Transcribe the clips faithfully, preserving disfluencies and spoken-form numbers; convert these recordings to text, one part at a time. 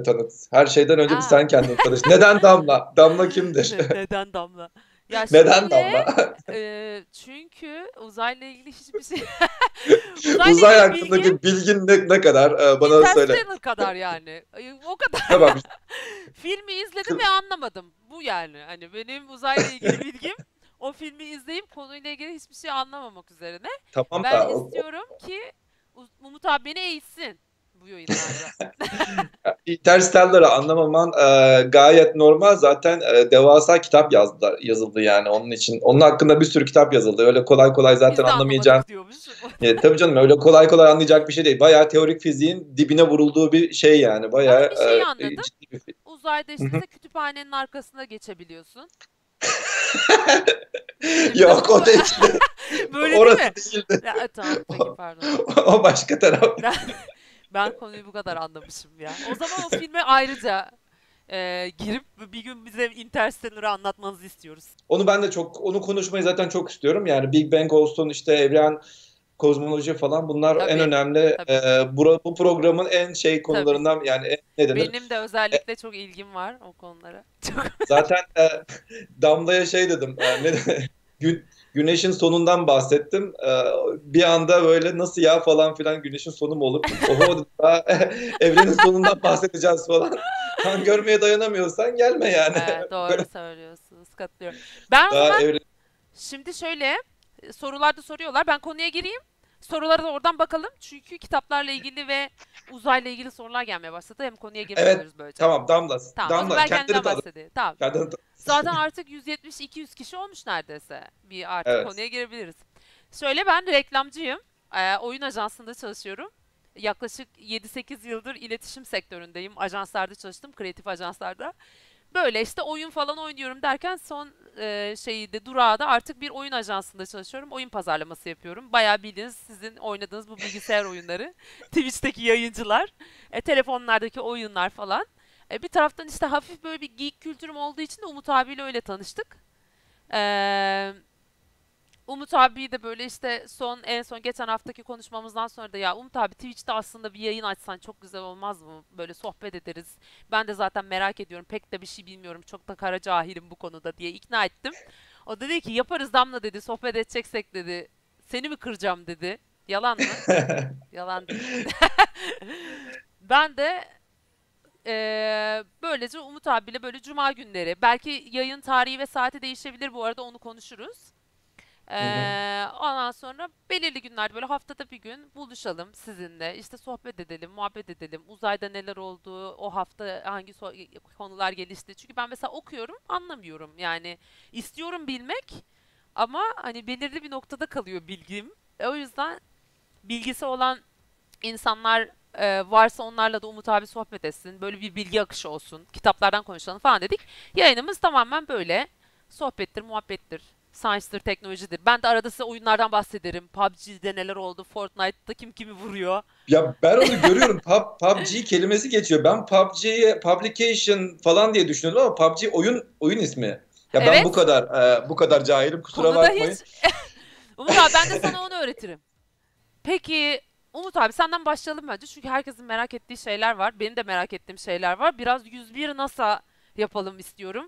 tanıt. Her şeyden önce bir A! sen kendini tanıt. Neden Damla? Damla kimdir? Ne neden Damla? Ya Neden şöyle, Damla? eee, çünkü uzayla ilgili hiçbir şey uzayla Uzay ilgili bilgim hakkındaki bilgin ne ne kadar? Eee, bana söyle. Interstellar kadar yani. Eee, o kadar. Tamam. Filmi izledim Kı ve anlamadım. Bu yani. Hani benim uzayla ilgili bilgim o filmi izleyip konuyla ilgili hiçbir şey anlamamak üzerine. Tamam Ben da o o istiyorum ki Uz Umut abi beni eğitsin bu yayınlarda. Interstellar'ı anlamaman, eee, gayet normal. Zaten, eee, devasa kitap yazdılar yazıldı yani onun için. Onun hakkında bir sürü kitap yazıldı. Öyle kolay kolay zaten Biz de anlamayacağın anlamadık diyormuş. Eee, tabii canım öyle kolay kolay anlayacak bir şey değil. Bayağı teorik fiziğin dibine vurulduğu bir şey yani. Ama Bayağı, bir şeyi eee, anladım. ciddi bir fi Uzayda Hı işte hı. mesela kütüphanenin arkasına geçebiliyorsun. Filmde Yok bu o değildi. böyle değil mi? Orası değildi. Ya, tamam peki O pardon. o başka taraf. Ben ben konuyu bu kadar anlamışım ya. O zaman o filme ayrıca eee, girip bir gün bize Interstellar'ı anlatmanızı istiyoruz. Onu ben de çok onu konuşmayı zaten çok istiyorum. Yani Big Bang olsun, işte evren, kozmoloji falan bunlar en Tabii, önemli, tabii, eee, bura bu programın en şey tabii. konularından yani en ne denir? Benim de E özellikle çok ilgim var o konulara. Çok Zaten, eee, Damla'ya şey dedim, eee, ne gün güneşin sonundan bahsettim. Eee, bir anda böyle "Nasıl ya?" falan filan, "Güneşin sonu mu olur?" "Oho!" dedim, "Daha evrenin sonundan bahsedeceğiz." falan. "Kan görmeye dayanamıyorsan gelme yani." Evet, Bu doğru kadar. söylüyorsunuz. Katılıyorum. Ben o Daha zaman evren şimdi şöyle e, sorularda soruyorlar. Ben konuya gireyim. Sorulara da oradan bakalım. Çünkü kitaplarla ilgili ve uzayla ilgili sorular gelmeye başladı. Hem konuya girmiş Evet, oluruz böylece. tamam Damla. Tamam. O zaman Damla ben kendini kendimden tanıt. bahsedeyim. Tamam. Kendini tanıt. Zaten artık yüz yetmiş iki yüz kişi olmuş neredeyse. Bir artık Evet. konuya girebiliriz. Şöyle ben reklamcıyım. Ee, oyun ajansında çalışıyorum. Yaklaşık yedi sekiz yıldır iletişim sektöründeyim. Ajanslarda çalıştım. Kreatif ajanslarda. Böyle işte oyun falan oynuyorum derken son e, şeyi de durağı da artık bir oyun ajansında çalışıyorum. Oyun pazarlaması yapıyorum. Bayağı bildiğiniz sizin oynadığınız bu bilgisayar oyunları. Twitch'teki yayıncılar. E, telefonlardaki oyunlar falan. E, bir taraftan işte hafif böyle bir geek kültürüm olduğu için de Umut abiyle öyle tanıştık. Eee Umut abi de böyle işte son en son geçen haftaki konuşmamızdan sonra da ya Umut abi Twitch'te aslında bir yayın açsan çok güzel olmaz mı? Böyle sohbet ederiz. Ben de zaten merak ediyorum. Pek de bir şey bilmiyorum. Çok da kara cahilim bu konuda diye ikna ettim. O da dedi ki yaparız Damla dedi. Sohbet edeceksek dedi. Seni mi kıracağım dedi. Yalan mı? Yalan değil. Ben de eee, böylece Umut abiyle böyle cuma günleri belki yayın tarihi ve saati değişebilir bu arada onu konuşuruz. Hı hı. Ee, ondan sonra belirli günlerde böyle haftada bir gün buluşalım sizinle. İşte sohbet edelim, muhabbet edelim. Uzayda neler oldu, o hafta hangi so- konular gelişti. Çünkü ben mesela okuyorum, anlamıyorum. Yani istiyorum bilmek ama hani belirli bir noktada kalıyor bilgim. E, o yüzden bilgisi olan insanlar e, varsa onlarla da Umut abi sohbet etsin. Böyle bir bilgi akışı olsun. Kitaplardan konuşalım falan dedik. Yayınımız tamamen böyle. Sohbettir, muhabbettir. Science'dır, teknolojidir. Ben de arada size oyunlardan bahsederim. P U B G'de neler oldu, Fortnite'da kim kimi vuruyor. Ya ben onu görüyorum. Pub, P U B G kelimesi geçiyor. Ben P U B G'ye publication falan diye düşünüyordum ama P U B G oyun oyun ismi. Ya ben bu Evet, kadar e, bu kadar cahilim, kusura konuda bakmayın. hiç. Umut abi ben de sana onu öğretirim. Peki Umut abi senden başlayalım bence. Çünkü herkesin merak ettiği şeyler var. Benim de merak ettiğim şeyler var. Biraz yüz bir NASA yapalım istiyorum.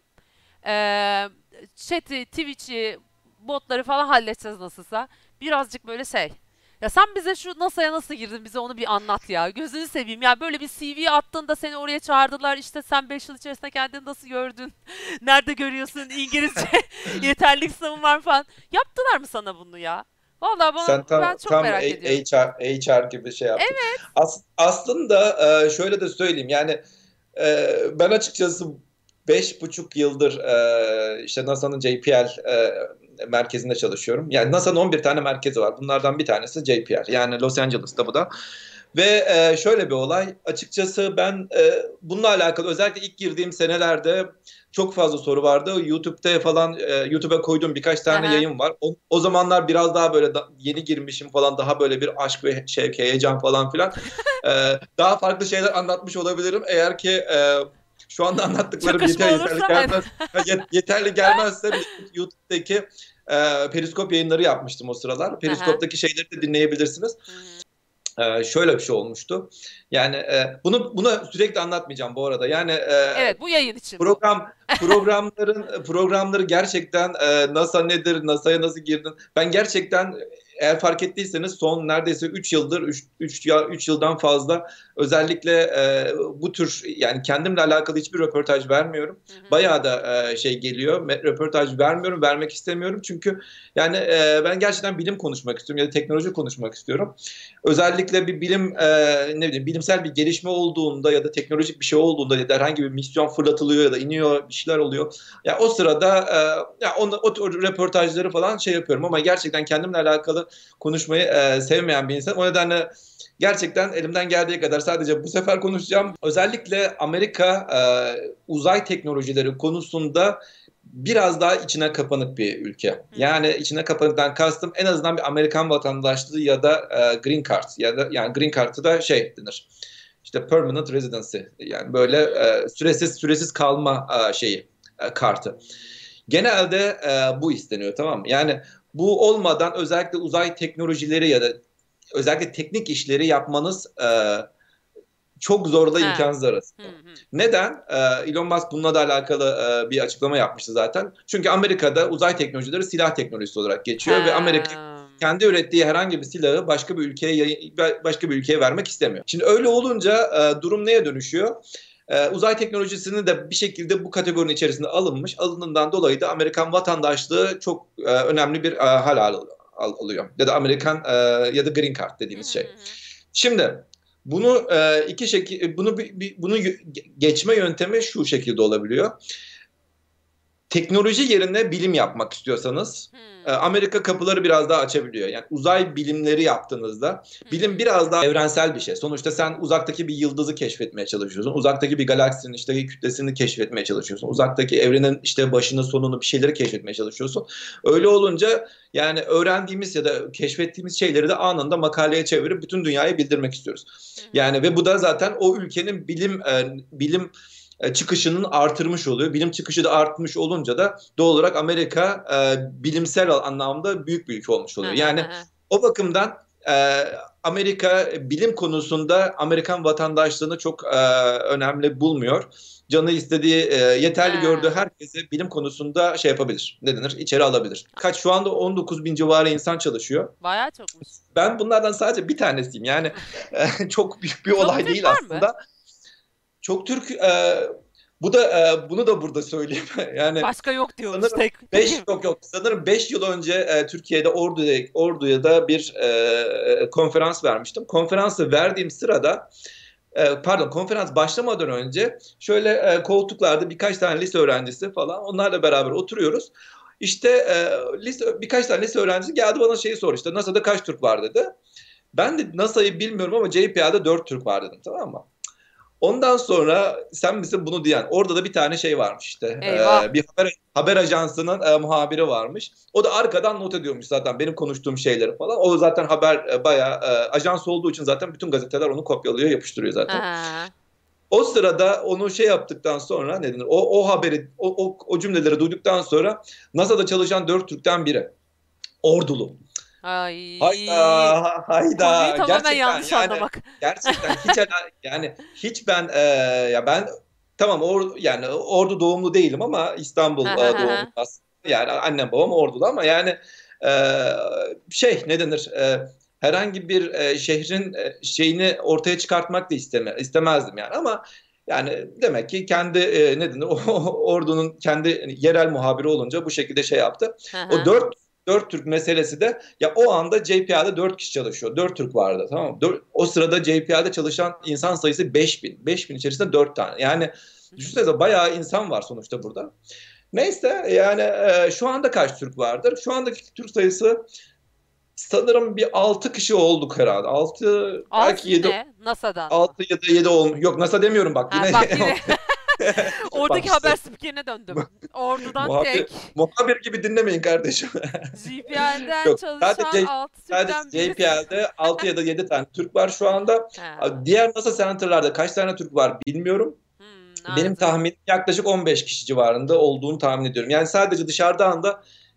Ee, Chat'i, Twitch'i, botları falan halledeceğiz nasılsa. Birazcık böyle şey. Ya sen bize şu NASA'ya nasıl girdin bize onu bir anlat ya. Gözünü seveyim ya böyle bir C V attığında seni oraya çağırdılar. İşte sen beş yıl içerisinde kendini nasıl gördün? Nerede görüyorsun? İngilizce yeterlik sınavın var mı falan. Yaptılar mı sana bunu ya? Vallahi bana Sen ben tam çok tam merak H- ediyorum. HR H R gibi şey yaptın. Evet. As- aslında e, şöyle de söyleyeyim yani e, ben açıkçası beş buçuk yıldır e, işte NASA'nın J P L e, merkezinde çalışıyorum. Yani NASA'nın on bir tane merkezi var. Bunlardan bir tanesi J P L. Yani Los Angeles'ta bu da. Ve e, şöyle bir olay. Açıkçası ben e, bununla alakalı özellikle ilk girdiğim senelerde çok fazla soru vardı. YouTube'da falan e, YouTube'a koyduğum birkaç tane Aha. yayın var. O, o zamanlar biraz daha böyle da, yeni girmişim falan daha böyle bir aşk ve şevk, heyecan falan filan. E, daha farklı şeyler anlatmış olabilirim. Eğer ki e, şu anda anlattıklarım yeter Çakışma yeterli olursa gelmez yet, yeterli gelmezse YouTube'daki e, Periskop yayınları yapmıştım o sıralar. Aha. Periskop'taki şeyleri de dinleyebilirsiniz. Hı hı. Ee, şöyle bir şey olmuştu. Yani e, bunu bunu sürekli anlatmayacağım bu arada. Yani e, Evet, bu yayın için bu. program programların programları gerçekten e, NASA nedir, NASA'ya nasıl girdin? Ben gerçekten eğer fark ettiyseniz son neredeyse üç yıldır üç ya üç yıldan fazla özellikle e, bu tür yani kendimle alakalı hiçbir röportaj vermiyorum. Hı hı. Bayağı da e, şey geliyor. me- Röportaj vermiyorum, vermek istemiyorum çünkü yani e, ben gerçekten bilim konuşmak istiyorum ya da teknoloji konuşmak istiyorum. Özellikle bir bilim e, ne bileyim bilimsel bir gelişme olduğunda ya da teknolojik bir şey olduğunda ya da herhangi bir misyon fırlatılıyor ya da iniyor bir şeyler oluyor. Ya o sırada e, ya onu, o, o röportajları falan şey yapıyorum ama gerçekten kendimle alakalı konuşmayı e, sevmeyen bir insan. O nedenle gerçekten elimden geldiği kadar sadece bu sefer konuşacağım. Özellikle Amerika e, uzay teknolojileri konusunda biraz daha içine kapanık bir ülke. Hı hı. Yani içine kapanıktan kastım en azından bir Amerikan vatandaşlığı ya da e, green card ya da yani green card'ı da şey denir. İşte permanent residency yani böyle Hı. e, süresiz süresiz kalma e, şeyi e, kartı. Genelde e, bu isteniyor, tamam mı? Yani bu olmadan özellikle uzay teknolojileri ya da özellikle teknik işleri yapmanız e, çok zorla Ha. imkansız Hı arasında. hı. Neden? Ee, Elon Musk bununla da alakalı e, bir açıklama yapmıştı zaten. Çünkü Amerika'da uzay teknolojileri silah teknolojisi olarak geçiyor ve Amerika Ha. kendi ürettiği herhangi bir silahı başka bir ülkeye başka bir ülkeye vermek istemiyor. Şimdi öyle olunca e, durum neye dönüşüyor? E, uzay teknolojisini de bir şekilde bu kategorinin içerisinde alınmış. Alındığından dolayı da Amerikan vatandaşlığı çok e, önemli bir e, hal al, al, alıyor. Ya da Amerikan e, ya da Green Card Hı dediğimiz hı şey. hı. Şimdi bunu e, iki şekil bunu bir, bunu geçme yöntemi şu şekilde olabiliyor. Teknoloji yerine bilim yapmak istiyorsanız e, Hı. Amerika kapıları biraz daha açabiliyor. Yani uzay bilimleri yaptığınızda Hı bilim hı. biraz daha evrensel bir şey. Sonuçta sen uzaktaki bir yıldızı keşfetmeye çalışıyorsun. Uzaktaki bir galaksinin işte kütlesini keşfetmeye çalışıyorsun. Uzaktaki evrenin işte başını sonunu bir şeyleri keşfetmeye çalışıyorsun. Öyle olunca yani öğrendiğimiz ya da keşfettiğimiz şeyleri de anında makaleye çevirip bütün dünyaya bildirmek istiyoruz. Hı hı. Yani ve bu da zaten o ülkenin bilim e, bilim e, çıkışının artırmış oluyor. Bilim çıkışı da artmış olunca da doğal olarak Amerika e, bilimsel anlamda büyük bir ülke olmuş Hı oluyor. hı hı Yani hı. o bakımdan e, Amerika bilim konusunda Amerikan vatandaşlığını çok e, önemli bulmuyor. Canı istediği, e, yeterli gördüğü Ha. herkese bilim konusunda şey yapabilir. Ne denir? İçeri alabilir. Kaç şu anda on dokuz bin civarı insan çalışıyor. Bayağı çokmuş. Ben bunlardan sadece bir tanesiyim. Yani e, çok büyük bir Çok olay Türk değil var mı? aslında. Çok Türk e, bu da e, bunu da burada söyleyeyim. Yani Başka yok diyormuş sanırım tek. beş yok yok sanırım beş yıl önce e, Türkiye'de Ordu'da Ordu'ya da bir e, konferans vermiştim. Konferansı verdiğim sırada e, pardon konferans başlamadan önce şöyle e, koltuklarda birkaç tane lise öğrencisi falan onlarla beraber oturuyoruz. İşte e, lise, birkaç tane lise öğrencisi geldi bana şeyi sordu işte NASA'da kaç Türk var dedi. Ben de NASA'yı bilmiyorum ama J P L'de dört Türk var dedim, tamam mı? Ondan sonra sen misin bunu diyen? Orada da bir tane şey varmış işte. Eyvah. E, bir haber, haber ajansının e, muhabiri varmış. O da arkadan not ediyormuş zaten benim konuştuğum şeyleri falan. O zaten haber e, bayağı e, ajans olduğu için zaten bütün gazeteler onu kopyalıyor, yapıştırıyor Hı zaten. hı. O sırada onu şey yaptıktan sonra ne denir? O, o haberi, o, o, o cümleleri duyduktan sonra NASA'da çalışan dört Türk'ten biri. Ordulu. Ay. Hayda, Konuyu hayda. tamamen Gerçekten yanlış yani anlamak. gerçekten hiç ala- yani hiç ben e, ya ben tamam or, yani Ordu doğumlu değilim ama Hı İstanbul hı e, hı doğumlu hı. aslında. Yani annem babam Ordulu ama yani e, şey ne denir? E, herhangi bir e, şehrin e, şeyini ortaya çıkartmak da isteme, istemezdim yani ama yani demek ki kendi e, ne denir? O, Ordu'nun kendi yerel muhabiri olunca bu şekilde şey yaptı. Hı O hı. dört Dört Türk meselesi de ya o anda J P L'de dört kişi çalışıyor. Dört Türk vardı, tamam mı? Dört- o sırada J P L'de çalışan insan sayısı beş bin. beş bin içerisinde dört tane. Yani düşünsenize bayağı insan var sonuçta burada. Neyse yani e, şu anda kaç Türk vardır? Şu andaki Türk sayısı sanırım bir altı kişi olduk herhalde. Altı Az belki yedi yine NASA'dan mı? altı ya da yedi olmuş. Yok NASA demiyorum bak Ha yine bak yine bak oradaki işte haber spikerine döndüm. Ordudan muhabir, tek muhabir gibi dinlemeyin kardeşim. J P L'den Yok. çalışan Sadece altı sadece Türk'ten birisi. J P L'de altı ya da yedi tane Türk var şu anda. Ha. Diğer NASA center'larda kaç tane Türk var bilmiyorum. Hmm, Benim anladım. tahminim yaklaşık on beş kişi civarında olduğunu tahmin ediyorum. Yani sadece dışarıdan da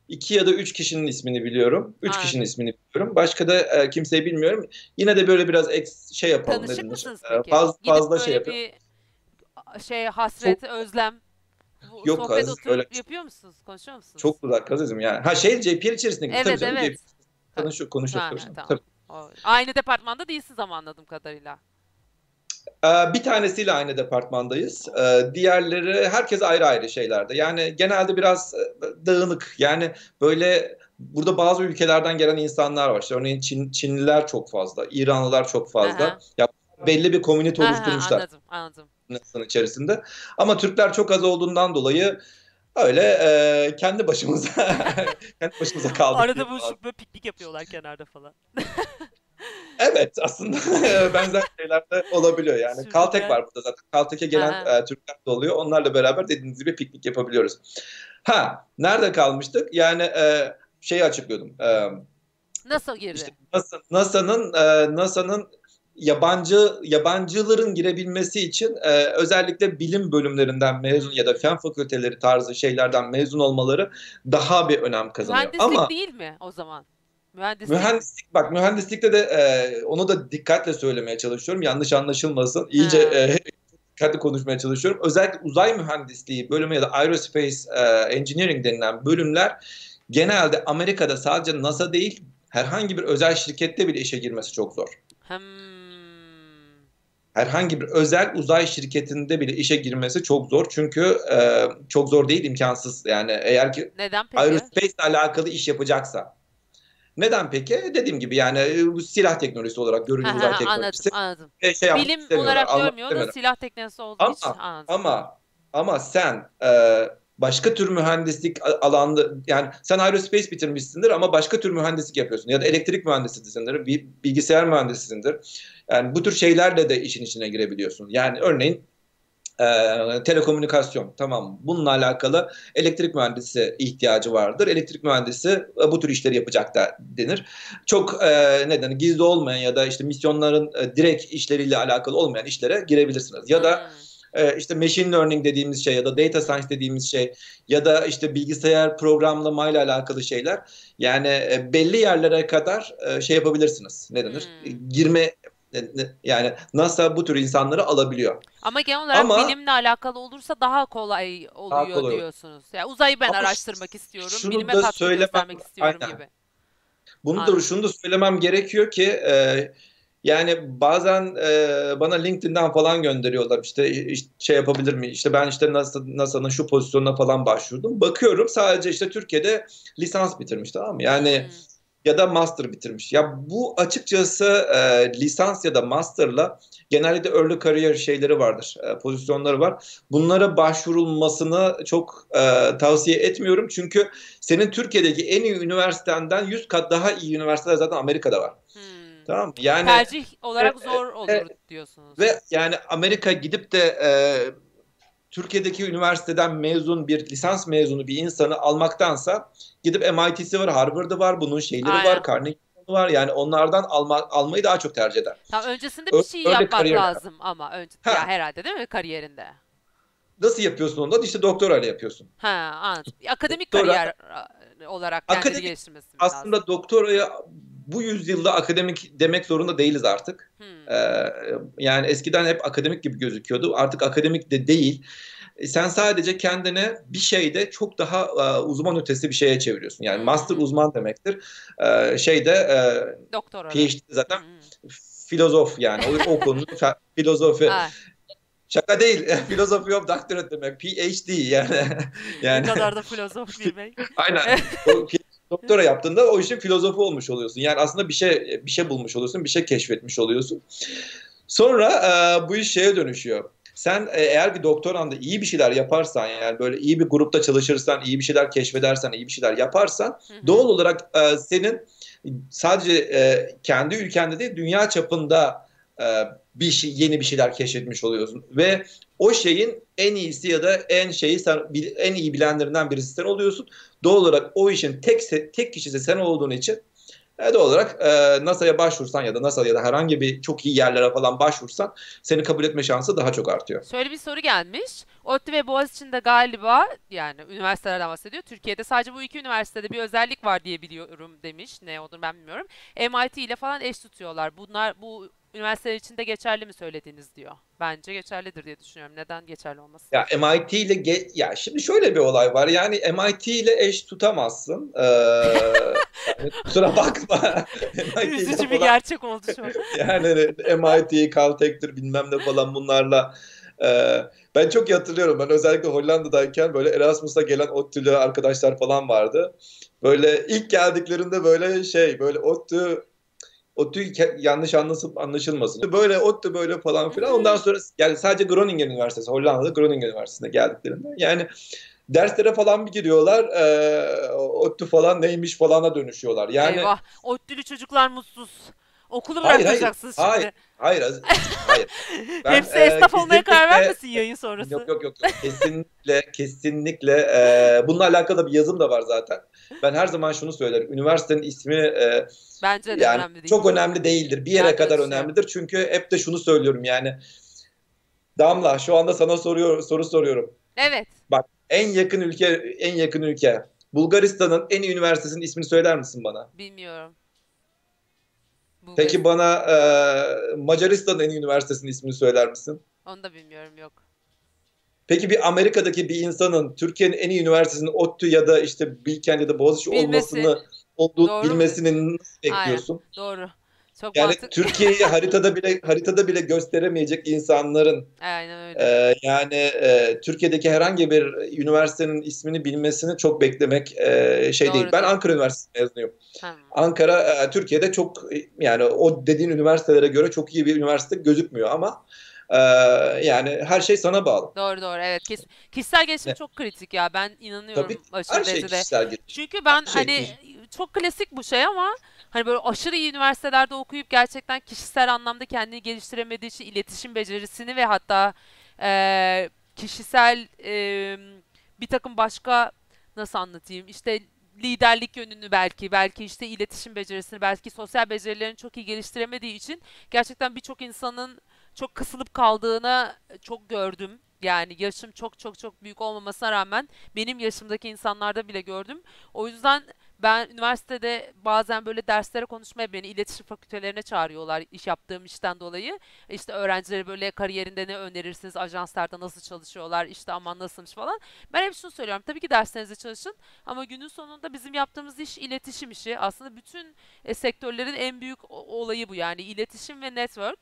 iki ya da üç kişinin ismini biliyorum. Üç kişinin Anladım. ismini biliyorum. Başka da e, kimseyi bilmiyorum. Yine de böyle biraz ek, şey yapalım, ne Tanışık denir? mısınız E, peki? fazla, Gidip fazla şey böyle yapıyorum. bir şey Çok hasret, özlem, bu yok sohbet Aziz, öyle oturup yapıyor musunuz? Konuşuyor musunuz? çok uzak Aziz'im yani. Ha şey J P L içerisinde gibi tabii Evet, canım. J P L evet. Ha, tanışıyor, konuşuyor ha, tabii ha, canım. tamam. Tabii. O- Aynı departmanda değilsiniz ama anladığım kadarıyla. Ee, Bir tanesiyle aynı departmandayız. O- Ee, Diğerleri herkes ayrı ayrı şeylerde. Yani genelde biraz e, dağınık. Yani böyle burada bazı ülkelerden gelen insanlar var. İşte örneğin Çin, Çinliler çok fazla, İranlılar çok Hı fazla. hı. Ya belli bir komünite Hı hı, oluşturmuşlar anladım, anladım. NASA'nın içerisinde. Ama Türkler çok az olduğundan dolayı öyle e, kendi başımıza kendi başımıza kaldık Arada diye. buluşup böyle piknik yapıyorlar kenarda falan. Evet, aslında benzer şeyler de olabiliyor yani. Caltech Süper. var burada zaten. Caltech'e Hı gelen hı. e, Türkler de oluyor. Onlarla beraber dediğiniz gibi piknik yapabiliyoruz. Ha, nerede kalmıştık? Yani e, şeyi açıklıyordum. E, Nasıl işte girdi? NASA, NASA'nın e, NASA'nın yabancı yabancıların girebilmesi için e, özellikle bilim bölümlerinden mezun ya da Hmm. fen fakülteleri tarzı şeylerden mezun olmaları daha bir önem kazanıyor. Mühendislik Ama değil mi o zaman? Mühendislik. mühendislik, bak mühendislikte de e, onu da dikkatle söylemeye çalışıyorum. Yanlış anlaşılmasın. İyice Ha. e, dikkatli konuşmaya çalışıyorum. Özellikle uzay mühendisliği bölümü ya da aerospace e, engineering denilen bölümler genelde Amerika'da sadece NASA değil herhangi bir özel şirkette bile işe girmesi çok zor. Hmm. Herhangi bir özel uzay şirketinde bile işe girmesi çok zor. Çünkü e, çok zor değil, imkansız. Yani eğer ki Neden peki? aerospace ile alakalı iş yapacaksa. Neden peki? Dediğim gibi yani e, bu silah teknolojisi olarak Ha görünüyor, ha uzay ha, anladım, teknolojisi. anladım. E, şey yapmak Bilim istemiyorlar, olarak almak görmüyor da istemiyorlar. silah teknesi olduğu için Ama anladım. ama ama sen e, başka tür mühendislik a- alanda, yani sen aerospace bitirmişsindir ama başka tür mühendislik yapıyorsun ya da elektrik mühendisisindir, bir bilgisayar mühendisisindir. Yani bu tür şeylerle de işin içine girebiliyorsun. Yani örneğin ee, telekomünikasyon, tamam, bununla alakalı elektrik mühendisi ihtiyacı vardır. Elektrik mühendisi e, bu tür işleri yapacak da denir. Çok e, neden gizli olmayan ya da işte misyonların e, direkt işleriyle alakalı olmayan işlere girebilirsiniz. Ya da Hmm. e, işte machine learning dediğimiz şey ya da data science dediğimiz şey ya da işte bilgisayar programlamayla alakalı şeyler. Yani e, belli yerlere kadar e, şey yapabilirsiniz. Ne denir? E, Hmm. Girme, e, yani NASA bu tür insanları alabiliyor. Ama genel olarak Ama bilimle alakalı olursa daha kolay daha oluyor kolay olur. diyorsunuz. Yani uzayı ben Ama araştırmak istiyorum, şunu bilime da katkı söylemem, göstermek istiyorum aynen. gibi. Bunu da Anladım. şunu da söylemem gerekiyor ki e, yani bazen e, bana LinkedIn'den falan gönderiyorlar, işte, işte şey yapabilir mi? İşte ben işte NASA, NASA'nın şu pozisyonuna falan başvurdum. Bakıyorum sadece işte Türkiye'de lisans bitirmiş, tamam mı? Yani Hmm. ya da master bitirmiş. Ya bu açıkçası e, lisans ya da masterla genellikle early career şeyleri vardır, e, pozisyonları var. Bunlara başvurulmasını çok e, tavsiye etmiyorum. Çünkü senin Türkiye'deki en iyi üniversitenden yüz kat daha iyi üniversiteler zaten Amerika'da var. Hmm. Tamam mı? Yani Tercih e, olarak zor e, olur diyorsunuz. ve yani Amerika gidip de e, Türkiye'deki üniversiteden mezun bir lisans mezunu bir insanı almaktansa gidip M I T'si var, Harvard'ı var, bunun şeyleri var, Aynen. Carnegie var. Yani onlardan alma, almayı daha çok tercih eder. Tamam, öncesinde bir Ö- şey Öyle yapmak kariyerler. lazım ama önce ya Ha, herhalde değil mi kariyerinde? nasıl yapıyorsun onu da? İşte doktorayla yapıyorsun. Ha, anladım. Akademik Doktora, kariyer a, olarak kendini akademik, geliştirmesi mi lazım? aslında doktorayı bu yüzyılda akademik demek zorunda değiliz artık. Ee, Hmm. Yani eskiden hep akademik gibi gözüküyordu. Artık akademik de değil. E, Sen sadece kendine bir şeyde çok daha e, uzman ötesi bir şeye çeviriyorsun. Yani master Hmm. uzman demektir. E, şeyde e, Doktorada. PhD zaten Hmm. filozof, yani o, o konunun fe- filozofi. Ah, Şaka değil. Philosophy of Doctorate demek. PhD yani. ne Yani kadar da filozof bir bey. aynen. O doktora yaptığında o işin filozofu olmuş oluyorsun. Yani aslında bir şey bir şey bulmuş oluyorsun, bir şey keşfetmiş oluyorsun. Sonra e, bu iş şeye dönüşüyor. Sen e, eğer bir doktoranda iyi bir şeyler yaparsan, yani böyle iyi bir grupta çalışırsan, iyi bir şeyler keşfedersen, iyi bir şeyler yaparsan, Hı hı. doğal olarak e, senin sadece e, kendi ülkende değil, dünya çapında e, bir şey, yeni bir şeyler keşfetmiş oluyorsun ve o şeyin en iyisi ya da en şeyi sen, en iyi bilenlerinden birisi sen oluyorsun. Doğal olarak o işin tek tek kişisi sen olduğun için E, doğal olarak e, NASA'ya başvursan ya da NASA ya da herhangi bir çok iyi yerlere falan başvursan seni kabul etme şansı daha çok artıyor. Şöyle bir soru gelmiş. ODTÜ ve Boğaziçi'nde galiba, yani üniversitelerden bahsediyor. Türkiye'de sadece bu iki üniversitede bir özellik var diye biliyorum demiş. Ne olur ben bilmiyorum. M I T ile falan eş tutuyorlar. Bunlar bu üniversiteler için de geçerli mi söylediğiniz diyor. Bence geçerlidir diye düşünüyorum. Neden geçerli olmasın? Ya M I T ile ge- ya şimdi şöyle bir olay var. Yani M I T ile eş tutamazsın. Ee, yani kusura bakma. M I T ile Üzücü bir falan gerçek oldu şu an. yani M I T, Caltech'tir bilmem ne falan bunlarla. Ee, ben çok iyi hatırlıyorum. Ben özellikle Hollanda'dayken böyle Erasmus'a gelen ODTÜ'lü arkadaşlar falan vardı. Böyle ilk geldiklerinde böyle şey böyle ODTÜ ODTÜ ke- yanlış anlaşılıp anlaşılmasın. Böyle ODTÜ böyle falan filan. Ondan sonra yani sadece Groningen Üniversitesi, Hollanda'da Groningen Üniversitesi'ne geldiklerinde. Yani derslere falan bir giriyorlar. E, ODTÜ falan neymiş falana dönüşüyorlar. Yani Eyvah. ODTÜ'lü çocuklar mutsuz. Okulu hayır hayır. bıraktıracaksınız Hayır. şimdi. Hayır. Az- Hayır. Ben Hepsi e, esnaf olmaya karar kesinlikle vermesin yayın yok sonrası. yok yok yok. Kesinlikle kesinlikle e, bununla alakalı bir yazım da var zaten. Ben her zaman şunu söylerim. Üniversitenin ismi e, Bence de yani önemli değil. çok önemli değildir. Bir yere Ben de öyle kadar düşünüyorum. önemlidir. Çünkü hep de şunu söylüyorum yani. Damla şu anda sana soruyor, soru soruyorum. Evet. Bak en yakın ülke en yakın ülke. Bulgaristan'ın en iyi üniversitesinin ismini söyler misin bana? Bilmiyorum. Peki Bulgaristan. bana e, Macaristan'ın en iyi üniversitesinin ismini söyler misin? Onu da bilmiyorum, yok. Peki bir Amerika'daki bir insanın Türkiye'nin en iyi üniversitesinin ODTÜ ya da işte Bilkent ya da Boğaziçi Bilmesi. olmasını olduğu Doğru mu? bilmesini nasıl Aynen. bekliyorsun? Doğru. Çok Yani mantıklı. Türkiye'yi haritada bile haritada bile gösteremeyecek insanların Aynen öyle. Ee, yani e, Türkiye'deki herhangi bir üniversitenin ismini bilmesini çok beklemek e, şey değil. Ben Doğrudur. Ankara Üniversitesi mezunuyum. Hmm. Ankara e, Türkiye'de çok e, yani o dediğin üniversitelere göre çok iyi bir üniversite gözükmüyor ama e, yani her şey sana bağlı. Doğru doğru, evet. Kes kişisel gelişim Ne? çok kritik ya. Ben Tabii inanıyorum ki her aşırı şey derecede. kişisel gelişim. Çünkü ben Her şey hani kişi. çok klasik bu şey ama hani böyle aşırı iyi üniversitelerde okuyup gerçekten kişisel anlamda kendini geliştiremediği için iletişim becerisini ve hatta eee, kişisel eee, bir takım başka, nasıl anlatayım, işte liderlik yönünü, belki belki işte iletişim becerisini, belki sosyal becerilerini çok iyi geliştiremediği için gerçekten birçok insanın çok kısılıp kaldığını çok gördüm. Yani yaşım çok çok çok büyük olmamasına rağmen benim yaşımdaki insanlarda bile gördüm. O yüzden ben üniversitede bazen böyle derslere konuşmaya beni iletişim fakültelerine çağırıyorlar iş yaptığım işten dolayı. İşte öğrencilere böyle kariyerinde ne önerirsiniz, ajanslarda nasıl çalışıyorlar, işte aman nasılmış falan. Ben hep şunu söylüyorum. Tabii ki derslerinize çalışın ama günün sonunda bizim yaptığımız iş iletişim işi. Aslında bütün e, sektörlerin en büyük o- olayı bu, yani iletişim ve network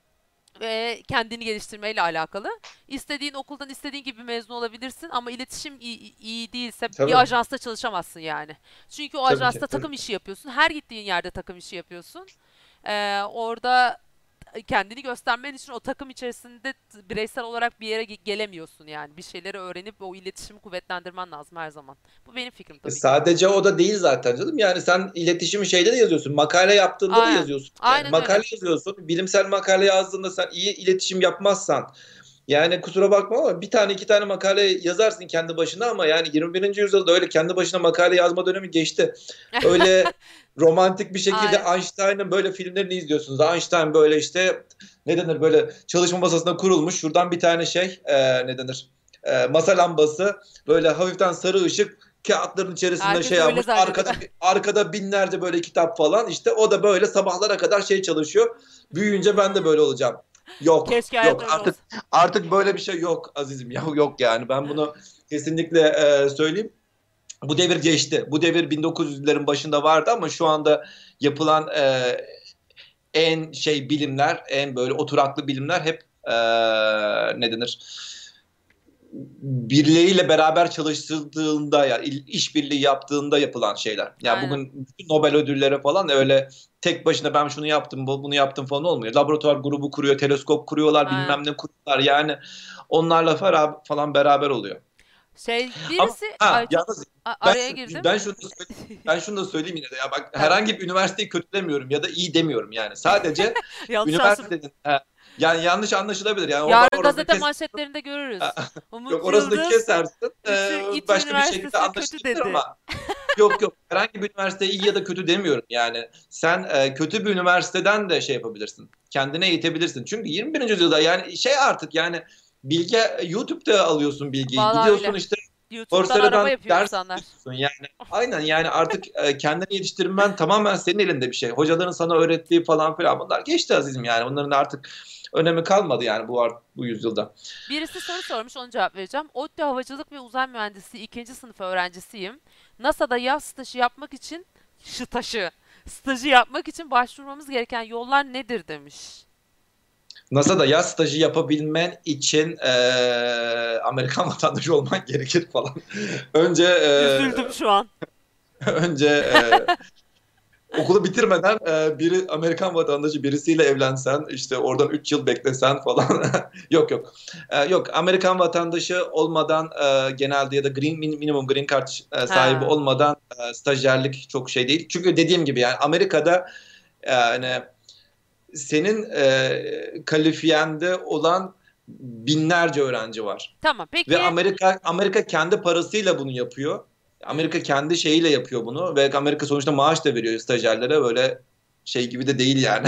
ve kendini geliştirmeyle alakalı. İstediğin okuldan istediğin gibi mezun olabilirsin ama iletişim iyi, iyi değilse bir Tabii. ajansta çalışamazsın yani. Çünkü o Tabii ki. ajansta Tabii takım ki. işi yapıyorsun. Her gittiğin yerde takım işi yapıyorsun. Ee, orada kendini göstermen için o takım içerisinde bireysel olarak bir yere ge- gelemiyorsun yani. Bir şeyleri öğrenip o iletişimi kuvvetlendirmen lazım her zaman. Bu benim fikrim E, tabii ki. sadece o da değil zaten canım. Yani sen iletişimi şeyde de yazıyorsun. Makale yaptığında da Aynen. yazıyorsun. Yani Aynen makale öyle. yazıyorsun. Bilimsel makale yazdığında sen iyi iletişim yapmazsan yani kusura bakma ama bir tane iki tane makale yazarsın kendi başına ama yani yirmi birinci yüzyılda öyle kendi başına makale yazma dönemi geçti. Öyle romantik bir şekilde Aynen. Einstein'ın böyle filmlerini izliyorsunuz. Einstein böyle işte ne denir böyle çalışma masasında kurulmuş. Şuradan bir tane şey e, ne denir? E, masa lambası böyle hafiften sarı ışık kağıtların içerisinde şey Herkes öyle yapmış. zannediyor. Arkada arkada binlerce böyle kitap falan. İşte o da böyle sabahlara kadar şey çalışıyor. Büyüyünce ben de böyle olacağım. Yok, Keşke hayat yok öyle artık olsa. artık böyle bir şey yok azizim ya yok yani ben bunu kesinlikle e, söyleyeyim. Bu devir geçti. Bu devir bin dokuz yüzlerin başında vardı ama şu anda yapılan e, en şey bilimler, en böyle oturaklı bilimler hep e, ne denir? Birileriyle beraber çalıştığında ya işbirliği yaptığında yapılan şeyler. Yani Aynen. bugün Nobel ödülleri falan öyle tek başına ben şunu yaptım, bunu yaptım falan olmuyor. Laboratuvar grubu kuruyor, teleskop kuruyorlar, Aynen. bilmem ne kuruyorlar. Yani onlarla falan beraber oluyor. Şey, Ama birisi, ha ay çok yalnız a- ben araya girdim. ben şunu da söyleyeyim, ben şunu da söyleyeyim yine de ya bak Tabii. herhangi bir üniversiteyi kötülemiyorum ya da iyi demiyorum yani. Sadece Yanlış anlaşılma. üniversitenin ha, yani yanlış anlaşılabilir. Yani orada Yarın orasını gazete kes manşetlerinde görürüz. yok Umut orasını Yıldız kesersin. İTÜ, Ee, İTÜ başka bir şekilde Üniversitesi'ne kötü anlaşılabilir dedi. ama Yok yok, herhangi bir üniversite iyi ya da kötü demiyorum. Yani sen e, kötü bir üniversiteden de şey yapabilirsin. Kendine eğitebilirsin. Çünkü yirmi birinci yüzyılda yani şey artık yani bilgi YouTube'da alıyorsun bilgiyi. Vallahi Gidiyorsun öyle. işte YouTube'dan araba Coursera'dan yapıyor ders insanlar. alıyorsun. Yani aynen yani artık e, kendini yetiştirmen tamamen senin elinde bir şey. Hocaların sana öğrettiği falan filan bunlar geçti azizim yani. Bunların artık önemi kalmadı yani bu art- bu yüzyılda. Birisi soru sormuş, onu cevap vereceğim. ODTÜ Havacılık ve Uzay Mühendisliği ikinci sınıf öğrencisiyim. NASA'da yaz stajı yapmak için şıtaşı, stajı yapmak için başvurmamız gereken yollar nedir demiş. NASA'da yaz stajı yapabilmen için e, Amerikan vatandaşı olman gerekir falan. Önce e, Üzüldüm şu an. önce e, okulu bitirmeden e, biri Amerikan vatandaşı birisiyle evlensen işte oradan üç yıl beklesen falan. Yok yok. E, yok Amerikan vatandaşı olmadan e, genelde ya da green minimum green card e, sahibi Ha, olmadan e, stajyerlik çok şey değil. Çünkü dediğim gibi yani Amerika'da e, yani senin e, kalifiyende olan binlerce öğrenci var. tamam. Ve Peki, Amerika Amerika kendi parasıyla bunu yapıyor. Amerika hmm, kendi şeyiyle yapıyor bunu ve Amerika sonuçta maaş da veriyor stajyerlere, böyle şey gibi de değil yani.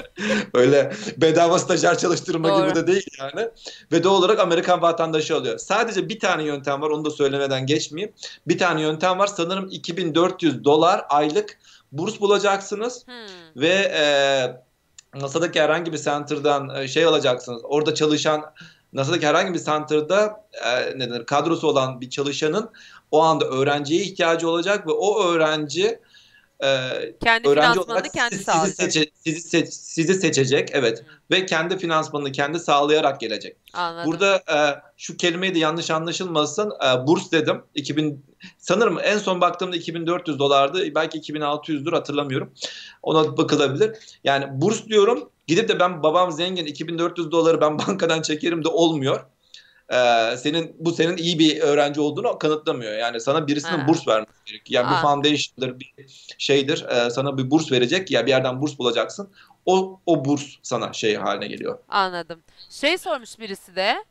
Öyle bedava stajyer çalıştırma gibi doğru. de değil yani. Ve doğal olarak Amerikan vatandaşı alıyor. Sadece bir tane yöntem var, onu da söylemeden geçmeyeyim. Bir tane yöntem var, sanırım iki bin dört yüz dolar aylık burs bulacaksınız Hmm, ve e, NASA'daki herhangi bir center'dan e, şey alacaksınız. Orada çalışan NASA'daki herhangi bir center'da e, ne denir, kadrosu olan bir çalışanın o anda öğrenciye ihtiyacı olacak ve o öğrenci e, kendi öğrenci olarak finansmanını kendi sizi, sizi, sağlayacak. seçe, sizi, seç, sizi seçecek, evet, Hmm, ve kendi finansmanını kendi sağlayarak gelecek. anladım. Burada e, şu kelimeyi de yanlış anlaşılmasın, e, burs dedim. iki bin sanırım en son baktığımda iki bin dört yüz dolardı, belki iki bin altı yüzdür, hatırlamıyorum. Ona bakılabilir. Yani burs diyorum. Gidip de ben babam zengin iki bin dört yüz doları ben bankadan çekerim de olmuyor. Ee, senin bu senin iyi bir öğrenci olduğunu kanıtlamıyor. Yani sana birisinin Ha, burs vermesi gerekiyor. Yani bir anladım. foundation'dır, bir şeydir. e, sana bir burs verecek ya, bir yerden burs bulacaksın. O o burs sana şey haline geliyor. Anladım. Şey sormuş birisi de,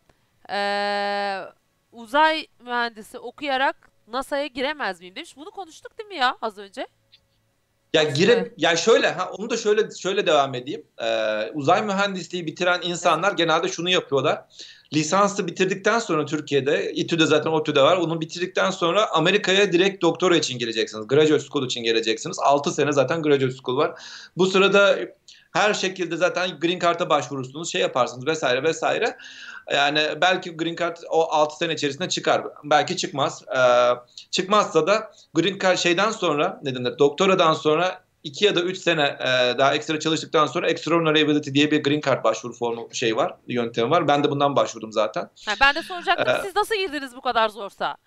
eee, uzay mühendisi okuyarak NASA'ya giremez miyim demiş. Bunu konuştuk değil mi ya az önce? Ya Konuştuk mu? gire ya şöyle ha onu da şöyle şöyle devam edeyim. Ee, uzay mühendisliği bitiren Evet. insanlar genelde şunu yapıyorlar. Lisansı bitirdikten sonra Türkiye'de, İTÜ'de zaten ODTÜ'de var. Onu bitirdikten sonra Amerika'ya direkt doktora için geleceksiniz. Graduate School için geleceksiniz. altı sene zaten Graduate School var. Bu sırada her şekilde zaten Green Card'a başvurursunuz, şey yaparsınız vesaire vesaire. Yani belki Green Card o altı sene içerisinde çıkar. Belki çıkmaz. Ee, çıkmazsa da Green Card şeyden sonra, ne denir, doktoradan sonra iki ya da üç sene e, daha ekstra çalıştıktan sonra Extraordinary Ability diye bir Green Card başvuru formu şey var, yöntemi var. Ben de bundan başvurdum zaten. Ha, ben de soracaktım, Ee, siz nasıl girdiniz bu kadar zorsa?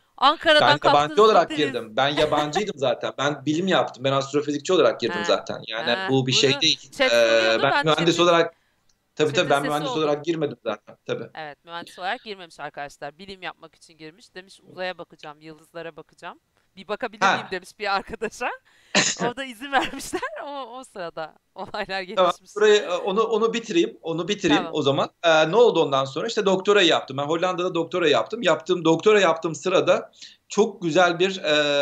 ben Ankara'dan yabancı kalktınız olarak gittiniz. girdim. Ben yabancıydım zaten. Ben bilim yaptım. Ben astrofizikçi olarak girdim Ha, zaten. Yani ha, bu bir şey bunu değil. chat Ee, soruyordu, ben ben mühendis chat'in olarak, tabii tabii chat'in ben sesi mühendis oldum. olarak girmedim zaten. Tabii. Evet, mühendis olarak girmemiş arkadaşlar. Bilim yapmak için girmiş. Demiş uzaya bakacağım, yıldızlara bakacağım. Bir bakabilir miyim Ha, demiş bir arkadaşa. Orada izin vermişler. O, o sırada olaylar tamam. gelişmiş. Burayı e, onu onu bitireyim. Onu bitireyim Tamam. o zaman. Ee, ne oldu ondan sonra? İşte doktorayı yaptım. Ben Hollanda'da doktora yaptım. Yaptığım doktora yaptığım sırada çok güzel bir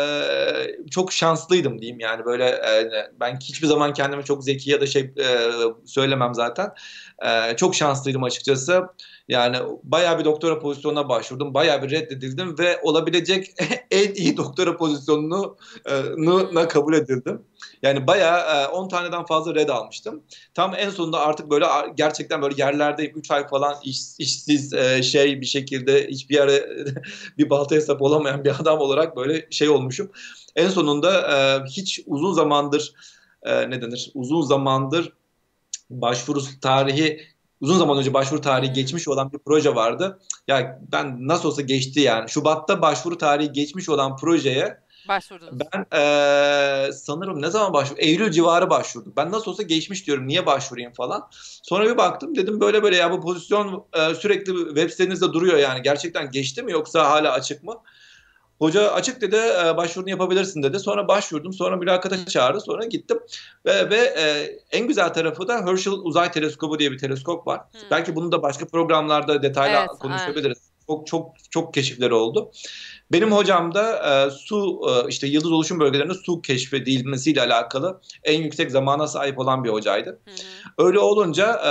e, çok şanslıydım diyeyim. Yani böyle e, ben hiçbir zaman kendimi çok zeki ya da şey e, söylemem zaten. E, çok şanslıydım açıkçası. Yani bayağı bir doktora pozisyonuna başvurdum. Bayağı bir reddedildim ve olabilecek en iyi doktora pozisyonunu e, na Hmm. kabul edildim. Yani bayağı e, on taneden fazla red almıştım. Tam en sonunda artık böyle gerçekten böyle yerlerdeyim. üç ay falan iş, işsiz e, şey bir şekilde hiçbir yere bir baltaya sap olamayan bir adam olarak böyle şey olmuşum. En sonunda e, hiç uzun zamandır e, ne denir? Uzun zamandır başvuru tarihi uzun zaman önce başvuru tarihi Hmm. geçmiş olan bir proje vardı. Ya ben nasıl olsa geçti yani. Şubat'ta başvuru tarihi geçmiş olan projeye Başvurdunuz. ben eee, sanırım ne zaman başvurdum? Eylül civarı başvurdum. Ben nasıl olsa geçmiş diyorum. Niye başvurayım falan. Sonra bir baktım, dedim böyle böyle ya bu pozisyon eee, sürekli web sitenizde duruyor yani. Gerçekten geçti mi yoksa hala açık mı? Hoca açık dedi, eee, başvurunu yapabilirsin dedi. Sonra başvurdum. Sonra mülakata çağırdı. Sonra gittim. Ve, ve eee, en güzel tarafı da Herschel Uzay Teleskobu diye bir teleskop var. Hmm. Belki bunu da başka programlarda detaylı Evet, aynen. konuşabiliriz. çok çok çok keşifleri oldu. Benim hocam da e, su e, işte yıldız oluşum bölgelerinde su keşfedilmesiyle alakalı en yüksek zamana sahip olan bir hocaydı. Hı hı. Öyle olunca e,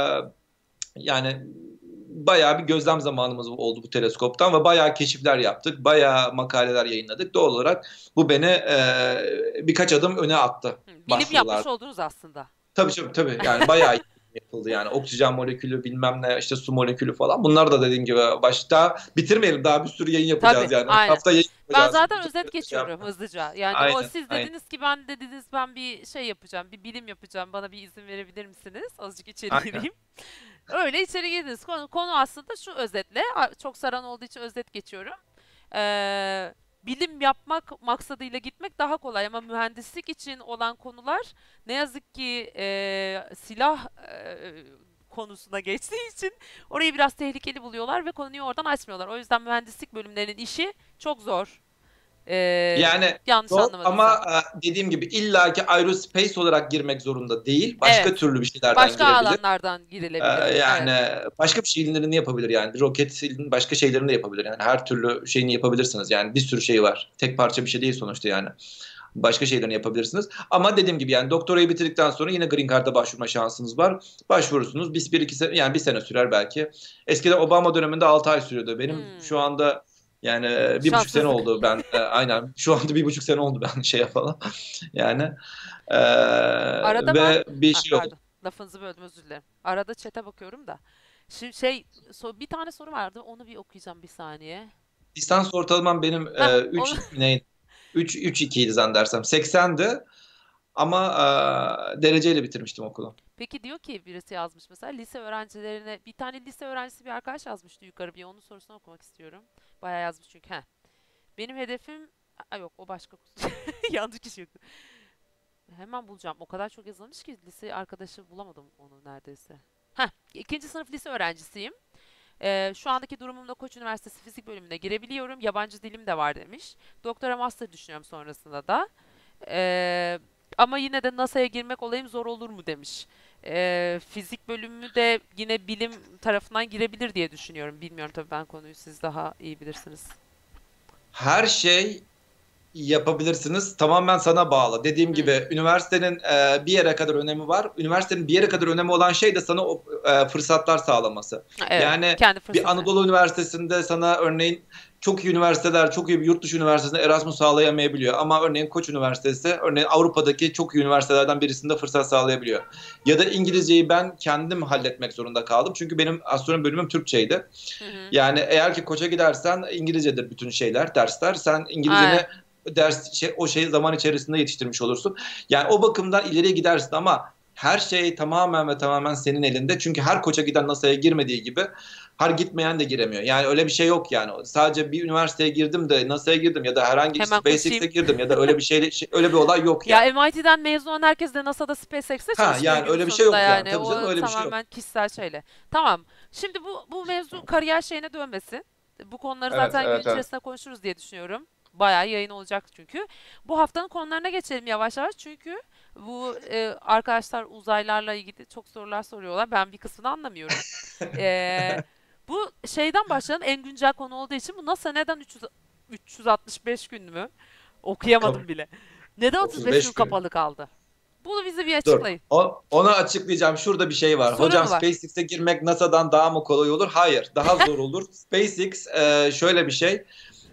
yani bayağı bir gözlem zamanımız oldu bu teleskoptan ve bayağı keşifler yaptık, bayağı makaleler yayınladık. Doğal olarak bu beni e, birkaç adım öne attı Hı, bilim yapmış başvurularda. oldunuz aslında. Tabii tabii tabii yani bayağı iyi yapıldı yani oksijen molekülü bilmem ne işte su molekülü falan. Bunlar da dediğim gibi başta bitirmeyelim, daha bir sürü yayın Tabii, yapacağız yani. Her aynen. hafta yayın Ben yapacağız. zaten Bütün özet şey geçiyorum yapma. hızlıca. Yani o Aynen siz aynen. dediniz ki ben dediniz ben bir şey yapacağım, bir bilim yapacağım. Bana bir izin verebilir misiniz? Azıcık içeri Aynen. gireyim. Öyle içeri girdiniz. Konu, konu aslında şu özetle. a- Çok saran olduğu için özet geçiyorum. Ee, Bilim yapmak maksadıyla gitmek daha kolay ama mühendislik için olan konular ne yazık ki e, silah e, konusuna geçtiği için orayı biraz tehlikeli buluyorlar ve konuyu oradan açmıyorlar. O yüzden mühendislik bölümlerinin işi çok zor. Ee, Yani yanlış zor anlamadıysam. ama e, dediğim gibi illaki aerospace olarak girmek zorunda değil. Başka Evet. türlü bir şeylerden Başka girebilir. alanlardan E, girilebilir. Evet. yani başka bir şeylerini yapabilir yani. Bir roketin başka şeylerini de yapabilir. Yani her türlü şeyini yapabilirsiniz. Yani bir sürü şey var. Tek parça bir şey değil sonuçta yani. Başka şeylerini yapabilirsiniz. Ama dediğim gibi yani doktorayı bitirdikten sonra yine Green Card'a başvurma şansınız var. Başvurursunuz. Biz bir iki sene yani bir sene sürer belki. Eskiden Obama döneminde altı ay sürüyordu. Benim şu Hmm. anda yani e, bir buçuk sene Şanssızlık. oldu ben e, aynen şu anda bir buçuk sene oldu ben şey yapalım yani e, Arada ben, ve bir ah şey oldu. pardon, lafınızı böldüm, özür dilerim. Arada chat'e bakıyorum da. Şimdi şey, so- bir tane soru vardı. Onu bir okuyacağım bir saniye. Lisans ortalamam benim Heh, e, onu üç ne üç üç ikiydi zannedersem seksendi ama e, dereceyle bitirmiştim okulu. Peki diyor ki birisi yazmış mesela lise öğrencilerine bir tane lise öğrencisi bir arkadaş yazmıştı yukarı bir onun sorusunu okumak istiyorum. Bayağı yazmış çünkü. Heh. Benim hedefim Aa, yok o başka yanlış kişi yok. Hemen bulacağım. O kadar çok yazılmış ki lise arkadaşı bulamadım onu neredeyse. Heh, ikinci sınıf lise öğrencisiyim. Ee, şu andaki durumumda Koç Üniversitesi Fizik bölümüne girebiliyorum. Yabancı dilim de var demiş. Doktora master düşünüyorum sonrasında da. Ee, Ama yine de NASA'ya girmek olayım zor olur mu demiş. Ee, fizik bölümü de yine bilim tarafından girebilir diye düşünüyorum. Bilmiyorum tabii ben konuyu siz daha iyi bilirsiniz. Her şey yapabilirsiniz. Tamamen sana bağlı. Dediğim Hmm. gibi üniversitenin e, bir yere kadar önemi var. Üniversitenin bir yere kadar önemi olan şey de sana o e, fırsatlar sağlaması. Evet, Yani kendi bir fırsatı. Anadolu Üniversitesi'nde sana örneğin çok iyi üniversiteler, çok iyi bir yurt dışı üniversitesinde Erasmus sağlayamayabiliyor. Ama örneğin Koç Üniversitesi, örneğin Avrupa'daki çok iyi üniversitelerden birisinde fırsat sağlayabiliyor. Ya da İngilizceyi ben kendim halletmek zorunda kaldım. Çünkü benim astronomi bölümüm Türkçeydi. Hı hı. Yani eğer ki Koç'a gidersen İngilizcedir bütün şeyler, dersler. Sen İngilizceni Aynen. ders şey, o şey zaman içerisinde yetiştirmiş olursun. Yani o bakımdan ileriye gidersin ama her şey tamamen ve tamamen senin elinde. Çünkü her Koç'a giden NASA'ya girmediği gibi her gitmeyen de giremiyor. Yani öyle bir şey yok yani. Sadece bir üniversiteye girdim de NASA'ya girdim ya da herhangi bir Hemen SpaceX'e koşayım. girdim ya da öyle bir şey, şey öyle bir olay yok Ya yani. M I T'den mezun olan herkes de NASA'da SpaceX'te Ha çalışmıyor yani günün öyle bir şey sonunda yok yani. yani. Tabii canım O öyle bir şey yok. tamamen kişisel şeyle. Tamam. Şimdi bu bu mevzu kariyer şeyine dönmesin. Bu konuları Evet, zaten gün evet, evet. içerisinde konuşuruz diye düşünüyorum. Bayağı yayın olacak çünkü. Bu haftanın konularına geçelim yavaş yavaş. Çünkü bu e, arkadaşlar uzaylarla ilgili çok sorular soruyorlar. Ben bir kısmını anlamıyorum. E, Bu şeyden başlayalım. En güncel konu olduğu için bu NASA neden üç yüz, üç yüz altmış beş gün mü? Okuyamadım bile. Neden otuz beş gün otuz beş gün. kapalı kaldı? Bunu bize bir Dur. açıklayın. O, onu açıklayacağım. Şurada bir şey var. Soru Hocam mu var? SpaceX'e girmek NASA'dan daha mı kolay olur? Hayır. Daha zor olur. SpaceX e, şöyle bir şey.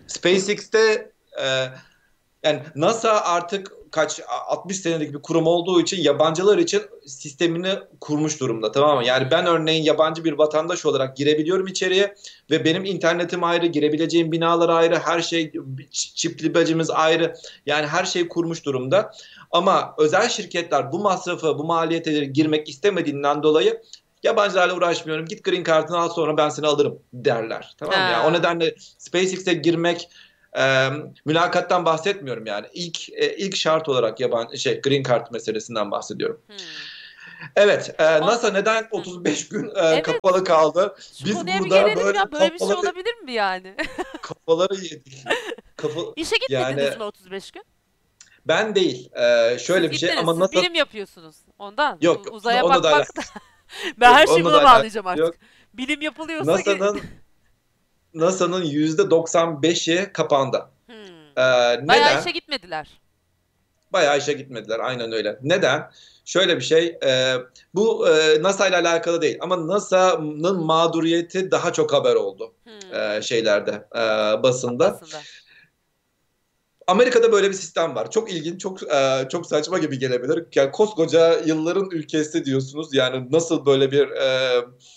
SpaceX'te e, yani NASA artık kaç altmış senelik bir kurum olduğu için yabancılar için sistemini kurmuş durumda, tamam mı? Yani ben Hmm. örneğin yabancı bir vatandaş olarak girebiliyorum içeriye ve benim internetim ayrı, girebileceğim binalar ayrı, her şey çipli bacımız ayrı. Yani her şey kurmuş durumda. Ama özel şirketler bu masrafı, bu maliyete girmek istemediğinden dolayı yabancılarla uğraşmıyorum. Git green card'ını al sonra ben seni alırım derler. Tamam mı? Yani o Ha. nedenle SpaceX'e girmek e, mülakattan bahsetmiyorum yani. İlk e, ilk şart olarak yaban şey green card meselesinden bahsediyorum. Hmm. Evet, e, O, NASA neden hı. otuz beş gün e, Evet. kapalı kaldı? Şu Biz konuya bir burada gelelim böyle ya. Böyle bir şey kafaları olabilir mi yani? kafaları yedik. Kafa İşe yani gitmediniz mi otuz beş gün? ben değil. E, Siz şöyle bir şey gittiniz. ama Siz NASA bilim yapıyorsunuz. Ondan. U- yok. uzaya Onunla da bakmak da. alakası Ben yok. her şeyi Onunla da buna alakası bağlayacağım artık. yok. Bilim yapılıyorsa ge- NASA'nın NASA'nın yüzde doksan beşi kapandı. Hmm. Ee, Bayağı neden? işe gitmediler. Bayağı işe gitmediler. Aynen öyle. Neden? Şöyle bir şey. E, bu e, NASA ile alakalı değil. Ama NASA'nın mağduriyeti daha çok haber oldu. Hmm. E, şeylerde, e, basında. Basında. Amerika'da böyle bir sistem var. Çok ilginç, çok e, çok saçma gibi gelebilir. Yani koskoca yılların ülkesi diyorsunuz. Yani nasıl böyle bir e,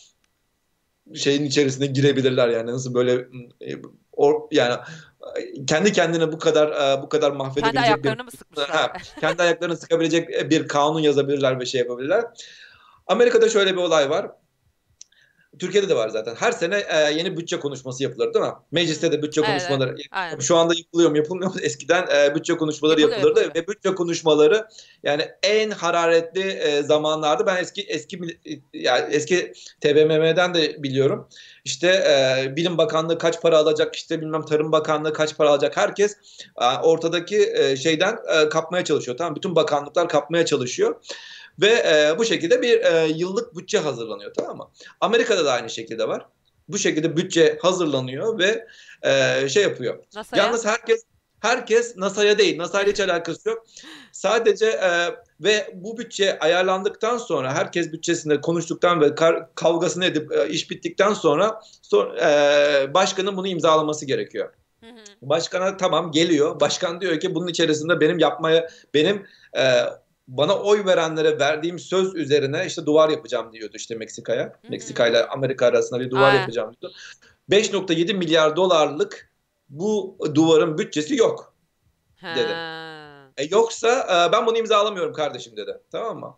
şeyin içerisine girebilirler, yani nasıl böyle e, or, yani kendi kendine bu kadar e, bu kadar Kendi mahvedebilecek bir ayaklarını mı sıkmışlar? ha, kendi ayaklarını sıkabilecek bir kanun yazabilirler ve şey yapabilirler. Amerika'da şöyle bir olay var. Türkiye'de de var zaten. Her sene e, yeni bütçe konuşması yapılır, değil mi? Mecliste Hmm. de bütçe Evet, evet. konuşmaları. Aynen. Şu anda yapılıyor mu yapılmıyor mu? Eskiden e, bütçe konuşmaları Yapılıyor, yapılırdı yapılıyor. ve bütçe konuşmaları yani en hararetli e, zamanlarda, ben eski eski yani eski T B M M'den de biliyorum. İşte e, Bilim Bakanlığı kaç para alacak, işte bilmem Tarım Bakanlığı kaç para alacak. Herkes e, ortadaki e, şeyden e, kapmaya çalışıyor. Tamam, bütün bakanlıklar kapmaya çalışıyor. Ve e, bu şekilde bir e, yıllık bütçe hazırlanıyor, tamam mı? Amerika'da da aynı şekilde var. Bu şekilde bütçe hazırlanıyor ve e, şey yapıyor. NASA'ya? Yalnız herkes herkes NASA'ya değil, NASA ile hiç alakası yok. Sadece e, ve bu bütçe ayarlandıktan sonra, herkes bütçesinde konuştuktan ve kar, kavgasını edip e, iş bittikten sonra, sonra e, başkanın bunu imzalaması gerekiyor. Hı hı. Başkana tamam geliyor. Başkan diyor ki bunun içerisinde benim yapmaya benim e, bana oy verenlere verdiğim söz üzerine işte duvar yapacağım diyordu işte Meksika'ya. Hı Meksika hı. ile Amerika arasında bir duvar Aynen. yapacağım diyordu. beş nokta yedi milyar dolarlık bu duvarın bütçesi yok dedi. Ha. E yoksa e, ben bunu imzalamıyorum kardeşim dedi. Tamam mı?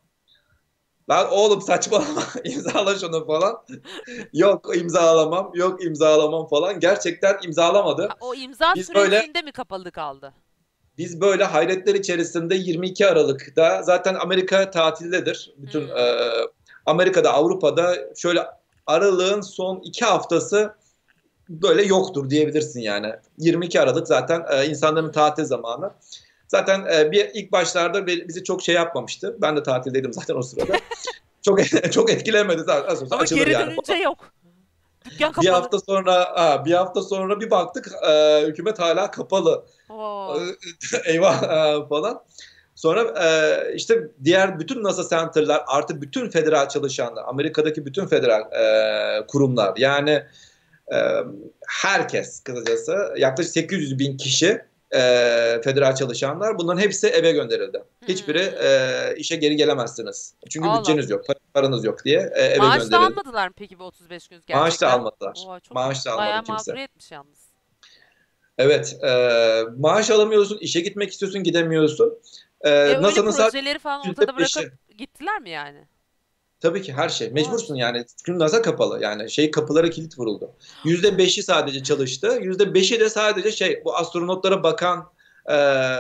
Lan oğlum saçmalama imzala şunu falan. Yok imzalamam, yok imzalamam falan. Gerçekten Ha, imzalamadı. o imza Biz böyle sürecinde mi kapalı kaldı? Biz böyle hayretler içerisinde yirmi iki Aralık'ta zaten Amerika tatildedir. Bütün Hmm. e, Amerika'da, Avrupa'da şöyle aralığın son iki haftası böyle yoktur diyebilirsin yani. yirmi iki Aralık zaten e, Hı insanların hı. tatil zamanı. Zaten e, bir ilk başlarda bizi çok şey yapmamıştı. Ben de tatildeydim zaten o sırada. Çok çok etkilemedi zaten. Nasıl olsa Ama açılır geri yani dönünce falan. yok. Dükkan Bir kapalı. hafta sonra ha, bir hafta sonra bir baktık e, hükümet hala kapalı. Oo. Eyvah e, falan. Sonra e, işte diğer bütün NASA Center'lar artı bütün federal çalışanlar, Amerika'daki bütün federal e, kurumlar, yani e, herkes kısacası yaklaşık sekiz yüz bin kişi e, federal çalışanlar, bunların hepsi eve gönderildi. Hiçbiri Hmm. e, işe geri gelemezsiniz. Çünkü Allah. bütçeniz yok, paranız yok diye e, eve Maaş da gönderildi. almadılar mı peki bu otuz beş gün Maaş da gerçekten? almadılar. Oo, çok Maaş da almadı bayağı kimse. mağduriyetmiş yalnız. Evet, e, maaş alamıyorsun, işe gitmek istiyorsun, gidemiyorsun. E E, öyle NASA'nın sadece projeleri falan yüzde ortada bırakıp beşi. gittiler mi yani? Tabii ki her şey. Vay. Mecbursun yani. Çünkü NASA kapalı. Yani şey, kapılara kilit vuruldu. Yüzde beşi sadece çalıştı. Yüzde beşi de sadece şey, bu astronotlara bakan e,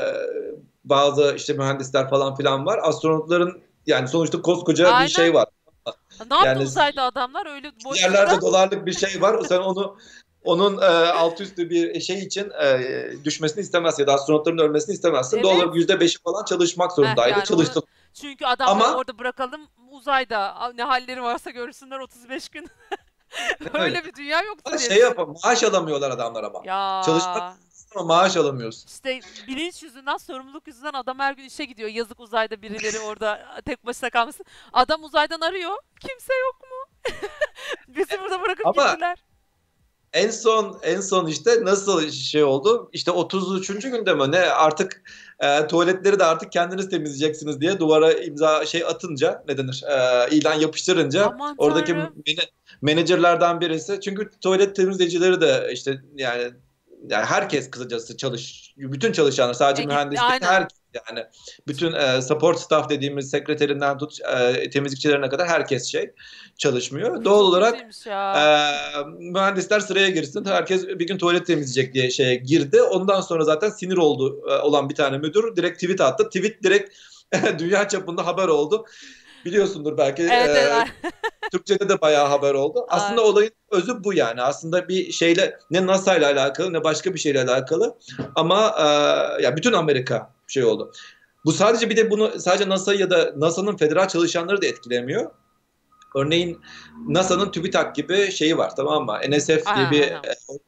bazı işte mühendisler falan filan var. Astronotların yani sonuçta koskoca bir şey Aynen. var. Ha, ne yaptı Yani uzayda adamlar öyle boşlukta? milyarlarca dolarlık bir şey var. Sen onu onun e, alt üstü bir şey için e, düşmesini istemezsin ya da astronotların ölmesini istemezsin. Doğal Evet. olarak yüzde beşi falan çalışmak Heh, zorundaydı. yani onu Çalıştı. çünkü adamları Ama orada bırakalım uzayda A- ne halleri varsa görsünler otuz beş gün. öyle. Öyle bir dünya yoktur Ama diye şey düşünüyorum. yapam, maaş alamıyorlar adamlar ama. Çalışmak Ya istiyorsun ama maaş alamıyorsun. işte bilinç yüzünden, sorumluluk yüzünden adam her gün işe gidiyor. Yazık uzayda birileri orada tek başına kalmasın. Adam uzaydan arıyor. Kimse yok mu? Bizi burada bırakıp Ama gittiler. en son en son işte nasıl şey oldu? İşte otuz üçüncü günde mi ne, artık e, tuvaletleri de artık kendiniz temizleyeceksiniz diye duvara imza şey atınca, ne denir? E, ilan yapıştırınca Aman oradaki tanrım. mene- menajerlerden birisi, çünkü tuvalet temizleyicileri de işte yani yani herkes kısacası çalış bütün çalışanlar, sadece E gitti mühendis değil, aynen. herkes yani bütün e, support staff dediğimiz sekreterinden tut e, temizlikçilerine kadar herkes şey çalışmıyor. Uf, Doğal çok olarak kötüymüş ee, ya. mühendisler sıraya girsin. Herkes bir gün tuvalet temizleyecek diye şeye girdi. Ondan sonra zaten sinir oldu e, olan bir tane müdür direkt tweet attı. Tweet direkt dünya çapında haber oldu. Biliyorsundur belki, Evet, evet. e, Türkçe'de de bayağı haber oldu. Ay, Aslında olayın özü bu yani. Aslında bir şeyle, ne NASA ile alakalı ne başka bir şeyle alakalı. Ama e, ya bütün Amerika şey oldu. Bu sadece, bir de bunu sadece NASA ya da NASA'nın federal çalışanları da etkilemiyor. Örneğin NASA'nın TÜBİTAK gibi şeyi var, tamam mı? N S F diye aha, bir aha. e,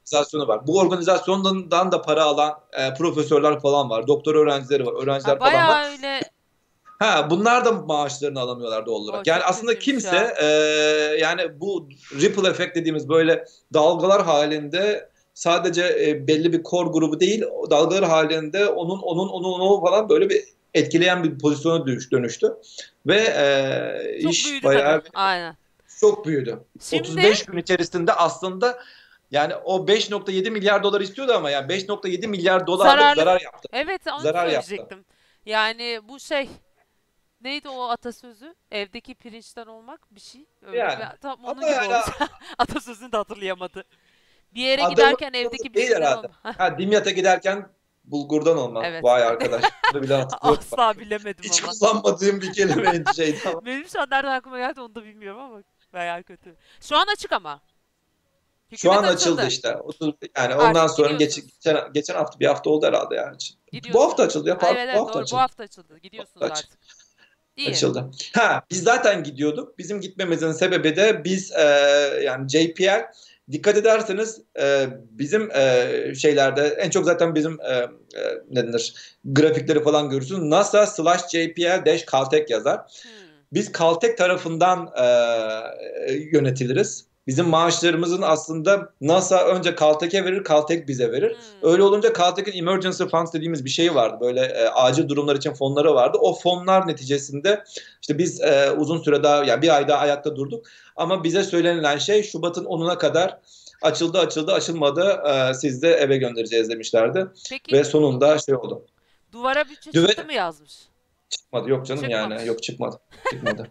organizasyonu var. Bu organizasyondan da para alan e, profesörler falan var. Doktor öğrencileri var. Öğrenciler Ha, falan var. bayağı öyle. Ha, bunlar da maaşlarını alamıyorlar doğal olarak. O Yani çok aslında kötüymüş kimse ya. e, yani bu ripple effect dediğimiz böyle dalgalar halinde sadece e, belli bir core grubu değil, o dalgalar halinde onun onun onun onu falan böyle bir etkileyen bir pozisyona dönüş- dönüştü. Ve e, Çok iş büyüdü tabii. bayağı Aynen. çok büyüdü. Şimdi otuz beş gün içerisinde aslında yani o beş nokta yedi milyar dolar istiyordu ama yani beş nokta yedi milyar dolarlık zararlı. zarar yaptı. Evet, onu Zarar yaptı. söyleyecektim. Yani bu şey, neydi o atasözü? Evdeki pirinçten olmak bir şey. Öyle Yani bir, tam onun ama gibi yani olmuş. Atasözünü de hatırlayamadı. Bir yere adamın giderken evdeki bir değil şeyden herhalde. olma. Hah, Ha, Dimyat'a giderken bulgurdan olmak. evet. Vay arkadaş. Bunu bile hatırlıyorum bak. Asla bilemedim Hiç ama. kullanmadığım bir kelimeydi şeydi ama. Benim şu an nereden aklıma geldi onu da bilmiyorum ama bayağı kötü. Şu an açık ama. Şu Hükümet an açıldı açıldı. işte. otuz Yani ondan Artık sonra geç, gidiyorsunuz. geçen, geçen hafta bir hafta oldu herhalde yani. Bu hafta Gidiyorsunuz. açıldı ya. Ha, Pardon, evet bu evet hafta doğru. Bu açıldı. hafta açıldı. Bu hafta Gidiyorsunuz açıldı. artık. İyi. Açıldı. Ha, biz zaten gidiyorduk. Bizim gitmemizin sebebi de biz e, yani J P L dikkat ederseniz e, bizim e, şeylerde en çok zaten bizim e, e, ne denir grafikleri falan görürsünüz. NASA slash J P L dash Caltech yazar. Hmm. Biz Caltech tarafından e, yönetiliriz. Bizim maaşlarımızın aslında NASA önce Caltech'e verir, Caltech bize verir. Hmm. Öyle olunca Caltech'in Emergency Funds dediğimiz bir şey vardı. Böyle e, acil durumlar için fonları vardı. O fonlar neticesinde işte biz e, uzun süre daha yani bir ay daha ayakta durduk. Ama bize söylenilen şey Şubat'ın onuna kadar açıldı açıldı açılmadı e, siz de eve göndereceğiz demişlerdi. Peki Ve sonunda şey oldu. duvara bütçe Düve çıktı mı yazmış? çıkmadı yok canım yani Çıkmamış. yok çıkmadı. Çıkmadı.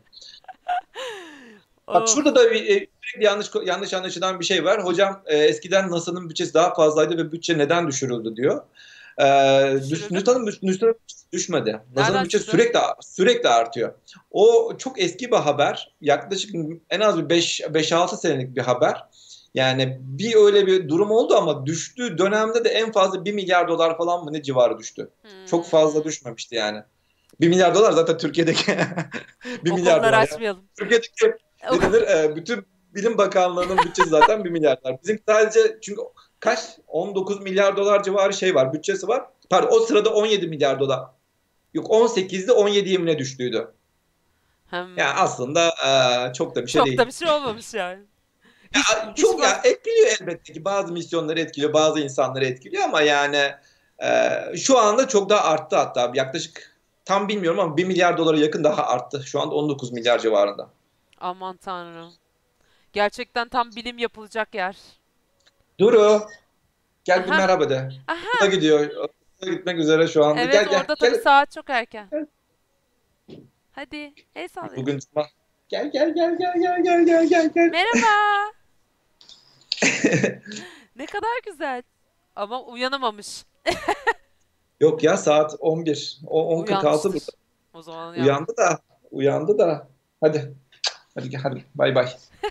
Bak Of. şurada da bir e, sürekli yanlış yanlış anlaşılan bir şey var. Hocam e, eskiden NASA'nın bütçesi daha fazlaydı ve bütçe neden düşürüldü diyor. E, düş- Düşürüldü mü? NASA'nın bütçesi NASA'nın bütçesi düşmedi. NASA'nın Nereden bütçesi çıktı? sürekli sürekli artıyor. O çok eski bir haber. Yaklaşık en az bir beş altı senelik bir haber. Yani bir öyle bir durum oldu ama düştüğü dönemde de en fazla bir milyar dolar falan mı ne civarı düştü. Çok fazla Hmm. düşmemişti yani. Bir milyar dolar zaten Türkiye'deki bir O milyar konuları dolar ya. açmayalım. Türkiye'deki ne denir? E, bütün Bilim Bakanlığı'nın bütçesi zaten bir milyar dolar. Bizim sadece çünkü kaç? on dokuz milyar dolar civarı şey var, bütçesi var. Pardon o sırada on yedi milyar dolar. Yok on sekizde on yediye mi ne düştüydü? Yani Hmm. aslında e, çok da bir şey Çok da değil. bir şey olmamış yani. Hiç Ya, hiç çok ya etkiliyor elbette ki bazı misyonları etkiliyor, bazı insanları etkiliyor ama yani e, şu anda çok daha arttı hatta yaklaşık tam bilmiyorum ama bir milyar dolara yakın daha arttı. Şu anda on dokuz milyar civarında. Aman tanrım. Gerçekten tam bilim yapılacak yer. Duru gel bir Aha. merhaba de. Okula Aha. gidiyor. Okula gitmek üzere şu anda. Evet Gel gel orada tabii gel. saat çok erken. Gel. Hadi el sallayın. Bugün cuma. Gel gel gel gel gel gel gel gel gel. Merhaba. Ne kadar güzel. Ama uyanamamış. Yok ya saat on bir. O on kırk altı Uyanmıştır. burada. O zaman uyanmış. Uyandı da. Uyandı da. Hadi. Hadi gel hadi. Bay bay.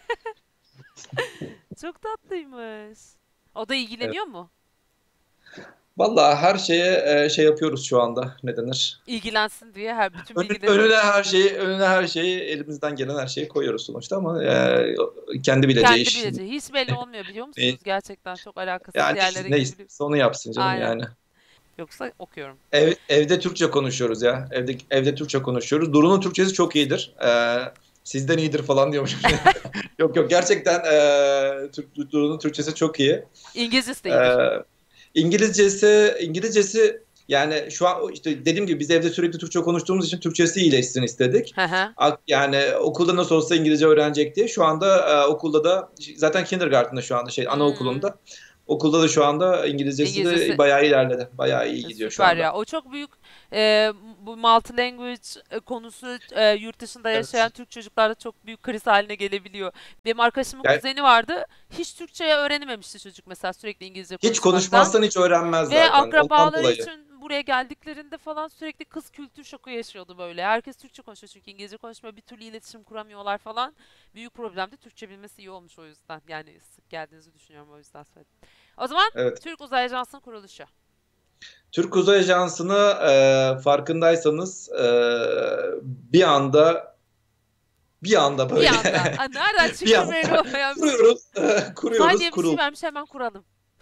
Çok tatlıymış. O da Evet. ilgileniyor mu? Vallahi her şeye e, şey yapıyoruz şu anda. Ne denir? İlgilensin diye her bütün Önün- bilgileri önüne her şeyi, önüne her şeyi elimizden gelen her şeyi koyuyoruz sonuçta ama e, kendi bileceği kendi iş. bileceği. Hiç belli olmuyor biliyor E, musunuz? Gerçekten çok alakasız Yani yerlere ne gidebiliyor. istiyorsa onu yapsın canım Aynen. yani. Yoksa okuyorum. Ev, evde Türkçe konuşuyoruz ya. Evde evde Türkçe konuşuyoruz. Duru'nun Türkçesi çok iyidir. Ee, sizden iyidir falan diyormuşum. Yok yok gerçekten e, Türk, Duru'nun Türkçesi çok iyi. İngilizcesi de iyidir. Ee, İngilizcesi İngilizcesi yani şu an işte dediğim gibi biz evde sürekli Türkçe konuştuğumuz için Türkçesi iyileşsin istedik. Hı hı. A- Yani okulda nasıl olsa İngilizce öğrenecek diye. Şu anda e, okulda da zaten kindergarten'da şu anda şey Hmm. anaokulunda. Okulda da şu anda İngilizcesi de İngilizcesi bayağı ilerledi. Bayağı iyi e, gidiyor şu süper anda. ya. O çok büyük e, bu multi language e, konusu e, yurt dışında Evet. yaşayan Türk çocuklarda çok büyük kriz haline gelebiliyor. Benim arkadaşımın Yani kuzeni vardı. Hiç Türkçe öğrenememişti çocuk mesela sürekli İngilizce hiç konuşmaktan. konuşmazsan hiç öğrenmez Ve zaten. Ondan akrabaları dolayı. için buraya geldiklerinde falan sürekli kız kültür şoku yaşıyordu böyle. Herkes Türkçe konuşuyor çünkü İngilizce konuşmuyor. Bir türlü iletişim kuramıyorlar falan. Büyük problemdi. Türkçe bilmesi iyi olmuş o yüzden. Yani sık geldiğinizi düşünüyorum o yüzden söyledim. O zaman Evet. Türk Uzay Ajansı'nın kuruluşu. Türk Uzay Ajansı'nı e, farkındaysanız e, bir anda bir anda Bir böyle anda. Aa, nereden bir çıktı belli anda olmayan bir şey. kuruyoruz, e, Uzay kuruyoruz, diye bir şey kurul. vermiş hemen kuralım.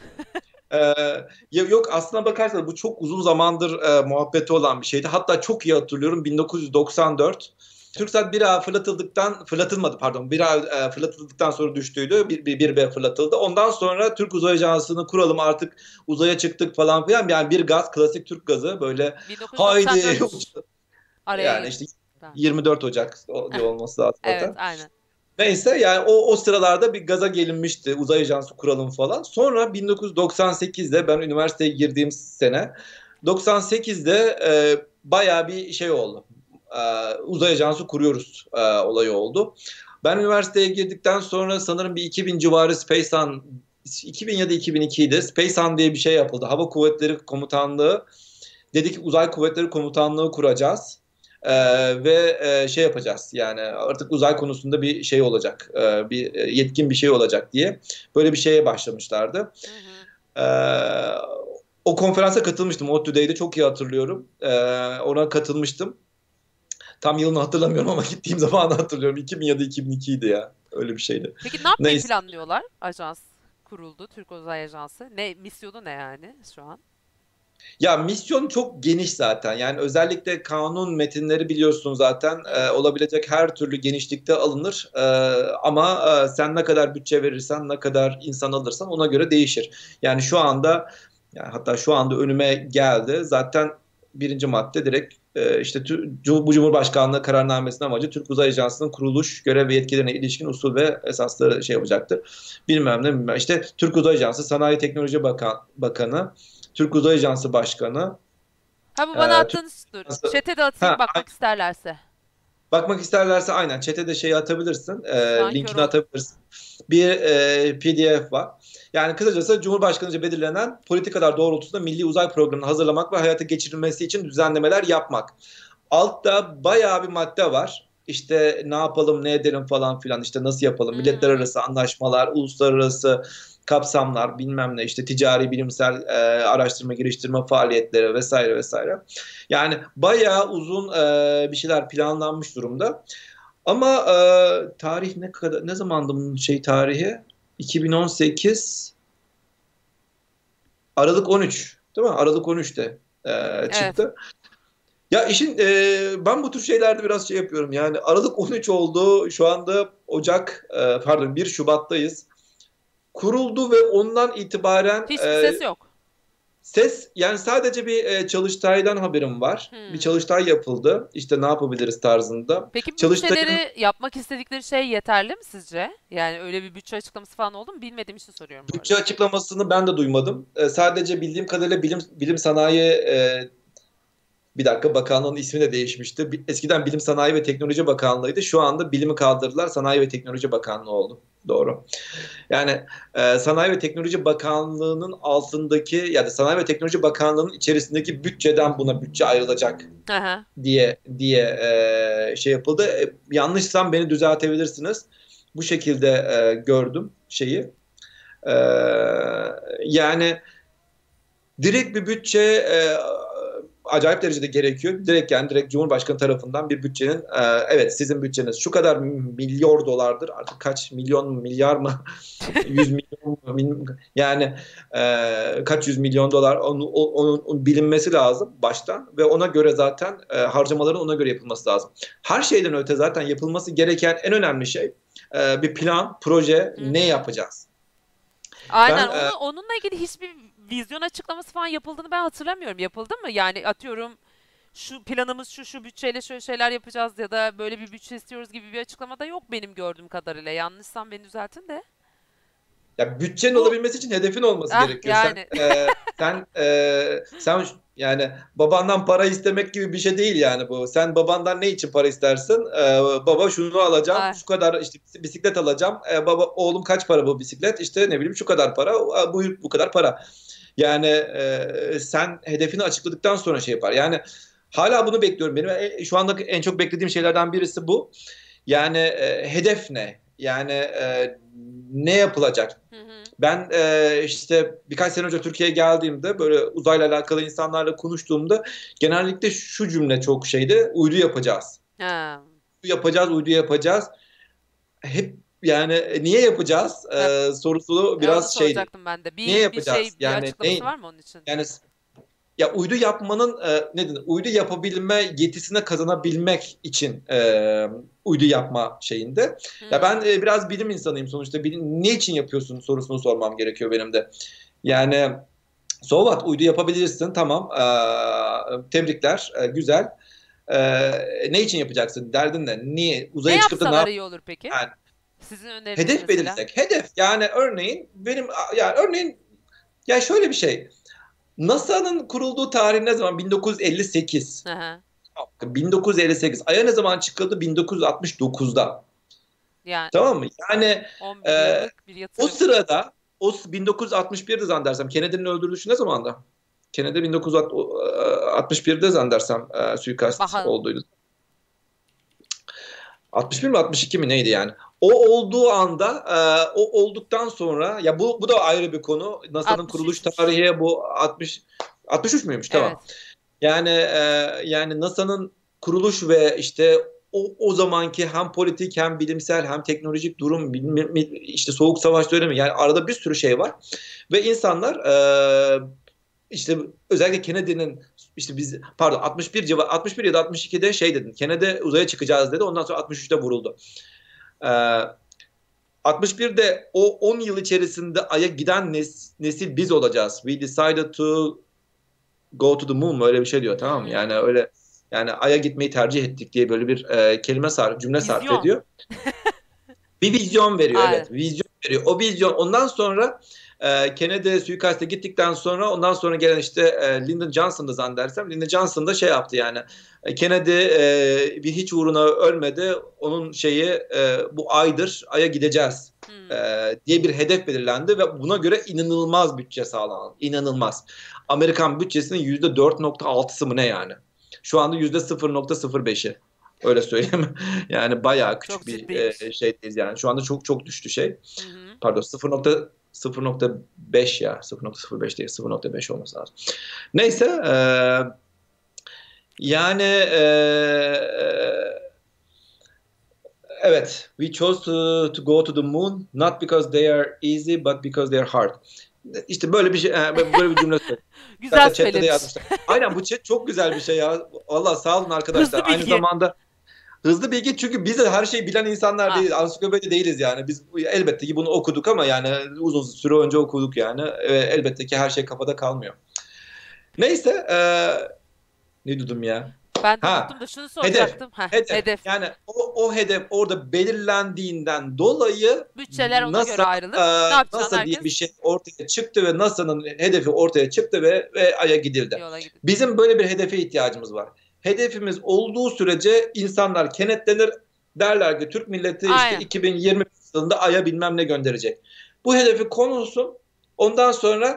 Ee, ya yok, aslına bakarsanız bu çok uzun zamandır e, muhabbeti olan bir şeydi. Hatta çok iyi hatırlıyorum, bin dokuz yüz doksan dört TürkSat bir A fırlatıldıktan fırlatılmadı pardon bir A e, fırlatıldıktan sonra düştüydü. Bir, bir, bir B fırlatıldı. Ondan sonra Türk Uzay Ajansı'nı kuralım artık, uzaya çıktık falan filan. Yani bir gaz, klasik Türk gazı, böyle haydi bin dokuz yüz doksan dört araya yani girdi. işte Tamam. yirmi dört Ocak diye olması lazım Evet, zaten. aynen. Neyse, yani o, o sıralarda bir gaza gelinmişti, uzay ajansı kuralım falan. Sonra bin dokuz yüz doksan sekizde, ben üniversiteye girdiğim sene, doksan sekizde e, bayağı bir şey oldu. E, uzay ajansı kuruyoruz e, olayı oldu. Ben üniversiteye girdikten sonra sanırım bir iki bin civarı Spacehan, iki bin ya da iki bin ikiydi. Spacehan diye bir şey yapıldı. Hava Kuvvetleri Komutanlığı dedik, uzay kuvvetleri komutanlığı kuracağız. Ee, ve e, şey yapacağız, yani artık uzay konusunda bir şey olacak, e, bir e, yetkin bir şey olacak diye böyle bir şeye başlamışlardı. Hı hı. Ee, o konferansa katılmıştım, ODTÜ'deydi, çok iyi hatırlıyorum. Ee, ona katılmıştım. Tam yılını hatırlamıyorum ama gittiğim zamanı hatırlıyorum. iki bin ya da iki bin ikiydi ya, öyle bir şeydi. Peki ne yapmayı Neyse. planlıyorlar? Ajans kuruldu. Türk Uzay Ajansı. Ne misyonu ne yani şu an? Ya misyon çok geniş zaten. Yani özellikle kanun metinleri biliyorsun zaten, Hı e, hı. olabilecek her türlü genişlikte alınır. E, ama e, sen ne kadar bütçe verirsen, ne kadar insan alırsan ona göre değişir. Yani şu anda, yani hatta şu anda önüme geldi. Zaten birinci madde direkt e, işte bu Cumhurbaşkanlığı kararnamesinin amacı Türk Uzay Ajansı'nın kuruluş, görev ve yetkilerine ilişkin usul ve esasları şey yapacaktır. Bilmem ne bilmem. İşte Türk Uzay Ajansı, Sanayi Teknoloji Bakan, Bakanı, Türk Uzay Ajansı Başkanı, Ha, bu bana e, Türk attığınız dur. Uzay Ajansı... Chat'e de atayım Ha, bakmak isterlerse. bakmak isterlerse aynen chat'e şeyi atabilirsin, e, Şu an kör linkini oldum. atabilirsin. Bir e, P D F var. Yani kısacası Cumhurbaşkanı'nca belirlenen politikalar doğrultusunda Milli Uzay Programı'nı hazırlamak ve hayata geçirilmesi için düzenlemeler yapmak. Altta bayağı bir madde var. İşte ne yapalım, ne edelim falan filan, işte nasıl yapalım, Hı milletler hı. arası anlaşmalar, uluslararası kapsamlar, bilmem ne, işte ticari bilimsel e, araştırma geliştirme faaliyetleri vesaire vesaire. Yani bayağı uzun e, bir şeyler planlanmış durumda. Ama e, tarih ne kadar, ne zamandı bunun şey tarihi? iki bin on sekiz Aralık on üç, değil mi? Aralık on üçte e, Evet. çıktı. Ya işin e, ben bu tür şeylerde biraz şey yapıyorum. Yani Aralık on üç oldu. Şu anda Ocak, e, pardon, bir Şubat'tayız. Kuruldu ve ondan itibaren Hiçbir e, ses yok. ses, yani sadece bir e, Çalıştay'dan haberim var. Bir Hmm. Çalıştay yapıldı. İşte ne yapabiliriz tarzında. Peki Çalıştay'ın bütçeleri yapmak istedikleri şey yeterli mi sizce? Yani öyle bir bütçe açıklaması falan oldu mu? Bilmediğim için soruyorum bu bütçe arada. açıklamasını ben de duymadım. E, sadece bildiğim kadarıyla bilim bilim sanayi e, bir dakika, bakanlığın ismi de değişmişti. Bi- Eskiden Bilim Sanayi ve Teknoloji Bakanlığı'ydı. Şu anda bilimi kaldırdılar. Sanayi ve Teknoloji Bakanlığı oldu. Doğru. Yani e, Sanayi ve Teknoloji Bakanlığı'nın altındaki, ya da Sanayi ve Teknoloji Bakanlığı'nın içerisindeki bütçeden buna bütçe ayrılacak Hı hı. diye diye e, şey yapıldı. E, yanlışsam beni düzeltebilirsiniz. Bu şekilde e, gördüm şeyi. E, yani direkt bir bütçe e, acayip derecede gerekiyor. Direkt, yani direkt Cumhurbaşkanı tarafından bir bütçenin, e, evet sizin bütçeniz şu kadar milyar dolardır. Artık kaç milyon mu, milyar mı? yüz milyon mu? Bil- Yani e, kaç yüz milyon dolar, onun, onun, onun bilinmesi lazım baştan ve ona göre zaten e, harcamaların ona göre yapılması lazım. Her şeyden öte zaten yapılması gereken en önemli şey e, bir plan, proje, Hı ne hı. yapacağız? Aynen, Ben e, onu onunla ilgili hiçbir vizyon açıklaması falan yapıldığını ben hatırlamıyorum. Yapıldı mı? Yani atıyorum şu planımız şu şu bütçeyle şöyle şeyler yapacağız ya da böyle bir bütçe istiyoruz gibi bir açıklama da yok benim gördüğüm kadarıyla. Yanlışsam beni düzeltin de. Ya bütçenin Bu olabilmesi için hedefin olması ah gerekiyor. Sen yani. e, sen e, sen yani babandan para istemek gibi bir şey değil yani bu. Sen babandan ne için para istersin? E, baba şunu alacağım, Ay. şu kadar işte bisiklet alacağım. E, baba, oğlum kaç para bu bisiklet? İşte ne bileyim şu kadar para. E, bu bu kadar para. Yani e, sen hedefini açıkladıktan sonra şey yapar. Yani hala bunu bekliyorum. Benim e, şu anda en çok beklediğim şeylerden birisi bu. Yani e, hedef ne? Yani e, ne yapılacak? Hı hı. Ben e, işte birkaç sene önce Türkiye'ye geldiğimde, böyle uzayla alakalı insanlarla konuştuğumda genellikle şu cümle çok şeydi: uydu yapacağız. Ha. Uydu yapacağız, uydu yapacağız. Hep Yani e, niye yapacağız Evet, e, sorusu e, onu biraz şeydi. soracaktım ben de. Niye Bir bir yapacağız? şey, bir Yani açıklaması neyin? var mı onun için? Yani ya uydu yapmanın e, ne denir? Uydu yapabilme yetisine kazanabilmek için e, uydu yapma şeyinde. Ya ben Hmm. e, biraz bilim insanıyım sonuçta. Bilim, ne için yapıyorsun sorusunu sormam gerekiyor benim de. Yani so what? Uydu yapabilirsin, tamam. E, tebrikler, e, güzel. E, ne için yapacaksın? Derdin ne? Niye? Ne Uzaya çıkıp da ne yapsalar yap? iyi olur peki? Yani Sizin öneriniz hedef mesela. belirleyecek. Hedef yani örneğin benim yani örneğin ya şöyle bir şey. NASA'nın kurulduğu tarih ne zaman? bin dokuz yüz elli sekiz. Aha. bin dokuz yüz elli sekiz. Ay'a ne zaman çıkıldı? bin dokuz yüz altmış dokuzda. Yani Tamam mı? Yani on bir e, yıllık bir o yatırım. sırada o bin dokuz yüz altmış birde zannedersem Kennedy'nin öldürülüşü ne zamanda? Kennedy bin dokuz yüz altmış birde zannedersem e, suikast Baha olduydu. altmış bir mi altmış iki mi neydi yani? O olduğu anda e, o olduktan sonra ya bu bu da ayrı bir konu. NASA'nın kuruluş altmış üçmüş. tarihi bu altmış altmış üç müymüş? Tamam. Evet. Yani e, yani NASA'nın kuruluş ve işte o, o zamanki hem politik hem bilimsel hem teknolojik durum işte soğuk savaş dönemi yani arada bir sürü şey var ve insanlar e, işte özellikle Kennedy'nin işte biz pardon altmış bir civar altmış bir ya da altmış ikide şey dedin. Kennedy uzaya çıkacağız dedi. Ondan sonra altmış üçte vuruldu. E, altmış birde o on yıl içerisinde Ay'a giden nes, nesil biz olacağız. We decided to go to the moon mu öyle bir şey diyor, Hı tamam mı? hı. Yani öyle yani Ay'a gitmeyi tercih ettik diye böyle bir e, kelime sarf, cümle sarf Vizyon. ediyor. Bir vizyon veriyor, Aynen. evet. Vizyon veriyor. O vizyon ondan sonra e, Kennedy suikaste gittikten sonra ondan sonra gelen işte e, Lyndon Johnson'da zannedersem Lyndon Johnson da şey yaptı yani. E, Kennedy e, bir hiç uğruna ölmedi. Onun şeyi e, bu aydır Ay'a gideceğiz e, Hmm. diye bir hedef belirlendi ve buna göre inanılmaz bütçe sağlandı. İnanılmaz. Amerikan bütçesinin yüzde dört nokta altısı mı ne yani? Şu anda yüzde sıfır nokta sıfır beşi. Öyle söyleyeyim. Yani bayağı Çok küçük bir ciddiymiş. e, şeydeyiz yani. Şu anda çok çok düştü şey. Hı hı. Pardon sıfır nokta sıfır nokta beş ya. sıfır nokta sıfır beş değil sıfır nokta beş olması lazım. Neyse e, yani e, evet we chose to, to go to the moon not because they are easy but because they are hard. İşte böyle bir şey e, böyle bir cümle söyledim. Güzel Zaten chatte de söylemiş. yazmışlar. Aynen bu chat çok güzel bir şey ya. Vallahi sağ olun arkadaşlar. Hızlı Aynı bilgi. zamanda hızlı bilgi çünkü biz de her şeyi bilen insanlar Ah, değiliz. Ansiklopedi değiliz yani. Biz elbette ki bunu okuduk ama yani uzun süre önce okuduk yani. E, elbette ki her şey kafada kalmıyor. Neyse e, ne dedim ya? ben de Ha unuttum da şunu hedef. soracaktım. Heh, Hedef. hedef. Yani o, o hedef orada belirlendiğinden dolayı Bütçeler ona göre NASA ayrılır. e, Ne yapacağını NASA diye herkes bir şey ortaya çıktı ve NASA'nın hedefi ortaya çıktı ve, ve Ay'a gidildi. yola gidiyor. Bizim böyle bir hedefe ihtiyacımız var. Hedefimiz olduğu sürece insanlar kenetlenir, derler ki Türk milleti işte Aynen. iki bin yirmi yılında Ay'a bilmem ne gönderecek. Bu hedefi konulsun. Ondan sonra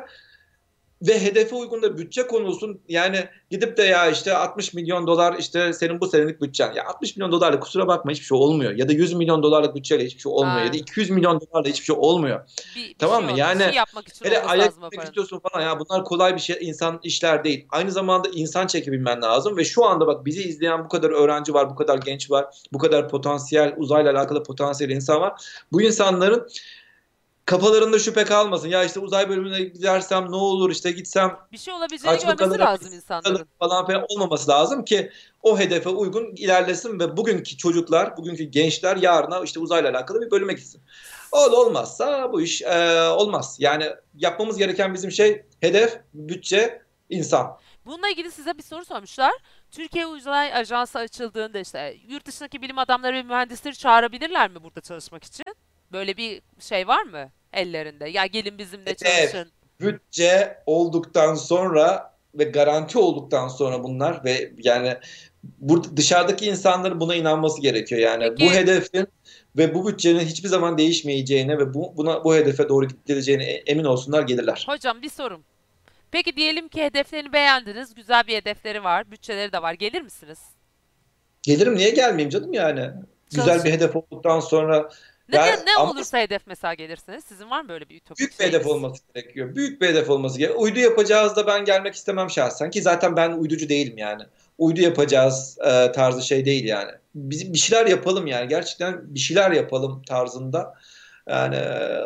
ve hedefe uygun da bütçe konulsun. Yani gidip de ya işte altmış milyon dolar işte senin bu senelik bütçen. Ya altmış milyon dolarla kusura bakma hiçbir şey olmuyor. Ya da yüz milyon dolarlık bütçeyle hiçbir şey olmuyor. Ya da Aynen. iki yüz milyon dolarla hiçbir şey olmuyor. Bir, bir Tamam şey mı? ol, bir şey Yani yapmak için hele olması Ay'a lazım o gitmek paranın. istiyorsun falan ya bunlar kolay bir şey insan işler değil. Aynı zamanda insan çekebilmen lazım ve şu anda bak bizi izleyen bu kadar öğrenci var, bu kadar genç var, bu kadar potansiyel uzayla alakalı potansiyel insan var. Bu insanların kafalarında şüphe kalmasın. Ya işte uzay bölümüne gidersem ne olur işte gitsem Bir şey olabileceğini aç mı görmesi kalırım, lazım işsiz kalırım insanların. falan filan olmaması lazım ki o hedefe uygun ilerlesin ve bugünkü çocuklar, bugünkü gençler yarına işte uzayla alakalı bir bölüme gitsin. O da olmazsa bu iş e, olmaz. Yani yapmamız gereken bizim şey hedef, bütçe, insan. Bununla ilgili size bir soru sormuşlar. Türkiye Uzay Ajansı açıldığında işte yurt dışındaki bilim adamları ve mühendisleri çağırabilirler mi burada çalışmak için? Böyle bir şey var mı ellerinde? Ya gelin bizimle Hedef, çalışın. bütçe olduktan sonra ve garanti olduktan sonra bunlar ve yani burada dışarıdaki insanların buna inanması gerekiyor. Yani bu Peki hedefin ve bu bütçenin hiçbir zaman değişmeyeceğine ve bu buna bu hedefe doğru gidileceğine emin olsunlar gelirler. hocam bir sorum. Peki diyelim ki hedeflerini beğendiniz. Güzel bir hedefleri var. Bütçeleri de var. Gelir misiniz? Gelirim niye gelmeyeyim canım yani. Güzel bir Çalışıp. hedef olduktan sonra Ne, ya ne, ne ama olursa hedef mesela gelirsiniz. Sizin var mı böyle bir ütopik büyük bir hedef şeyiniz? olması gerekiyor. Büyük bir hedef olması gerekiyor. Uydu yapacağız da ben gelmek istemem şahsen ki zaten ben uyducu değilim yani. uydu yapacağız e, tarzı şey değil yani. Biz bir şeyler yapalım yani. Gerçekten bir şeyler yapalım tarzında. Yani e,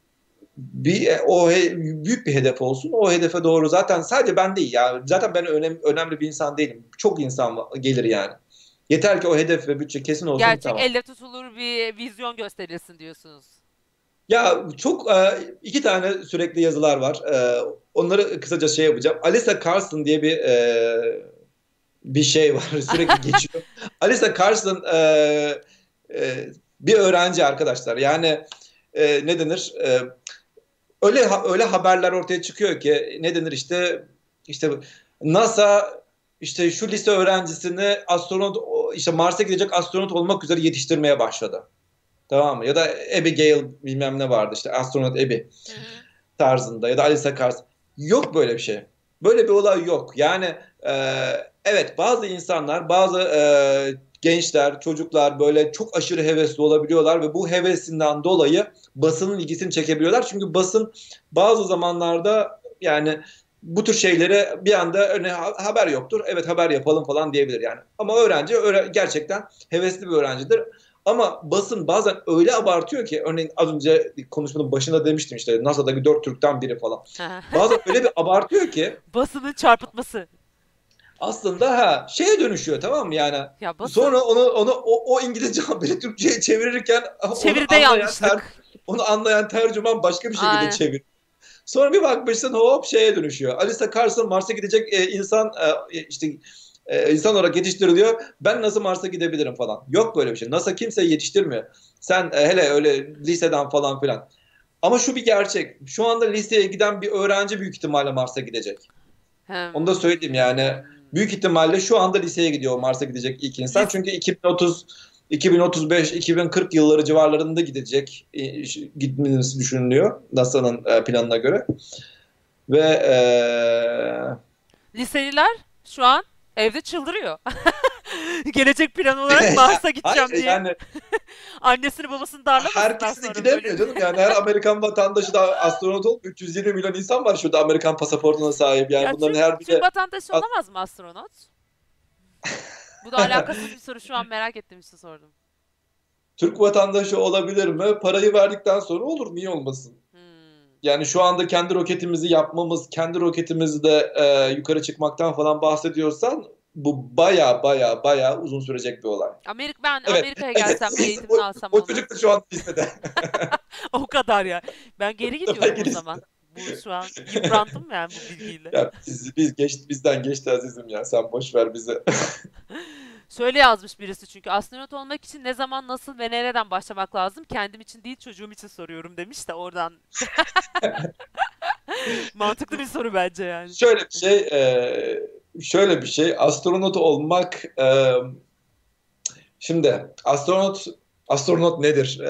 bir o he- büyük bir hedef olsun. O hedefe doğru zaten sadece ben değil ya. Zaten ben önem, önemli bir insan değilim. Çok insan va- gelir yani. Yeter ki o hedef ve bütçe kesin olsun Gerçek tamam. elle tutulur bir vizyon gösterilsin diyorsunuz. Ya çok e, iki tane sürekli yazılar var. E, onları kısaca şey yapacağım. Alisa Carson diye bir e, bir şey var. Sürekli geçiyor. Alisa Carson e, e, bir öğrenci arkadaşlar. Yani e, ne denir? E, öyle ha- öyle haberler ortaya çıkıyor ki ne denir işte işte NASA işte şu lise öğrencisini astronot işte Mars'a gidecek astronot olmak üzere yetiştirmeye başladı. Tamam mı? Ya da Abigail bilmem ne vardı işte astronot Abby Hı hı. tarzında ya da Alisa Carson. Yok böyle bir şey. Böyle bir olay yok. Yani e, evet bazı insanlar, bazı e, gençler, çocuklar böyle çok aşırı hevesli olabiliyorlar ve bu hevesinden dolayı basının ilgisini çekebiliyorlar. Çünkü basın bazı zamanlarda yani bu tür şeyleri bir anda örneğin haber yoktur. Evet haber yapalım falan diyebilir yani. Ama öğrenci öğre- gerçekten hevesli bir öğrencidir. Ama basın bazen öyle abartıyor ki örneğin az önce konuşmanın başında demiştim işte NASA'daki dört Türk'ten biri falan. Bazen öyle bir abartıyor ki Basının çarpıtması. aslında ha şeye dönüşüyor tamam mı yani Ya sonra basın onu onu o, o İngilizce haberi Türkçe'ye çevirirken onu çeviride anlayan ter, yanlışlık. onu anlayan tercüman başka bir şekilde Aynen. çevir. Sonra bir bakmışsın hop şeye dönüşüyor. Alisa Carson Mars'a gidecek e, insan e, işte e, insan olarak yetiştiriliyor. Ben nasıl Mars'a gidebilirim falan. Yok böyle bir şey. NASA kimseyi yetiştirmiyor. Sen e, hele öyle liseden falan filan. Ama şu bir gerçek. Şu anda liseye giden bir öğrenci büyük ihtimalle Mars'a gidecek. Onu da söyleyeyim yani. Hmm. Büyük ihtimalle şu anda liseye gidiyor Mars'a gidecek ilk insan. Lis Çünkü iki bin otuz, iki bin otuz beş, iki bin kırk yılları civarlarında gidecek, e, gitmesi düşünülüyor NASA'nın e, planına göre. Ve e, Liseliler şu an evde çıldırıyor. Gelecek plan olarak Mars'a hayır gideceğim diye. yani Annesini babasını darlamasınlar herkes de sonra böyle. gidemiyor canım. Yani her Amerikan vatandaşı da astronot olup üç yüz yirmi milyon insan var şurada Amerikan pasaportuna sahip. Yani Ya bunların Türk her Türk biri vatandaşı olamaz mı astronot? Bu da alakasız bir soru, şu an merak ettiğim için sordum. Türk vatandaşı olabilir mi? Parayı verdikten sonra olur. Niye olmasın? Hmm. Yani şu anda kendi roketimizi yapmamız, kendi roketimizde e, yukarı çıkmaktan falan bahsediyorsan bu baya baya baya uzun sürecek bir olay. Amerika, ben Evet, Amerika'ya evet. gelsem bir O, eğitimini alsam o çocuk olmaz da mı? şu an listede. O kadar ya. Ben geri Daha gidiyorum o listede. zaman. Bu şu an yıprandım yani bu bilgiyle. Ya biz, biz geç, bizden geçti azizim ya. Sen boş ver bizi. Şöyle yazmış birisi, çünkü astronot olmak için ne zaman, nasıl ve nereden başlamak lazım? Kendim için değil, çocuğum için soruyorum demiş de oradan. Mantıklı bir soru bence yani. Şöyle bir şey, e, şöyle bir şey. Astronot olmak, e, şimdi astronot, astronot nedir?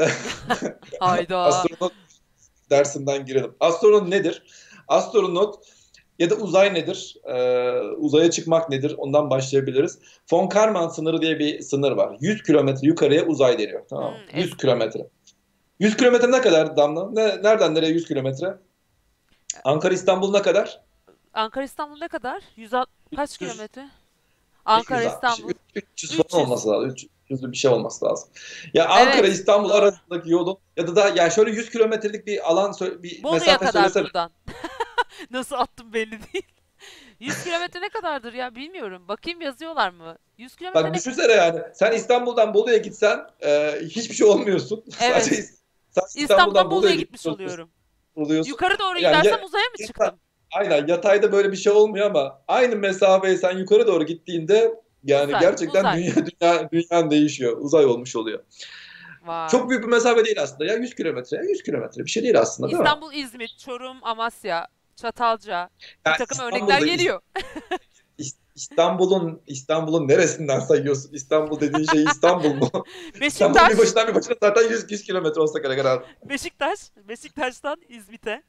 Hayda. Astronot dersinden girelim. Astronot nedir? Astronot ya da uzay nedir? Ee, uzaya çıkmak nedir? Ondan başlayabiliriz. Von Karman sınırı diye bir sınır var. yüz kilometre yukarıya uzay deniyor. Tamam mı? Hmm, yüz eski. kilometre. yüz kilometre ne kadar Damla? Ne, nereden nereye yüz kilometre? Ankara İstanbul ne kadar? Ankara İstanbul ne kadar? yüz kaç üç yüz, kilometre? Ankara yüz altmış, İstanbul üç yüz falan üç yüz. olması lazım. üç yüz bir şey olması lazım. Ya Ankara Evet, İstanbul doğru. arasındaki yolun ya da da ya şöyle yüz kilometrelik bir alan sö- bir Bolu'ya mesafe kadar söylesene. buradan. Nasıl attım belli değil. yüz kilometre ne kadardır ya, bilmiyorum. Bakayım, yazıyorlar mı? yüz kilometre Bak ne? düşünsene yani sen İstanbul'dan Bolu'ya gitsen e, hiçbir şey olmuyorsun. Sadece Evet. İs- sadece İstanbul'dan İstanbul'dan Bolu'ya Bolu'ya gitmiş gitmiş oluyorsun. oluyorum. oluyorsun. Yukarı doğru Yani gidersem ya, uzaya mı yata- çıktım? aynen yatayda böyle bir şey olmuyor ama aynı mesafeyi sen yukarı doğru gittiğinde yani Uzay, gerçekten uzay. dünya dünya dünyan değişiyor. Uzay olmuş oluyor. Çok Vay. büyük bir mesafe değil aslında ya yüz kilometre. Ya yüz kilometre bir şey değil aslında değil mi? İstanbul, İzmit, Çorum, Amasya, Çatalca. Bir Yani takım örnekler İstanbul'da geliyor. İs- İstanbul'un İstanbul'un neresinden sayıyorsun? İstanbul dediğin şey İstanbul mu? İstanbul'un bir Beşiktaş, başından bir başına zaten yüz yüz kilometre olsa gerek herhalde. Beşiktaş, Beşiktaş'tan İzmit'e.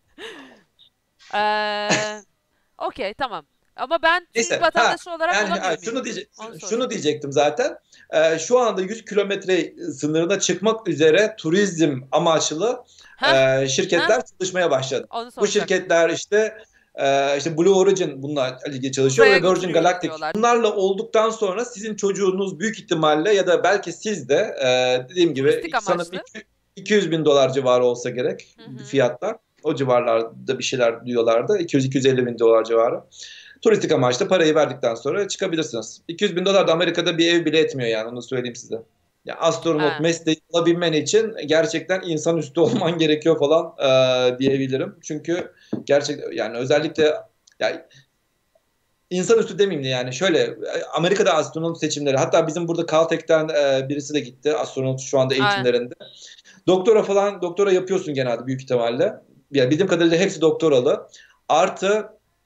Ee, okey, tamam. Ama ben Türk Neyse, ha vatandaşı olarak yani ha, olamıyor muyum? şunu diyecek, Onu şunu soracaktım. diyecektim zaten. Ee, şu anda yüz kilometre sınırına çıkmak üzere turizm amaçlı Heh, e, heh, şirketler çalışmaya başladı. onu Bu soracaktım. şirketler işte Ee, işte Blue Origin bununla ilgili çalışıyor Uzaya ve Virgin götürüyoruz Galactic. diyorlar. Bunlarla olduktan sonra sizin çocuğunuz büyük ihtimalle ya da belki siz de e, dediğim gibi Turistik sanırım amaçlı. iki yüz bin dolar civarı olsa gerek Hı hı. fiyatlar. O civarlarda bir şeyler diyorlardı. iki yüz iki yüz elli bin dolar civarı. Turistik amaçlı parayı verdikten sonra çıkabilirsiniz. iki yüz bin dolar da Amerika'da bir ev bile etmiyor yani, onu söyleyeyim size. Ya astronot Ha. mesleği alabilmen için gerçekten insanüstü olman gerekiyor falan e, diyebilirim. Çünkü gerçekten yani özellikle yani insanüstü demeyeyim de yani şöyle Amerika'da astronot seçimleri, hatta bizim burada Caltech'ten e, birisi de gitti astronot şu anda Aynen. eğitimlerinde. Doktora falan doktora yapıyorsun genelde büyük ihtimalle. Yani bildiğim kadarıyla hepsi doktoralı. Artı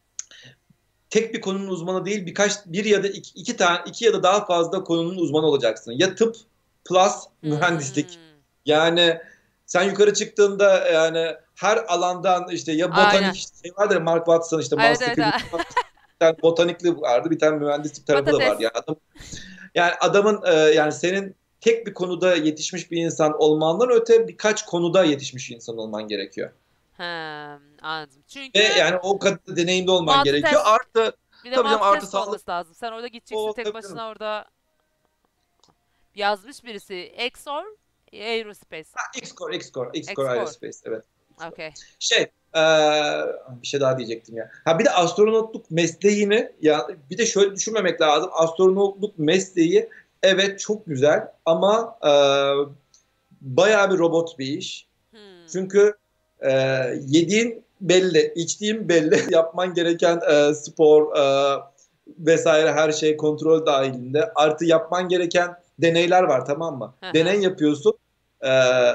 tek bir konunun uzmanı değil, birkaç bir ya da iki, iki tane iki ya da daha fazla konunun uzmanı olacaksın. Ya tıp plus mühendislik. Hmm. Yani sen yukarı çıktığında yani her alandan işte ya Aynen. botanik işte şey vardır ya, Mark Watson işte Evet Master evet. Physicist, bir tane botanikli vardı, bir tane mühendislik tarafı da var. Patates. Yani adam yani adamın e, yani senin tek bir konuda yetişmiş bir insan olmandan öte birkaç konuda yetişmiş insan olman gerekiyor. He, anladım. Ve Çünkü yani o kadar deneyimli olman gerekiyor. multitask Artı bir de tabii canım artı multitask sağlık. olması lazım. Sen orada gideceksin O tek tabii canım. başına orada yazmış birisi. Exor Aerospace. Ha, X-Core, X-Core, X-Core Xcore. Aerospace, evet. X-Core. Okay. Şey, eee, bir şey daha diyecektim ya. Ha bir de astronotluk mesleğini ya bir de şöyle düşünmemek lazım. Astronotluk mesleği evet çok güzel ama eee bayağı bir robot bir iş. Hmm. Çünkü eee yediğin belli, içtiğin belli, yapman gereken eee, spor eee, vesaire her şey kontrol dahilinde. Artı yapman gereken deneyler var, tamam mı? Hı hı. Deney yapıyorsun. Eee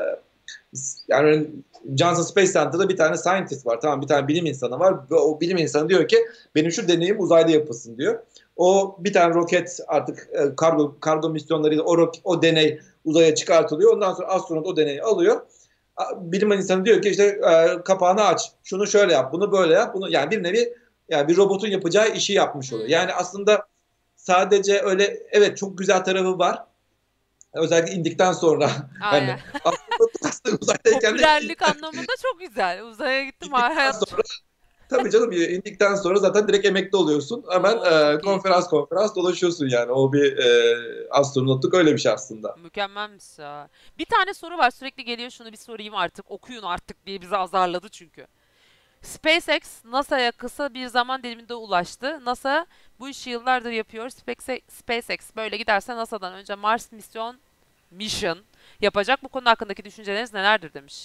yani Johnson Space Center'da bir tane scientist var. Tamam, bir tane bilim insanı var. Ve o bilim insanı diyor ki benim şu deneyim uzayda yapılsın diyor. O bir tane roket artık e, kargo kargo misyonlarıyla o, roket, o deney uzaya çıkartılıyor. Ondan sonra astronot o deneyi alıyor. Bilim insanı diyor ki işte e, kapağını aç. Şunu şöyle yap, bunu böyle yap. Bunu yani bir nevi yani bir robotun yapacağı işi yapmış oluyor. Yani Hmm. aslında sadece öyle evet çok güzel tarafı var. Özellikle indikten sonra Aynen. hani aslında, aslında uzaydayken de Popülerlik anlamında çok güzel. Uzaya gittim indikten hayat. sonra tabii canım indikten sonra zaten direkt emekli oluyorsun. Hemen Oo, e, çok iyi. konferans konferans dolaşıyorsun yani. O bir e, astronotluk öyle bir şey aslında. Mükemmelmiş ya. Bir tane soru var sürekli geliyor, şunu bir sorayım artık. Okuyun artık diye bizi azarladı çünkü. SpaceX NASA'ya kısa bir zaman diliminde ulaştı. NASA bu işi yıllardır yapıyor. SpaceX, SpaceX böyle giderse NASA'dan önce Mars misyon mission yapacak. Bu konu hakkındaki düşünceleriniz nelerdir demiş.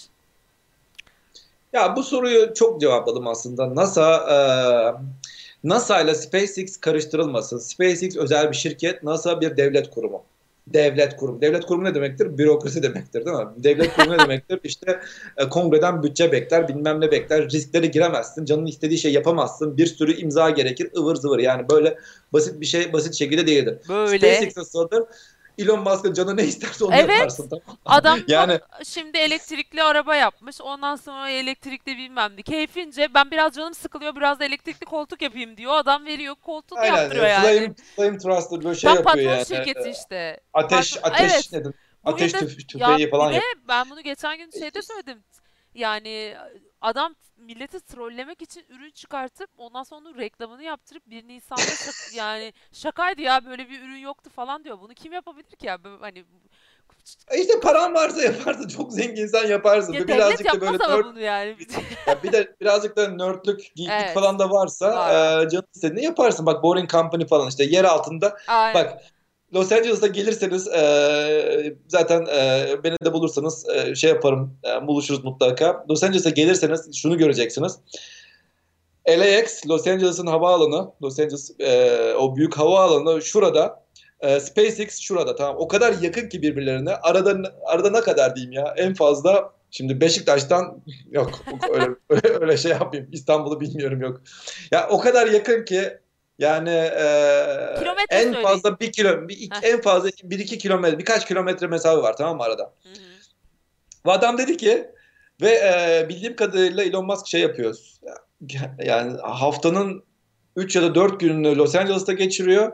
Ya bu soruyu çok cevapladım aslında. NASA e, NASA ile SpaceX karıştırılmasın. SpaceX özel bir şirket, NASA bir devlet kurumu. Devlet kurumu. Devlet kurumu ne demektir? Bürokrasi demektir, değil mi? Devlet kurumu ne demektir? İşte e, kongreden bütçe bekler, bilmem ne bekler. Risklere giremezsin. Canın istediği şey yapamazsın. Bir sürü imza gerekir. ıvır zıvır. Yani böyle basit bir şey basit şekilde değildir. Böyle. SpaceX nasıldır? Elon Musk'ın canı ne isterse onu Evet. yaparsın, tamam mı? Adam bak Yani şimdi elektrikli araba yapmış. Ondan sonra elektrikli bilmem ne. Keyfince ben biraz canım sıkılıyor, biraz da elektrikli koltuk yapayım diyor. Adam veriyor, koltuğunu aynen yaptırıyor ya. yani. Flame, Flame Thruster böyle şey Tam yapıyor patron yani. şirketi işte. Ateş Patron, ateş evet. nedir? Bugün Ateş de tüf ya tüfeği bir falan de yapıyor. ben bunu geçen gün şeyde söyledim. Yani adam milleti trollemek için ürün çıkartıp ondan sonra onun reklamını yaptırıp bir Nisan'da şak- yani şakaydı ya, böyle bir ürün yoktu falan diyor. Bunu kim yapabilir ki ya? Böyle hani E İşte kaf paran varsa yaparsın. Çok zenginsen yaparsın. ya Ve devlet birazcık da böyle yapmaz ama nerd, bunu yani. ya bir de birazcık da nerdlük, geeklik Evet. falan da varsa Var var. e, canın istediğini yaparsın. Bak Boring Company falan işte yer altında. Aynen. Bak Los Angeles'a gelirseniz e, zaten e, beni de bulursanız e, şey yaparım, e, buluşuruz mutlaka. Los Angeles'a gelirseniz şunu göreceksiniz. L A X, Los Angeles'ın havaalanı, Los Angeles e, o büyük havaalanı şurada, e, SpaceX şurada, tamam. O kadar yakın ki birbirlerine. Arada arada ne kadar diyeyim ya? En fazla şimdi Beşiktaş'tan yok öyle öyle, öyle şey yapayım. İstanbul'u bilmiyorum, yok. Ya o kadar yakın ki yani e, Kilometre en söyleyin. fazla bir kilo, bir, iki- Heh. en fazla bir iki kilometre, birkaç kilometre mesafe var, tamam mı arada? Hı hı. Ve adam dedi ki ve e, bildiğim kadarıyla Elon Musk şey yapıyor. Yani haftanın üç ya da dört gününü Los Angeles'ta geçiriyor.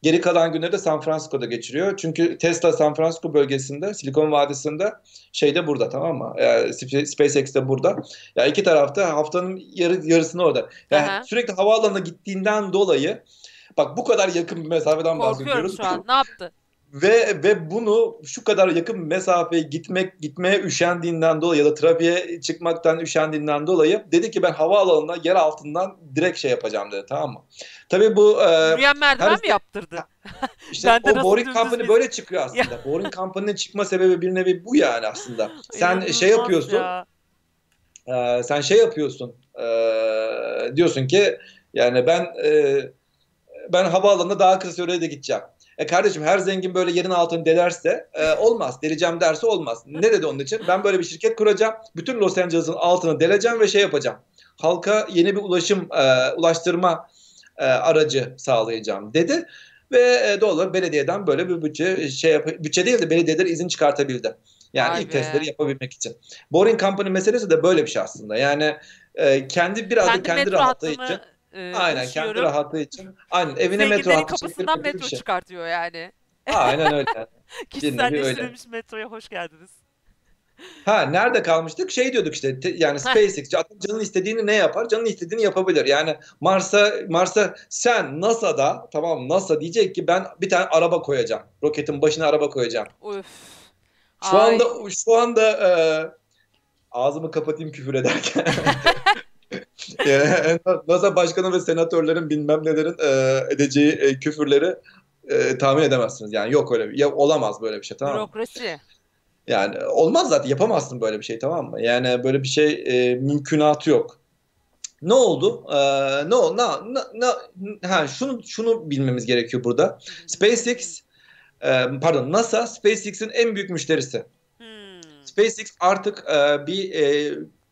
Geri kalan günleri de San Francisco'da geçiriyor. Çünkü Tesla San Francisco bölgesinde, Silikon Vadisi'nde, şeyde burada, tamam mı? Yani SpaceX de burada. Ya iki tarafta haftanın yarı, yarısını orada. Yani Aha. sürekli havaalanına gittiğinden dolayı, bak bu kadar yakın bir mesafeden Korkuyorum bahsediyoruz. şu an. Ne yaptı? Ve ve bunu şu kadar yakın bir mesafeye gitmek gitmeye üşendiğinden dolayı ya da trafiğe çıkmaktan üşendiğinden dolayı dedi ki ben havaalanına yer altından direkt şey yapacağım dedi, tamam mı? Tabii bu e, Yürüyen her merdiven mi yaptırdı? işte Ben de o nasıl Boring dümdüz Company bir... böyle çıkıyor Ya, aslında. Boring Company'nin çıkma sebebi bir nevi bu yani aslında. Sen şey inanılmaz yapıyorsun, ya. e, sen şey yapıyorsun, e, diyorsun ki yani ben e, ben havaalanına daha kısa sürede gideceğim. E kardeşim, her zengin böyle yerin altını delerse e, olmaz. Deleceğim derse olmaz. Ne dedi onun için? Ben böyle bir şirket kuracağım. Bütün Los Angeles'ın altını deleceğim ve şey yapacağım. Halka yeni bir ulaşım, e, ulaştırma e, aracı sağlayacağım dedi. Ve e, doğal olarak belediyeden böyle bir bütçe şey yap bütçe değil de belediyeler izin çıkartabildi. Yani Vay ilk testleri be. yapabilmek için. Boring Company meselesi de böyle bir şey aslında. Yani e, kendi biraz da Kendi kendi metro rahatlığı için, hattımı e, aynen kendi taşıyorum. rahatlığı için, aynen evine metro Zenginlerin hattı kapısından çektirme gibi bir metro şey. çıkartıyor yani. Aynen öyle yani. Bir nevi öyle. Kişiselleştirilmiş metroya hoş geldiniz. Ha, nerede kalmıştık? Şey diyorduk işte, te- yani Heh, SpaceX adam canın istediğini ne yapar? Canın istediğini yapabilir. Yani Mars'a Mars'a sen NASA'da, tamam mı? NASA diyecek ki ben bir tane araba koyacağım. Roketin başına araba koyacağım. Üf. Şu anda Ay. şu anda e, ağzımı kapatayım küfür ederken. Yani NASA başkanı ve senatörlerin bilmem nelerin e, edeceği e, küfürleri e, tahmin edemezsiniz. Yani yok öyle bir, ya olamaz böyle bir şey, tamam mı? Bürokrasi. Yani olmaz zaten, yapamazsın böyle bir şey, tamam mı? Yani böyle bir şey e, mümkünatı yok. Ne oldu? Ee, ne oldu? Na, na, na, ha, şunu şunu bilmemiz gerekiyor burada. SpaceX, e, pardon, NASA SpaceX'in en büyük müşterisi. Hmm. SpaceX artık e, bir e,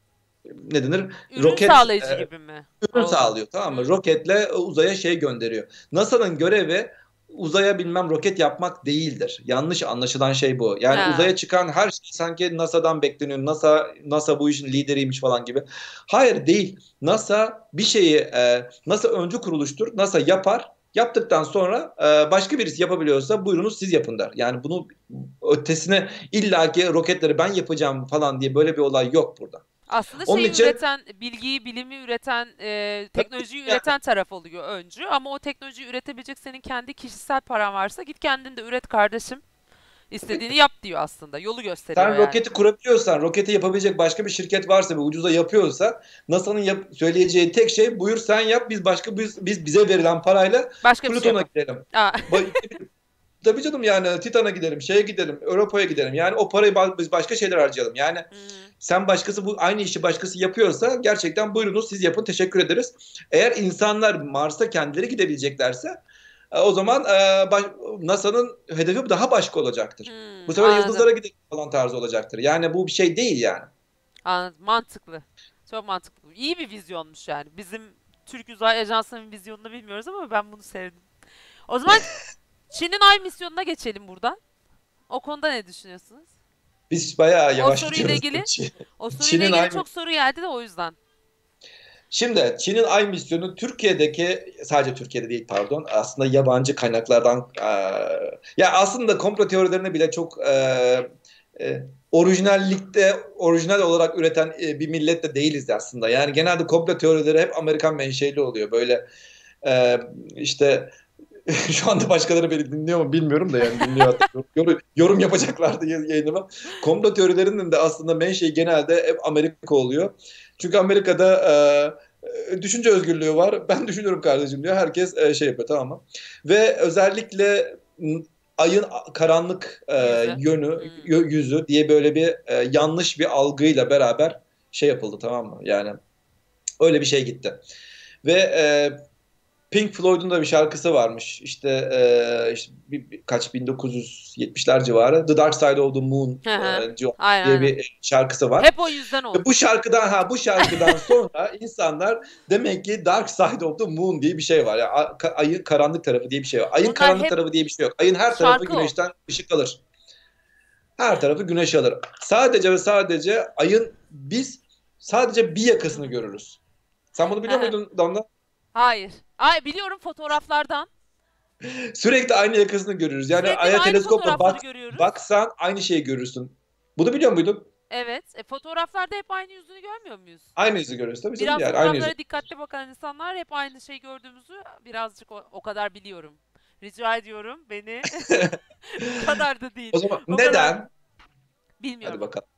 ne denir? Ürün Roket sağlayıcı e, gibi mi ürün oldu? sağlıyor, tamam mı? Hmm. Roketle uzaya şey gönderiyor. NASA'nın görevi uzaya bilmem roket yapmak değildir. Yanlış anlaşılan şey bu. Yani Ha. uzaya çıkan her şey sanki NASA'dan bekleniyor. NASA NASA bu işin lideriymiş falan gibi. Hayır, değil. NASA bir şeyi e, NASA öncü kuruluştur. NASA yapar. Yaptıktan sonra e, başka birisi yapabiliyorsa buyurunuz siz yapın der. Yani bunu ötesine illaki roketleri ben yapacağım falan diye böyle bir olay yok burada. Aslında Onun şeyi için üreten, bilgiyi, bilimi üreten, e, teknolojiyi üreten taraf oluyor öncü. Ama o teknolojiyi üretebilecek senin kendi kişisel paran varsa git kendin de üret kardeşim. İstediğini yap diyor aslında. Yolu gösteriyor sen yani. roketi kurabiliyorsan, roketi yapabilecek başka bir şirket varsa ve ucuza yapıyorsa, NASA'nın yap- söyleyeceği tek şey buyur sen yap, biz başka biz, biz bize verilen parayla Başka bir şey Plüton'a yapalım. gidelim. Aa. Ba- Tabii canım, yani Titan'a gidelim, şeye gidelim, Europa'ya gidelim. Yani o parayı ba- biz başka şeyler harcayalım. Yani Hmm. sen başkası bu aynı işi başkası yapıyorsa gerçekten buyurunuz siz yapın, teşekkür ederiz. Eğer insanlar Mars'a kendileri gidebileceklerse e, o zaman e, baş- NASA'nın hedefi daha başka olacaktır. Bu Hmm, sefer anladım. yıldızlara gidelim falan tarzı olacaktır. Yani bu bir şey değil yani. Anladım. Mantıklı. Çok mantıklı. İyi bir vizyonmuş yani. Bizim Türk Uzay Ajansı'nın vizyonunu bilmiyoruz ama ben bunu sevdim. O zaman Çin'in Ay misyonuna geçelim buradan. O konuda ne düşünüyorsunuz? Biz bayağı O yavaş soruyla gidiyoruz. ilgili, Çin- o soruyla Çin'in ilgili ay çok soru geldi de o yüzden. Şimdi Çin'in ay misyonu Türkiye'deki, sadece Türkiye'de değil pardon, aslında yabancı kaynaklardan e, ya aslında komplo teorilerini bile çok e, e, orijinallikte orijinal olarak üreten e, bir millet de değiliz aslında. Yani genelde komplo teorileri hep Amerikan menşeli oluyor. Böyle e, işte şu anda başkaları beni dinliyor mu bilmiyorum da, yani dinliyor hatta. Yorum, yorum yapacaklardı yayınıma. Komplo teorilerinin de aslında menşei genelde hep Amerika oluyor. Çünkü Amerika'da e, düşünce özgürlüğü var. Ben düşünüyorum kardeşim diyor. Herkes e, şey yapıyor, tamam mı? Ve özellikle m, ayın karanlık e, Yüzü. yönü, Hmm. yö- yüzü diye böyle bir e, yanlış bir algıyla beraber şey yapıldı, tamam mı? Yani öyle bir şey gitti. Ve e, Pink Floyd'un da bir şarkısı varmış. İşte, e, işte bir, bir- kaç bin dokuz yüz yetmişler civarı. The Dark Side of the Moon Hı hı. e, diyor- Aynen diye aynen. bir şarkısı var. Hep o yüzden Ve bu oldu. şarkıdan ha bu şarkıdan sonra insanlar demek ki Dark Side of the Moon diye bir şey var. Yani a- ka- ayın karanlık tarafı diye bir şey var. Ayın Onlar karanlık hep tarafı diye bir şey yok. Ayın her tarafı şarkı o. güneşten ışık alır. Her tarafı güneş alır. Sadece ve sadece ayın biz sadece bir yakasını görürüz. Sen bunu Hı biliyor hı. muydun Damla? Hayır. Ay biliyorum fotoğraflardan. Sürekli aynı yakasını görürüz. Yani Sürekli ve Ay'a aynı teleskopla fotoğrafları bak, görüyoruz. baksan aynı şeyi görürsün. Bunu biliyor muydun? Evet. E, fotoğraflarda hep aynı yüzünü görmüyor muyuz? Aynı yüzü görürüz tabii canım. Biraz Yani aynı yüzü. fotoğraflara dikkatli bakan insanlar hep aynı şey gördüğümüzü birazcık o, o kadar biliyorum. Rica ediyorum beni bu kadar da değil. O zaman O kadar neden? Hadi bilmiyorum. bakalım.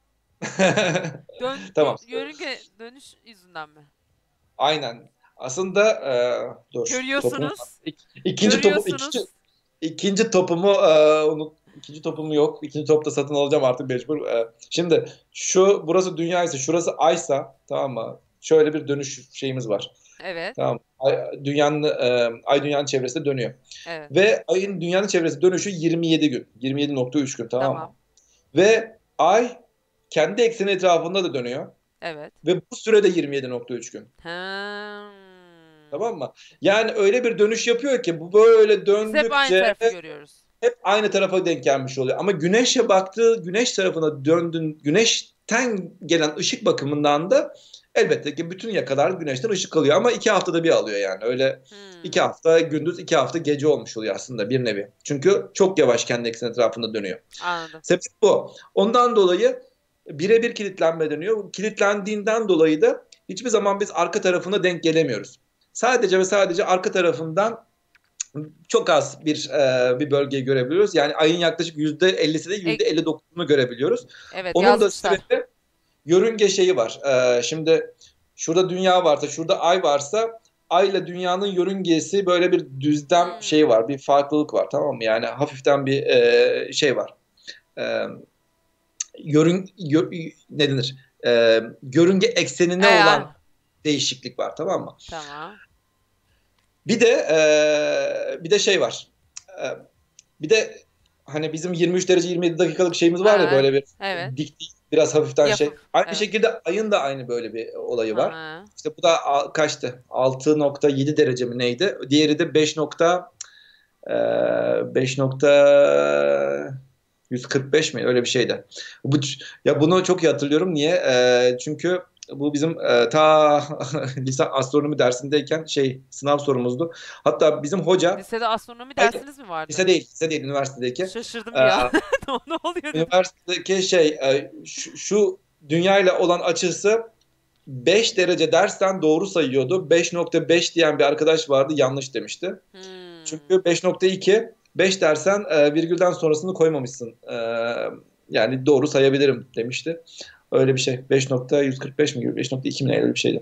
Dön, Tamam. gö- yörünge dönüş yüzünden mi? Aynen. Aslında e, dur topum Görüyorsunuz. ik- ikinci topu Görüyorsunuz. ikinci ikinci topumu e, unut ikinci topum yok. İkinci topta satın alacağım artık mecbur. E, şimdi şu burası dünya ise şurası aysa tamam mı? Şöyle bir dönüş şeyimiz var. Evet. Tamam. Ay, dünyanın e, ay dünyanın çevresinde dönüyor. Evet. Ve ayın dünyanın çevresi dönüşü yirmi yedi gün. yirmi yedi nokta üç gün tamam mı? Tamam. Ve ay kendi ekseni etrafında da dönüyor. Evet. Ve bu sürede yirmi yedi nokta üç gün. Hmm. Tamam mı? Yani öyle bir dönüş yapıyor ki bu böyle Biz hep aynı döndükçe tarafı görüyoruz. hep aynı tarafa denk gelmiş oluyor. Ama güneşe baktığı güneş tarafına döndün, güneşten gelen ışık bakımından da elbette ki bütün yakalar güneşten ışık alıyor. Ama iki haftada bir alıyor yani. Öyle iki Hmm. hafta gündüz, iki hafta gece olmuş oluyor aslında bir nevi. Çünkü çok yavaş kendi ekseni etrafında dönüyor. Anladım. Sebep bu. Ondan dolayı birebir kilitlenme dönüyor. Kilitlendiğinden dolayı da hiçbir zaman biz arka tarafına denk gelemiyoruz. Sadece ve sadece arka tarafından çok az bir e, bir bölgeyi görebiliyoruz. Yani ayın yaklaşık yüzde ellisi de E, yüzde elli dokuzunu görebiliyoruz. evet Onun da yazmışlar. sebebi yörünge şeyi var. E, şimdi şurada dünya varsa, şurada ay varsa ayla dünyanın yörüngesi böyle bir düzlem Hmm. şeyi var. Bir farklılık var tamam mı? Yani hafiften bir e, şey var. E, yörün, yör, ne denir? E, yörünge eksenine Eğer. olan değişiklik var tamam mı? Tamam. Bir de e, bir de şey var. E, bir de hani bizim yirmi üç derece yirmi yedi dakikalık şeyimiz var ya Ha, böyle bir evet. dik dik, biraz hafiften şey. Yapım. Aynı Evet. şekilde ayın da aynı böyle bir olayı var. Ha. İşte bu da a- kaçtı? altı nokta yedi derece mi neydi? Diğeri de beş nokta beş nokta yüz kırk beş mi? Öyle bir şeydi. Bu, ya bunu çok iyi hatırlıyorum. Niye? E, çünkü bu bizim e, ta lise astronomi dersindeyken şey sınav sorumuzdu. Hatta bizim hoca Lisede astronomi hayır, dersiniz mi vardı? lise değil, lise değil, üniversitedeki. Şaşırdım E, bir an. Ne oluyor dedim. üniversitedeki şey e, şu, şu dünyayla olan açısı beş derece dersen doğru sayıyordu. beş nokta beş diyen bir arkadaş vardı, yanlış demişti. Hmm. Çünkü beş nokta iki beş dersen e, virgülden sonrasını koymamışsın. E, yani doğru sayabilirim demişti. Öyle bir şey. beş nokta yüz kırk beş mi gibi? beş nokta iki mi ne öyle bir şeydi.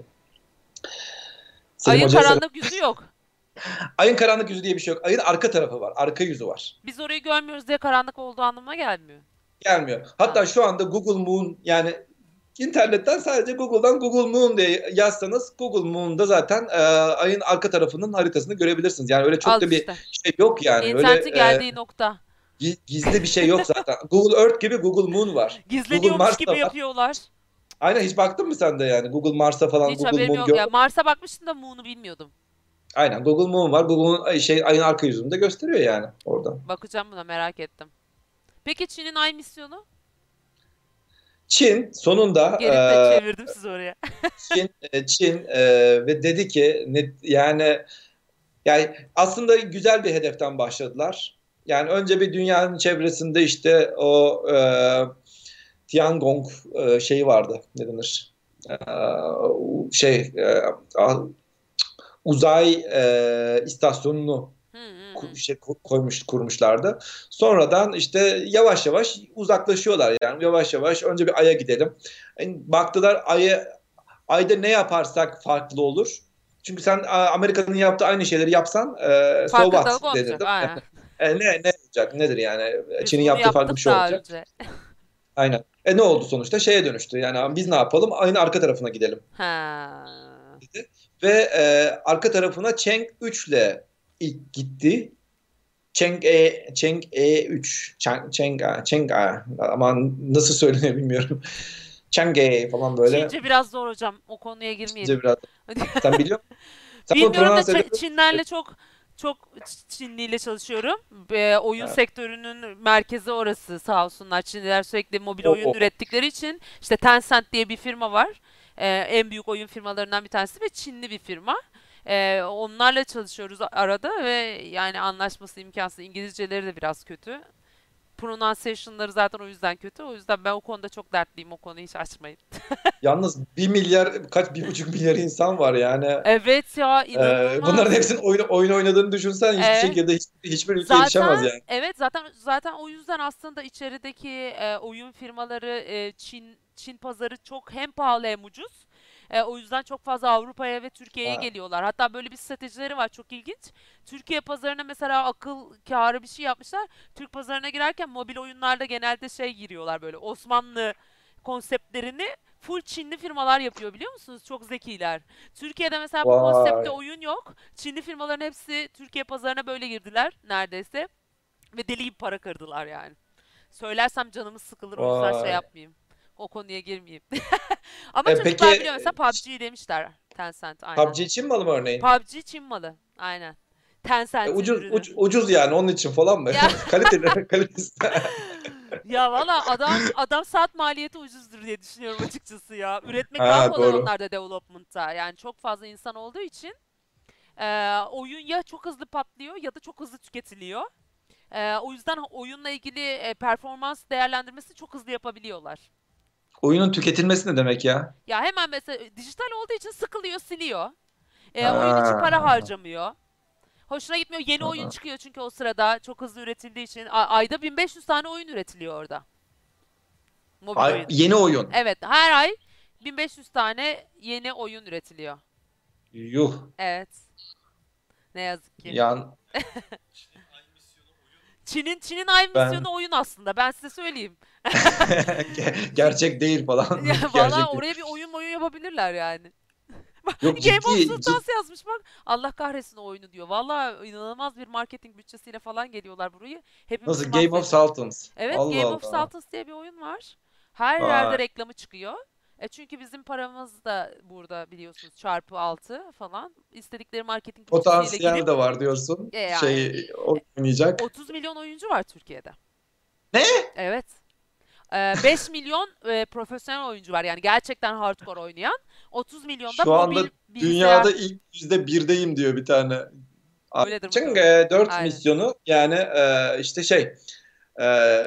Selim Ayın Hoca'ya selam. karanlık yüzü yok. Ayın karanlık yüzü diye bir şey yok. Ayın arka tarafı var. Arka yüzü var. Biz orayı görmüyoruz diye karanlık olduğu anlamına gelmiyor. Gelmiyor. Hatta Ha. şu anda Google Moon yani internetten sadece Google'dan Google Moon diye yazsanız Google Moon'da zaten e, ayın arka tarafının haritasını görebilirsiniz. Yani öyle çok Al da bir işte. şey yok yani. Öyle İnternetin e, geldiği nokta. gizli bir şey yok zaten. Google Earth gibi Google Moon var. Google Gizleniyormuş Mars da gibi var. yapıyorlar. Aynen hiç baktın mı sen de yani? Google Mars'a falan Hiç Google haberim Moon yok. Ya gördün. Mars'a bakmıştım da Moon'u bilmiyordum. Aynen Google Moon var. Google'un şey ayın arka yüzünü de gösteriyor yani orada. Bakacağım buna merak ettim. Peki Çin'in ay misyonu? Çin sonunda Gelip de çevirdim sizi oraya. Çin, e, Çin e, ve dedi ki ne, yani yani aslında güzel bir hedeften başladılar. Yani önce bir dünyanın çevresinde işte o e, Tiangong e, şeyi vardı. Ne denir? E, şey e, uzay e, istasyonunu Hı hı hı. şey koymuş kurmuşlardı. Sonradan işte yavaş yavaş uzaklaşıyorlar yani yavaş yavaş önce bir Ay'a gidelim. Yani baktılar Ay'a Ay'da ne yaparsak farklı olur. Çünkü sen Amerika'nın yaptığı aynı şeyleri yapsan e, so Farkındalık what denir olmayacak. değil mi? Aynen. E, ne ne olacak nedir yani Biz Çin'in bunu yaptığı farklı bir yaptık şey daha olacak. önce. Aynen. E ne oldu sonuçta? Şeye dönüştü. Yani biz ne yapalım? Ayın arka tarafına gidelim Ha. dedi. Ve e, arka tarafına Cheng üç ile ilk gitti. Cheng E Cheng E üç Cheng Cheng Cheng ama nasıl söyleniyor bilmiyorum. Chang'e falan böyle. Çince biraz zor hocam. O konuya girmeyelim. Çince biraz. Sen biliyor musun? Sen bunu Bilmiyorum da pronouns Ç- edebilir Çinlerle misin? çok çok Çinliyle çalışıyorum. Ee, oyun Ha. sektörünün merkezi orası sağ olsunlar. Çinliler sürekli mobil O, oyun o. ürettikleri için işte Tencent diye bir firma var. Ee, en büyük oyun firmalarından bir tanesi ve Çinli bir firma. Ee, onlarla çalışıyoruz arada ve yani anlaşması imkansız. İngilizceleri de biraz kötü. Pronunciation'ları zaten o yüzden kötü. O yüzden ben o konuda çok dertliyim. O konuyu hiç açmayın. Yalnız bir milyar, kaç, bir buçuk milyar insan var yani. Evet ya, Ee, bunların inanılmaz. hepsinin oyun, oyun oynadığını düşünsen hiçbir E, şekilde hiç, hiçbir ülke yetişemez zaten yani. evet zaten zaten o yüzden aslında içerideki e, oyun firmaları e, Çin Çin pazarı çok hem pahalı hem ucuz. E, o yüzden çok fazla Avrupa'ya ve Türkiye'ye Ha, geliyorlar. Hatta böyle bir stratejileri var, çok ilginç. Türkiye pazarına mesela akıl kârı bir şey yapmışlar. Türk pazarına girerken mobil oyunlarda genelde şey giriyorlar, böyle Osmanlı konseptlerini full Çinli firmalar yapıyor, biliyor musunuz? Çok zekiler. Türkiye'de mesela bu konseptte vay. oyun yok. Çinli firmaların hepsi Türkiye pazarına böyle girdiler neredeyse. Ve deli gibi para kırdılar yani. Söylersem canımız sıkılır, o yüzden şey Vay. yapmayayım. O konuya girmeyeyim. Ama E, çocuklar peki biliyor, mesela P U B G demişler. Tencent, aynen. P U B G için mi alım örneğin? P U B G Çin malı. Aynen. E, Tencent'in ucuz, ürünü. uc- ucuz yani onun için falan mı? Ya Kaliteli, kalitesi. ya valla adam adam saat maliyeti ucuzdur diye düşünüyorum açıkçası ya. Üretmek daha Ha, kolay doğru. onlarda, development'ta. Yani çok fazla insan olduğu için eee, oyun ya çok hızlı patlıyor ya da çok hızlı tüketiliyor. Eee, o yüzden oyunla ilgili e, performans değerlendirmesi çok hızlı yapabiliyorlar. Oyunun tüketilmesi ne demek ya? Ya hemen mesela e, dijital olduğu için sıkılıyor, siliyor. Eee, oyun için para Ha. harcamıyor. Hoşuna gitmiyor. Yeni oyun Ha. çıkıyor çünkü o sırada çok hızlı üretildiği için. A- ayda bin beş yüz tane oyun üretiliyor orada. Mobil Ay, oyun. yeni oyun. Evet, her ay bin beş yüz tane yeni oyun üretiliyor. Yuh. Evet, ne yazık ki. Yani Çin'in Çin'in ay ben misyonu oyun aslında. Ben size söyleyeyim. Ge- gerçek değil falan. Ya valla Gerçek değil. oraya bir oyun oyun yapabilirler yani. Yok, Game of ciddi, ciddi. Sultans yazmış bak. Allah kahretsin o oyunu diyor. Valla inanılmaz bir marketing bütçesiyle falan geliyorlar burayı. Hepimizi Nasıl, Game of mahvediyor. Sultans? Evet, Allah Game of Allah. Sultans diye bir oyun var. Her yerde Vay. reklamı çıkıyor. E çünkü bizim paramız da burada biliyorsunuz çarpı altı falan. İstedikleri marketing bütçesiyle Potansiyel girip de var diyorsun. e yani Şey oynayacak. otuz milyon oyuncu var Türkiye'de. Ne? Evet. Ee, beş milyon e, profesyonel oyuncu var, yani gerçekten hardcore oynayan. otuz milyon da Şu anda mobil bilgisayar. dünyada ilk yüzde birdeyim diyor bir tane. Öyledir Çünkü muhtemelen. e, dört Aynen. misyonu yani e, işte şey e,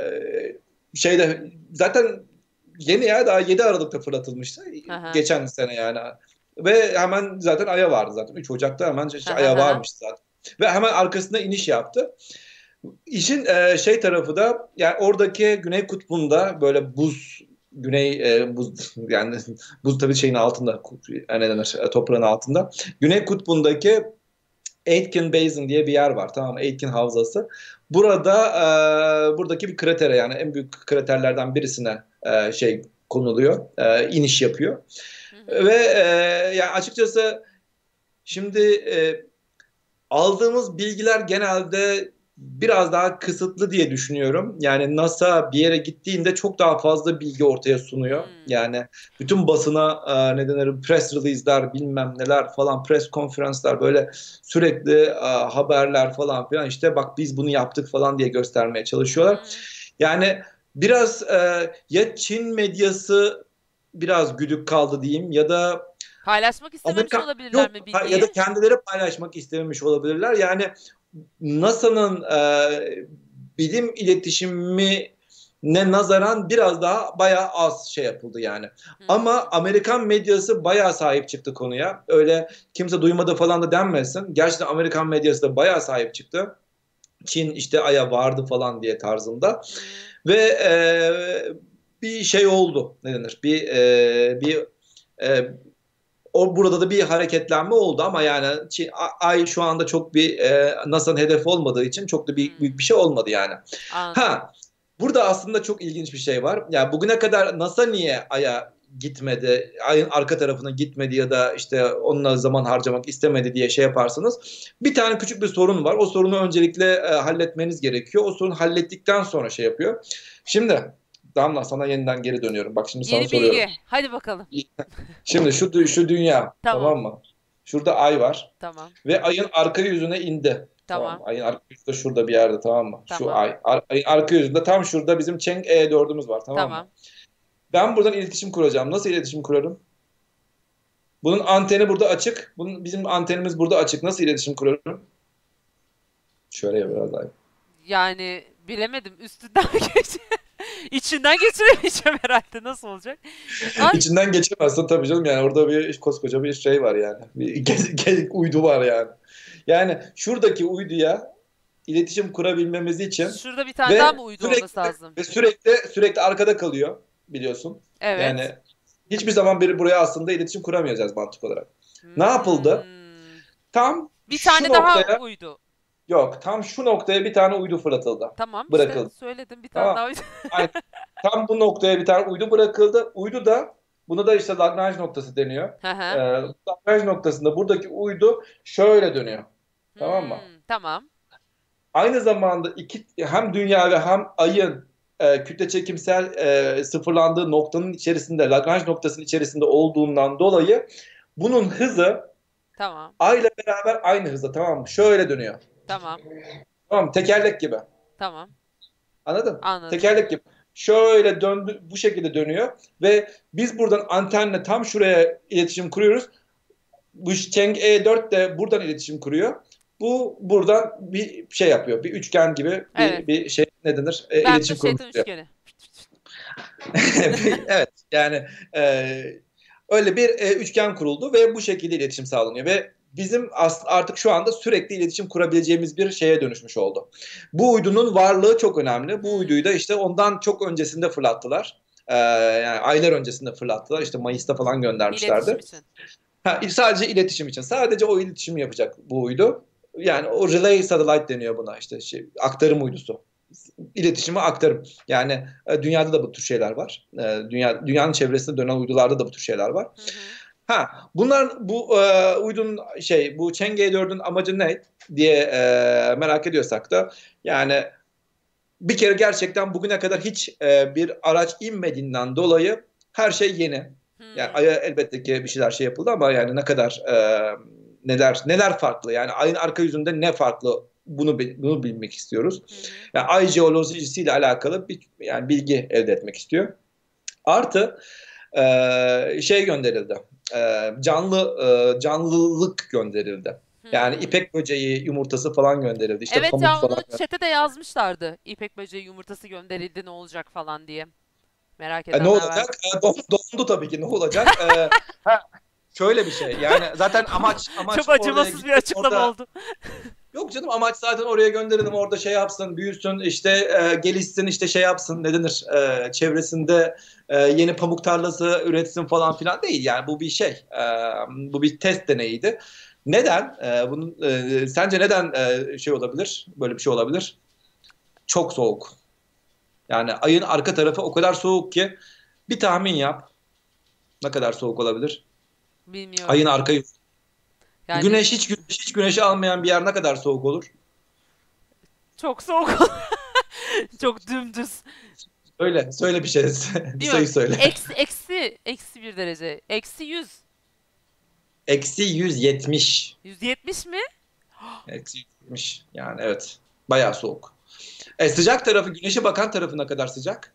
şeyde zaten yeni ya, daha yedi Aralık'ta fırlatılmıştı. Hı hı. Geçen sene yani. Ve hemen zaten Ay'a vardı zaten. üç Ocak'ta hemen Hı şey, hı Ay'a hı hı. varmıştı zaten. Ve hemen arkasında iniş yaptı. İşin e, şey tarafı da yani oradaki Güney Kutbu'nda böyle buz, Güney e, buz yani buz tabii şeyin altında, yani ne denir, Hı e, toprağın altında. Güney Kutbu'ndaki Aitken Basin diye bir yer var, tamam mı? Aitken Havzası. Burada e, buradaki bir kratere, yani en büyük kraterlerden birisine e, şey konuluyor, e, iniş yapıyor. hı. Hı. Ve e, yani açıkçası şimdi e, aldığımız bilgiler genelde biraz daha kısıtlı diye düşünüyorum. Yani NASA bir yere gittiğinde çok daha fazla bilgi ortaya sunuyor. Hmm. Yani bütün basına e, ne denir, press release'ler, bilmem neler falan, press konferanslar, böyle sürekli e, haberler falan filan, işte bak biz bunu yaptık falan diye göstermeye Hı çalışıyorlar. hı. Yani biraz e, ya Çin medyası biraz güdük kaldı diyeyim, ya da Paylaşmak istememiş Amerika, olabilirler yok, mi ya da bilgiyi? kendileri paylaşmak istememiş olabilirler. Yani NASA'nın e, bilim iletişimi ne nazaran biraz daha bayağı az şey yapıldı yani. Ama Hmm. Amerikan medyası bayağı sahip çıktı konuya. Öyle kimse duymadı falan da denmesin. Gerçekten Amerikan medyası da bayağı sahip çıktı. Çin işte Ay'a vardı falan diye tarzında. Hı hı. Ve e, bir şey oldu. Ne denir? Bir e, bir e, o burada da bir hareketlenme oldu, ama yani Çin, Ay şu anda çok bir e, NASA'nın hedefi olmadığı için çok da büyük, büyük Hmm. bir şey olmadı yani. Anladım. Ha, burada aslında çok ilginç bir şey var. Yani bugüne kadar NASA niye Ay'a gitmedi, Ay'ın arka tarafına gitmedi ya da işte onunla zaman harcamak istemedi diye şey yaparsanız, bir tane küçük bir sorun var. O sorunu öncelikle e, halletmeniz gerekiyor. O sorunu hallettikten sonra şey yapıyor. Şimdi Damla, sana yeniden geri dönüyorum. Bak şimdi sana Yeni soruyorum. bilgi. Hadi bakalım. Şimdi şu şu dünya, Tamam. tamam mı? Şurada ay var Tamam. ve ayın arka yüzüne indi. Tamam mı? Tamam. Ayın arka yüzü de şurada bir yerde, tamam mı? Şu Tamam. ay. Ar- ayın arka yüzünde tam şurada bizim Chang'e E dördümüz var, tamam mı? Tamam. Ben buradan iletişim kuracağım. Nasıl iletişim kurarım? Bunun anteni burada açık. Bunun, bizim antenimiz burada açık. Nasıl iletişim kuruyorum? Şöyle ya biraz daha. Yani bilemedim. Üstünden geç. İçinden geçiremeyeceğim herhalde. Nasıl olacak? Ay, İçinden geçemezsin tabii canım, yani orada bir koskoca bir şey var yani. Bir ge- ge- uydu var yani. Yani şuradaki uyduya iletişim kurabilmemiz için şurada bir tane daha ve mı uydu olması sürekli lazım? ve sürekli sürekli arkada kalıyor biliyorsun. Evet. Yani hiçbir zaman biri buraya aslında iletişim kuramayacağız mantık olarak. Ne yapıldı? Hmm. Tam Bir şu tane daha noktaya uydu. yok, tam şu noktaya bir tane uydu fırlatıldı. Tamam işte Bırakıldı. söyledim bir tane Tamam. daha uydu. Aynen. Tam bu noktaya bir tane uydu bırakıldı. Uydu da, buna da işte Lagrange noktası deniyor. Hı Ee, hı. Lagrange noktasında buradaki uydu şöyle dönüyor. Tamam mı? Hmm, tamam. Aynı zamanda iki, hem Dünya ve hem Ay'ın e, kütle çekimsel e, sıfırlandığı noktanın içerisinde, Lagrange noktasının içerisinde olduğundan dolayı bunun hızı Tamam. Ay'la beraber aynı hızda, tamam mı? Şöyle dönüyor. Tamam. Tamam mı? Tekerlek gibi. Tamam. Anladın? Anladım. Tekerlek gibi. Şöyle döndü, bu şekilde dönüyor ve biz buradan antenle tam şuraya iletişim kuruyoruz. Bu Cheng E dört de buradan iletişim kuruyor. Bu buradan bir şey yapıyor. Bir üçgen gibi Evet. bir, bir şey, ne denir? E, Bermuda iletişim kurmuş şeytan oluyor. üçgeni. Evet, yani e, öyle bir e, üçgen kuruldu ve bu şekilde iletişim sağlanıyor ve bizim artık şu anda sürekli iletişim kurabileceğimiz bir şeye dönüşmüş oldu. Bu uydunun varlığı çok önemli. Bu uyduyu da Hmm. işte ondan çok öncesinde fırlattılar. Ee, yani aylar öncesinde fırlattılar. İşte Mayıs'ta falan İletişim göndermişlerdi. için. Ha, sadece iletişim için. Sadece o iletişimi yapacak bu uydu. Yani o relay satellite deniyor buna, işte şey, aktarım uydusu. İletişimi aktarım. Yani e, dünyada da bu tür şeyler var. E, dünya dünyanın çevresinde dönen uydularda da bu tür şeyler var. Hı hı. Ha, bunlar bu e, uydunun şey bu Chang'e E dördün amacı ne diye e, merak ediyorsak da, yani bir kere gerçekten bugüne kadar hiç e, bir araç inmediğinden dolayı her şey yeni. Yani Hmm. Ay'a elbette ki bir şeyler şey yapıldı ama yani ne kadar e, neler neler farklı, yani Ay'ın arka yüzünde ne farklı, bunu bunu bilmek istiyoruz. Hı hı. Yani Ay jeolojisiyle alakalı bir yani bilgi elde etmek istiyor. Artı e, şey gönderildi. E, canlı e, canlılık gönderildi. Yani Hmm. ipek böceği yumurtası falan gönderildi. İşte Evet pamuk ya falan. onu chat'e de yazmışlardı. İpek böceği yumurtası gönderildi ne olacak falan diye. Merak E, ne edenler var. olacak? E, don, dondu tabii ki, ne olacak? E, ha, şöyle bir şey. Yani zaten amaç amaç Çok oraya acımasız bir gidip açıklama orada, oldu. yok canım, amaç zaten oraya gönderelim, orada şey yapsın, büyüsün, işte e, gelişsin, işte şey yapsın, ne denir? E, çevresinde e, yeni pamuk tarlası üretsin falan filan değil. Yani bu bir şey. E, bu bir test deneyiydi. Neden? E, bunun e, sence neden e, şey olabilir? Böyle bir şey olabilir? Çok soğuk. Yani ayın arka tarafı o kadar soğuk ki, bir tahmin yap. Ne kadar soğuk olabilir? Ayın Bilmiyorum. arka yüzü. Yani Güneş hiç güneş hiç güneşi almayan bir yer ne kadar soğuk olur? çok soğuk. Çok dümdüz. Söyle, söyle bir şey. Bir sayı Diyorum. söyle. Eksi, eksi, eksi bir derece. Eksi yüz. Eksi yüz yetmiş. Yüz yetmiş mi? Eksi yüz yetmiş. Yani evet. Bayağı soğuk. E, sıcak tarafı, güneşe bakan tarafı ne kadar sıcak?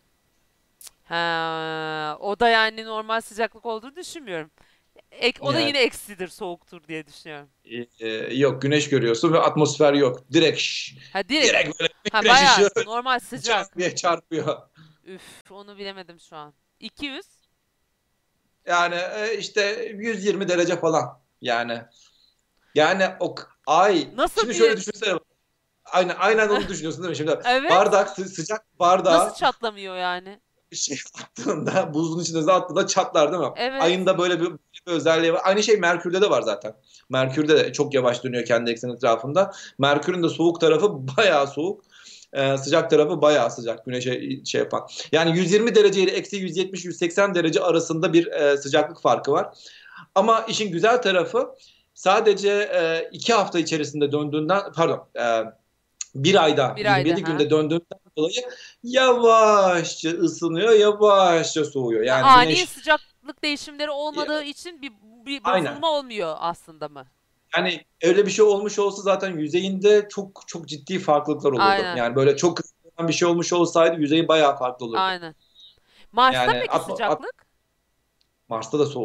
Ha, o da yani normal sıcaklık olduğunu düşünmüyorum. Ek, o da Yani yine eksidir, soğuktur diye düşünüyorum. e, yok, güneş görüyorsun ve atmosfer yok. Direkt şş, Ha direkt. direkt böyle Ha güneş bayağı ışığı normal sıcak. çarpıyor, çarpıyor. Üf, onu bilemedim şu an. iki yüz. Yani e, işte yüz yirmi derece falan. Yani yani o ay, Nasıl şimdi şöyle bir... düşünsene. Aynen, aynen onu düşünüyorsun değil mi? Şimdi Evet. bardak, sı- sıcak Nasıl bardağı çatlamıyor yani? şey attığında, buzun içine attığında çatlar değil mi? Evet. Ayın da böyle bir, bir özelliği var. Aynı şey Merkür'de de var zaten. Merkür'de de çok yavaş dönüyor kendi ekseni etrafında. Merkür'ün de soğuk tarafı bayağı soğuk. Ee, sıcak tarafı bayağı sıcak, güneşe şey yapan. Yani yüz yirmi derece ile eksi yüz yetmiş yüz seksen derece arasında bir e, sıcaklık farkı var. Ama işin güzel tarafı, sadece e, iki hafta içerisinde döndüğünden, pardon, e, bir ayda, Bir ayda yirmi yedi ha. günde döndüğünden dolayı yavaşça ısınıyor, yavaşça soğuyor. Ha, Yani ani güneş, sıcaklık değişimleri olmadığı için bir, bir aynen. bozulma olmuyor aslında mı? Yani öyle bir şey olmuş olsa zaten yüzeyinde çok çok ciddi farklılıklar olurdu. Aynen. Yani böyle çok kısıtlanan bir şey olmuş olsaydı yüzeyi bayağı farklı olurdu. Aynen. Mars'ta Yani peki atma, at, sıcaklık? Mars'ta da soğuk.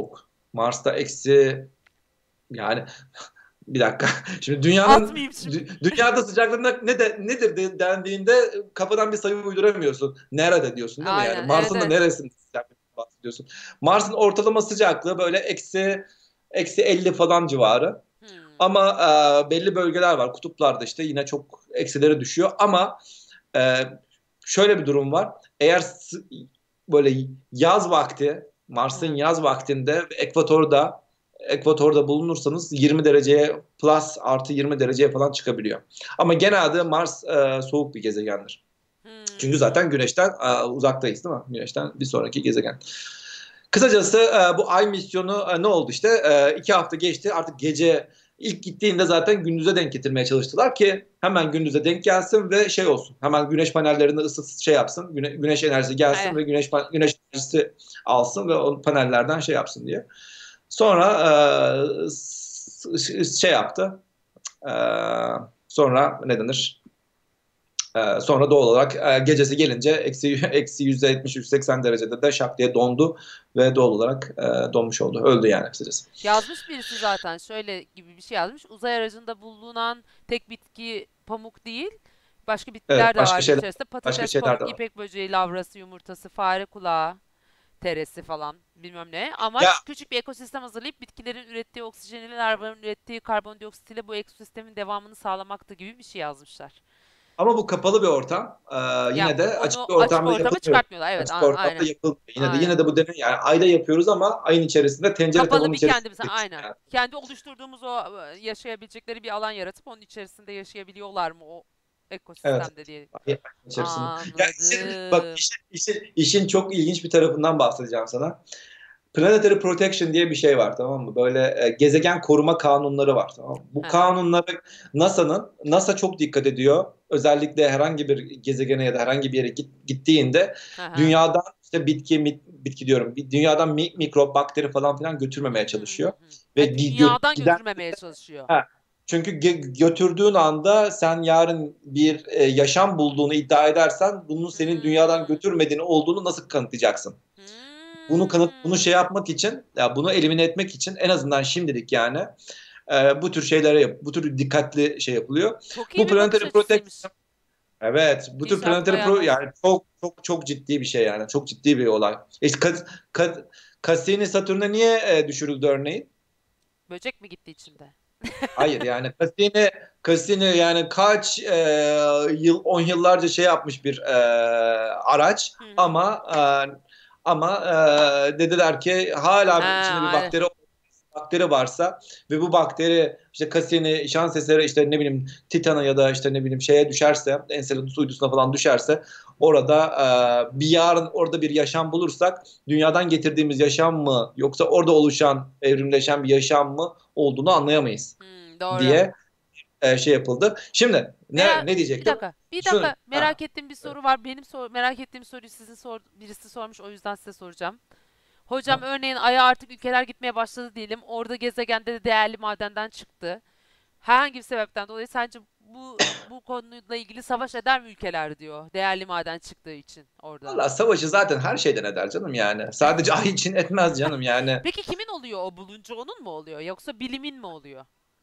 Mars'ta eksi yani bir dakika. Şimdi dünyanın Atmayayım şimdi. dü- dünyada sıcaklığında ne de nedir de- dendiğinde kafadan bir sayı uyduramıyorsun. Nerede diyorsun değil mi yani? Aynen, evet Mars'ın da evet. neresinde sıcaklığından bahsediyorsun? Mars'ın ortalama sıcaklığı böyle eksi eksi elli falan civarı. Hmm. Ama e, belli bölgeler var. Kutuplarda işte yine çok eksilere düşüyor. Ama e, şöyle bir durum var. Eğer s- böyle yaz vakti, Hı Mars'ın hı. yaz vaktinde ekvatorda ekvatorda bulunursanız yirmi dereceye plus artı yirmi dereceye falan çıkabiliyor. Ama genelde Mars e, soğuk bir gezegendir. Çünkü Hmm. zaten Güneş'ten e, uzaktayız değil mi? Güneş'ten bir sonraki gezegen. Kısacası e, bu Ay misyonu e, ne oldu işte? E, iki hafta geçti. Artık gece ilk gittiğinde zaten gündüze denk getirmeye çalıştılar ki hemen gündüze denk gelsin ve şey olsun. Hemen güneş panellerini ısıt şey yapsın. Güne, güneş enerjisi gelsin Eh. ve güneş güneş enerjisi alsın ve o panellerden şey yapsın diye. Sonra e, şey yaptı. E, sonra ne denir? Ee, sonra doğal olarak e, gecesi gelince eksi eksi yüz yetmiş yüz seksen derecede de şak diye dondu ve doğal olarak e, donmuş oldu. Öldü yani kısacası. Yazmış birisi zaten şöyle gibi bir şey yazmış. Uzay aracında bulunan tek bitki pamuk değil. Başka bitkiler Evet, de başka varmış şeyler içerisinde. başka Patates, şeyler pamuk, de var. ipek böceği, lavrası, yumurtası, fare kulağı, teresi falan bilmem ne. Ya Amaç küçük bir ekosistem hazırlayıp bitkilerin ürettiği oksijeni ile larvaların ürettiği karbondioksit ile bu ekosistemin devamını sağlamaktı gibi bir şey yazmışlar. ama bu kapalı bir ortam. Ee, Ya yine de açık onu bir açık ortamda ortama yapılmıyor. çıkartmıyorlar. Evet, Açık a- ortamda aynen. yapılmıyor. Yine de yine Aynen. de bu deney yani ayda yapıyoruz ama ayın içerisinde tencere Kapalı tavanın bir içerisinde kendimize yapıyoruz aynen. yani. Kendi oluşturduğumuz o e, yaşayabilecekleri bir alan yaratıp onun içerisinde yaşayabiliyorlar mı o Evet. ekosistemde diye. Ayın içerisinde. Ya işin, bak Anladım. işin, işin, işin çok ilginç bir tarafından bahsedeceğim sana. Planetary Protection diye bir şey var, tamam mı? Böyle e, gezegen koruma kanunları var, tamam mı? Bu Hı hı. kanunları NASA'nın NASA çok dikkat ediyor. Özellikle herhangi bir gezegene ya da herhangi bir yere git, gittiğinde Hı hı. dünyadan işte bitki mit- bitki diyorum. bir- Dünyadan mi, mikrop, bakteri falan filan Hı götürmemeye hı hı çalışıyor. hı. Ve Ha, gi- gö- dünyadan giden götürmemeye çalışıyor. ha, çünkü ge- götürdüğün anda sen yarın bir e, yaşam bulduğunu iddia edersen bunun senin dünyadan Hmm. götürmediğini olduğunu nasıl kanıtlayacaksın? Bunu kanıt bunu şey Hmm. yapmak için ya bunu elimine etmek için en azından şimdilik yani e, bu tür şeylere yap, bu tür dikkatli şey yapılıyor. Çok iyi Bu bir bakış planetary protection açısıymış. evet bu tür Hiç aklıma planetary pro gelmez. yani çok çok çok ciddi bir şey yani çok ciddi bir olay. İşte Ka- Ka- Cassini Satürn'e niye e, düşürüldü örneğin? Böcek mi gitti içinde? Hayır yani Cassini Cassini yani kaç e, yıl on yıllarca şey yapmış bir e, araç Hı hı. ama e, ama e, dediler ki hala Ha, içinde bir aynen. bakteri bakteri varsa ve bu bakteri işte Cassini şans eseri işte ne bileyim Titan'a ya da işte ne bileyim şeye düşerse Enceladus uydusuna falan düşerse orada e, bir yarın orada bir yaşam bulursak dünyadan getirdiğimiz yaşam mı yoksa orada oluşan evrimleşen bir yaşam mı olduğunu anlayamayız Hmm, doğru. diye e, şey yapıldı. Şimdi ne Merak ne bir diyecektim? dakika. Bir Şunu dakika. ha, Merak ettiğim bir soru var. Benim sor merak ettiğim soruyu sizin sor birisi sormuş. O yüzden size soracağım. Hocam ha. örneğin Ay'a artık ülkeler gitmeye başladı diyelim. Orada gezegende de değerli madenden çıktı. Herhangi bir sebepten dolayı sence bu bu konuyla ilgili savaş eder mi ülkeler diyor. Değerli maden çıktığı için orada. Valla savaşı zaten her şeyden eder canım yani. Sadece ay için etmez canım yani. Peki kimin oluyor o bulunca onun mu oluyor yoksa bilimin mi oluyor?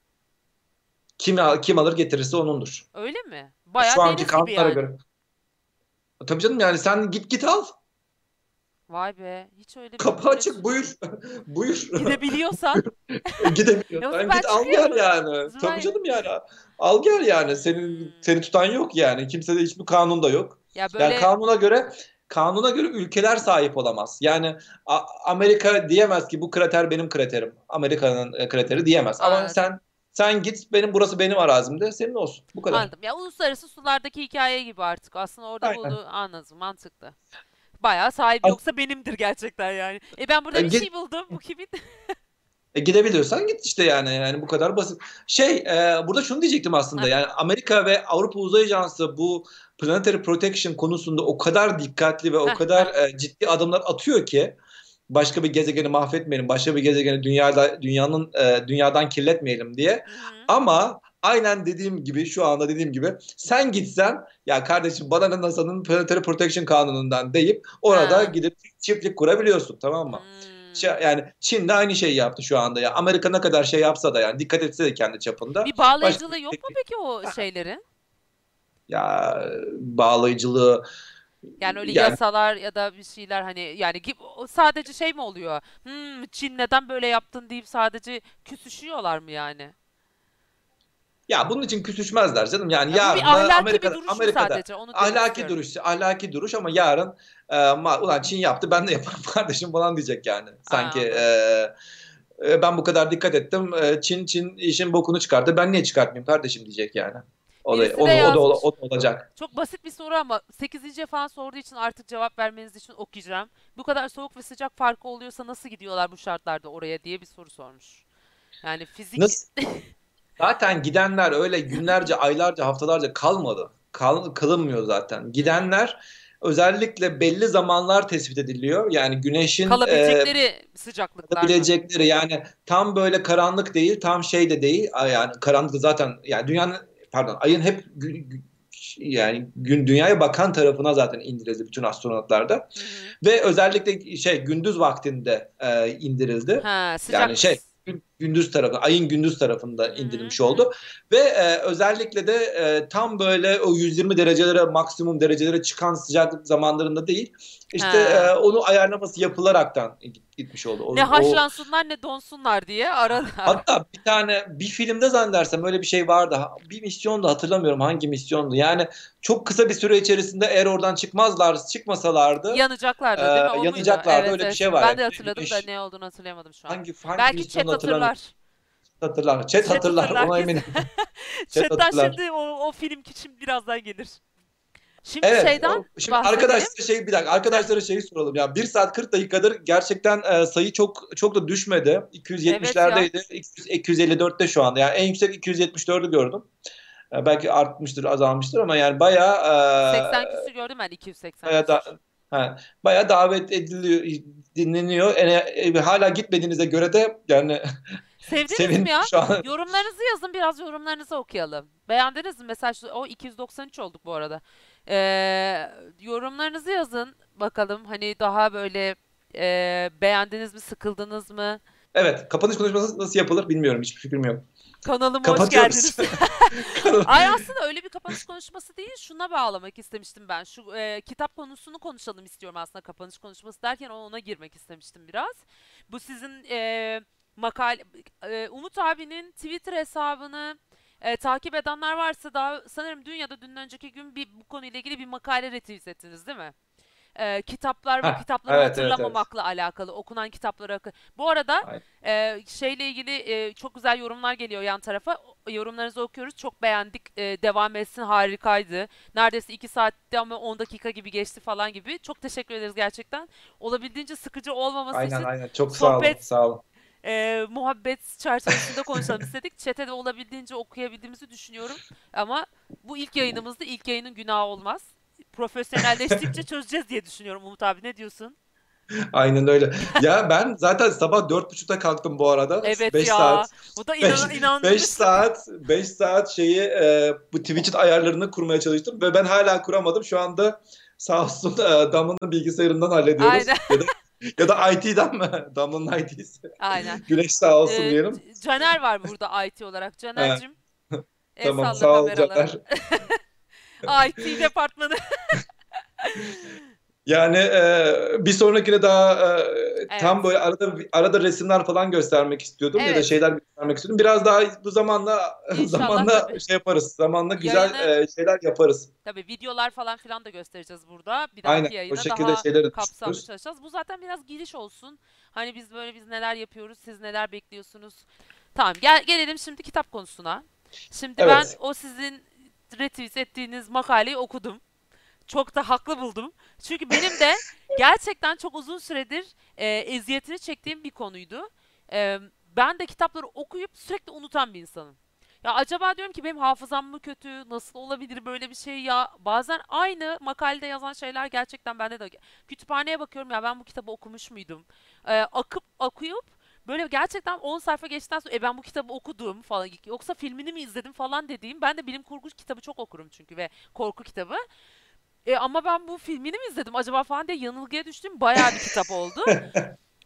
Kim, kim alır getirirse onundur. Öyle mi? Şu Bayağı anki deniz gibi kanunlara yani. göre. Tabii canım yani sen git git al. Vay be. Hiç öyle Kapı böyle açık düşünmedim. buyur. Buyur. Gidebiliyorsan. Ya o Gidebiliyorsan zaman git al çıkıyor gel mu? O yani. Tabii zaman canım yani. Al gel yani. Senin hmm. seni tutan yok yani. Kimsede hiçbir kanun da yok. Ya Yani böyle kanuna göre kanuna göre ülkeler sahip olamaz. Yani A- Amerika diyemez ki bu krater benim kraterim. Amerika'nın e, krateri diyemez. Ama anladım. sen sen git benim burası benim arazimde senin olsun. Bu kadar. Anladım. Ya uluslararası sulardaki hikaye gibi artık. Aslında orada Aynen. bulduğu anladım. Mantıklı. Bayağı sahibi Al- yoksa benimdir gerçekten yani. E ben burada e, bir git şey buldum. Bu kimin? E, gidebiliyorsan git işte yani yani bu kadar basit. Şey e, burada şunu diyecektim aslında Aha. yani Amerika ve Avrupa Uzay Ajansı bu planetary protection konusunda o kadar dikkatli ve o Heh, kadar heh. e, ciddi adımlar atıyor ki başka bir gezegeni mahvetmeyelim, başka bir gezegeni dünyada dünyanın e, dünyadan kirletmeyelim diye. Hı hı. Ama aynen dediğim gibi şu anda dediğim gibi sen gitsen ya kardeşim bana ne NASA'nın planetary protection kanunundan deyip orada Ha. gidip çiftlik kurabiliyorsun, tamam mı? Hmm. Ç- Yani Çin de aynı şeyi yaptı şu anda ya. Amerika ne kadar şey yapsa da yani dikkat etse de kendi çapında Bir başka bağlayıcılığı yok mu bir peki o şeylerin? ya bağlayıcılığı Yani öyle yani yasalar ya da bir şeyler hani yani gibi o sadece şey mi oluyor? Hmm, Çin neden böyle yaptın deyip sadece küsüşüyorlar mı yani? ya bunun için küsüşmezler canım. Yani Ya bu bir yarın da ahlaki bir Amerika'da duruş mu Amerika'da sadece? Onu demek ahlaki istiyorum. duruş ahlaki duruş ama yarın e, ma- ulan Çin yaptı ben de yaparım kardeşim falan diyecek yani. Aa, Sanki anladım. e, e, ben bu kadar dikkat ettim. E, Çin Çin işin bokunu çıkardı. Ben niye çıkartmayayım kardeşim diyecek yani. O da Birisi o de da o da, yazmış. o da olacak. Çok basit bir soru ama sekizinci falan sorduğu için artık cevap vermeniz için okuyacağım. Bu kadar soğuk ve sıcak farkı oluyorsa nasıl gidiyorlar bu şartlarda oraya diye bir soru sormuş. Yani fizik Nasıl? Zaten gidenler öyle günlerce, aylarca, haftalarca kalmadı. Kal, kalınmıyor zaten. hmm, Gidenler özellikle belli zamanlar tespit ediliyor. Yani güneşin e, kalabilecekleri sıcaklıklar mı? olabilecekleri yani tam böyle karanlık değil, tam şey de değil. Yani karanlık zaten yani dünyanın pardon ayın hep gü- gü- yani gün dünyaya bakan tarafına zaten indirildi bütün astronotlarda Hı hı. ve özellikle şey gündüz vaktinde e, indirildi. Ha, sıcak. Yani şey gündüz tarafı, ayın gündüz tarafında Hı hı indirilmiş hı. Hı. oldu. Ve e, özellikle de e, tam böyle o yüz yirmi derecelere maksimum derecelere çıkan sıcaklık zamanlarında değil. İşte e, Ha. onu ayarlaması yapılaraktan gitmiş oldu. Ne O, o haşlansınlar ne donsunlar diye arada. hatta bir tane bir filmde zannedersem öyle bir şey vardı. Ha- Bir misyondu hatırlamıyorum hangi misyondu. Yani çok kısa bir süre içerisinde eğer oradan çıkmazlar, çıkmasalardı e, Yanacaklardı değil mi? O muydu? yanacaklardı. Evet Öyle bir evet. şey Şimdi var ben yani. de Güneş, hatırladım da güneş ne olduğunu hatırlayamadım şu an. hangi hangi Belki chat misyonda hatırlamıyorum. hatırlar. Hatırlar. Chat Chat hatırlar. hatırlar Ona kesin. eminim. Chat Chat'ten hatırlar. şimdi o, o film için birazdan gelir. Şimdi Evet. şeyden O, şimdi bahsedelim. arkadaşlara şey bir dakika Heh, arkadaşlara şeyi soralım ya. Bir saat kırk dakikadır gerçekten e, sayı çok çok da düşmedi. evet ya. iki yüz yetmişlerdeydi. iki yüz, iki yüz elli dörtte şu anda. Yani en yüksek iki yüz yetmiş dördü gördüm. E, belki artmıştır, azalmıştır ama yani bayağı seksen e, küsür gördüm ben iki yüz seksen bayağı da küsür. ha, bayağı davet ediliyor, dinleniyor. E, e, hala gitmediğinize göre de yani Sevdiniz mi sevindim ya? şu an. Yorumlarınızı yazın biraz yorumlarınızı okuyalım. Beğendiniz mi? Mesela şu, o iki yüz doksan üç olduk bu arada. Ee, yorumlarınızı yazın bakalım. Hani daha böyle e, beğendiniz mi, sıkıldınız mı? Evet, kapanış konuşması nasıl yapılır bilmiyorum. Hiçbir fikrim yok. Kanalıma hoş Kapatıyoruz. geldiniz. Ay aslında öyle bir kapanış konuşması değil, şuna bağlamak istemiştim ben. Şu e, kitap konusunu konuşalım istiyorum aslında kapanış konuşması derken ona girmek istemiştim biraz. Bu sizin e, makale e, Umut abinin Twitter hesabını e, takip edenler varsa daha sanırım dün ya da dün önceki gün bir bu konuyla ilgili bir makale retweet ettiniz değil mi? E, kitaplar ve Ha, kitapları evet evet evet. hatırlamamakla alakalı okunan kitapları akı- Bu arada Aynen. e, şeyle ilgili e, çok güzel yorumlar geliyor yan tarafa. O- Yorumlarınızı okuyoruz. Çok beğendik. E, devam etsin. Harikaydı. Neredeyse iki saatti ama on dakika gibi geçti falan gibi. Çok teşekkür ederiz gerçekten. Olabildiğince sıkıcı olmaması Aynen için aynen. Çok sağ olun. sohbet, Sağ olun. e, muhabbet çerçevesinde konuşalım istedik. Chat'e de olabildiğince okuyabildiğimizi düşünüyorum. Ama bu ilk yayınımızda ilk yayının günahı olmaz. Profesyonelleştikçe çözeceğiz diye düşünüyorum Umut abi. Ne diyorsun? Aynen öyle. Ya ben zaten sabah dört buçukta kalktım bu arada. Evet Beş saat ya. Bu da beş inan beş inandırıcı. saat beş saat şeyi e, bu Twitch'in ayarlarını kurmaya çalıştım ve ben hala kuramadım. Şu anda sağ olsun e, Damla'nın bilgisayarından hallediyoruz. Aynen. Ya da ya da I T'den mi? Damla'nın I T'si. Aynen. Güneş sağ olsun Ee, diyelim. C- Caner var burada I T olarak. Ha, Caner'cim el tamam salla sağ ol kameralara. Caner. I T departmanı. Yani e, bir sonrakine daha e, tam Evet. böyle arada arada resimler falan göstermek istiyordum ya da Evet. şeyler göstermek istiyordum. Biraz daha bu zamanla İnşallah zamanla tabii. şey yaparız. Zamanla güzel Yayını e, şeyler yaparız. tabii videolar falan filan da göstereceğiz burada. Bir Aynen dahaki o yayına şekilde daha şeyleri kapsamlı düşünüyoruz. çalışacağız. Bu zaten biraz giriş olsun. Hani biz böyle biz neler yapıyoruz, siz neler bekliyorsunuz. Tamam, gel gelelim şimdi kitap konusuna. Şimdi ben Evet. o sizin retweet ettiğiniz makaleyi okudum. Çok da haklı buldum. Çünkü benim de gerçekten çok uzun süredir e, eziyetini çektiğim bir konuydu. E, ben de kitapları okuyup sürekli unutan bir insanım. Ya acaba diyorum ki benim hafızam mı kötü? Nasıl olabilir böyle bir şey ya? Bazen aynı makalede yazan şeyler gerçekten bende de. Kütüphaneye bakıyorum ya ben bu kitabı okumuş muydum? E, akıp okuyup böyle gerçekten on sayfa geçtikten sonra e ben bu kitabı okudum falan. Yoksa filmini mi izledim falan dediğim. Ben de bilim kurgu kitabı çok okurum çünkü ve korku kitabı. E, ama ben bu filmini mi izledim acaba falan diye yanılgıya düştüm. Bayağı bir kitap oldu.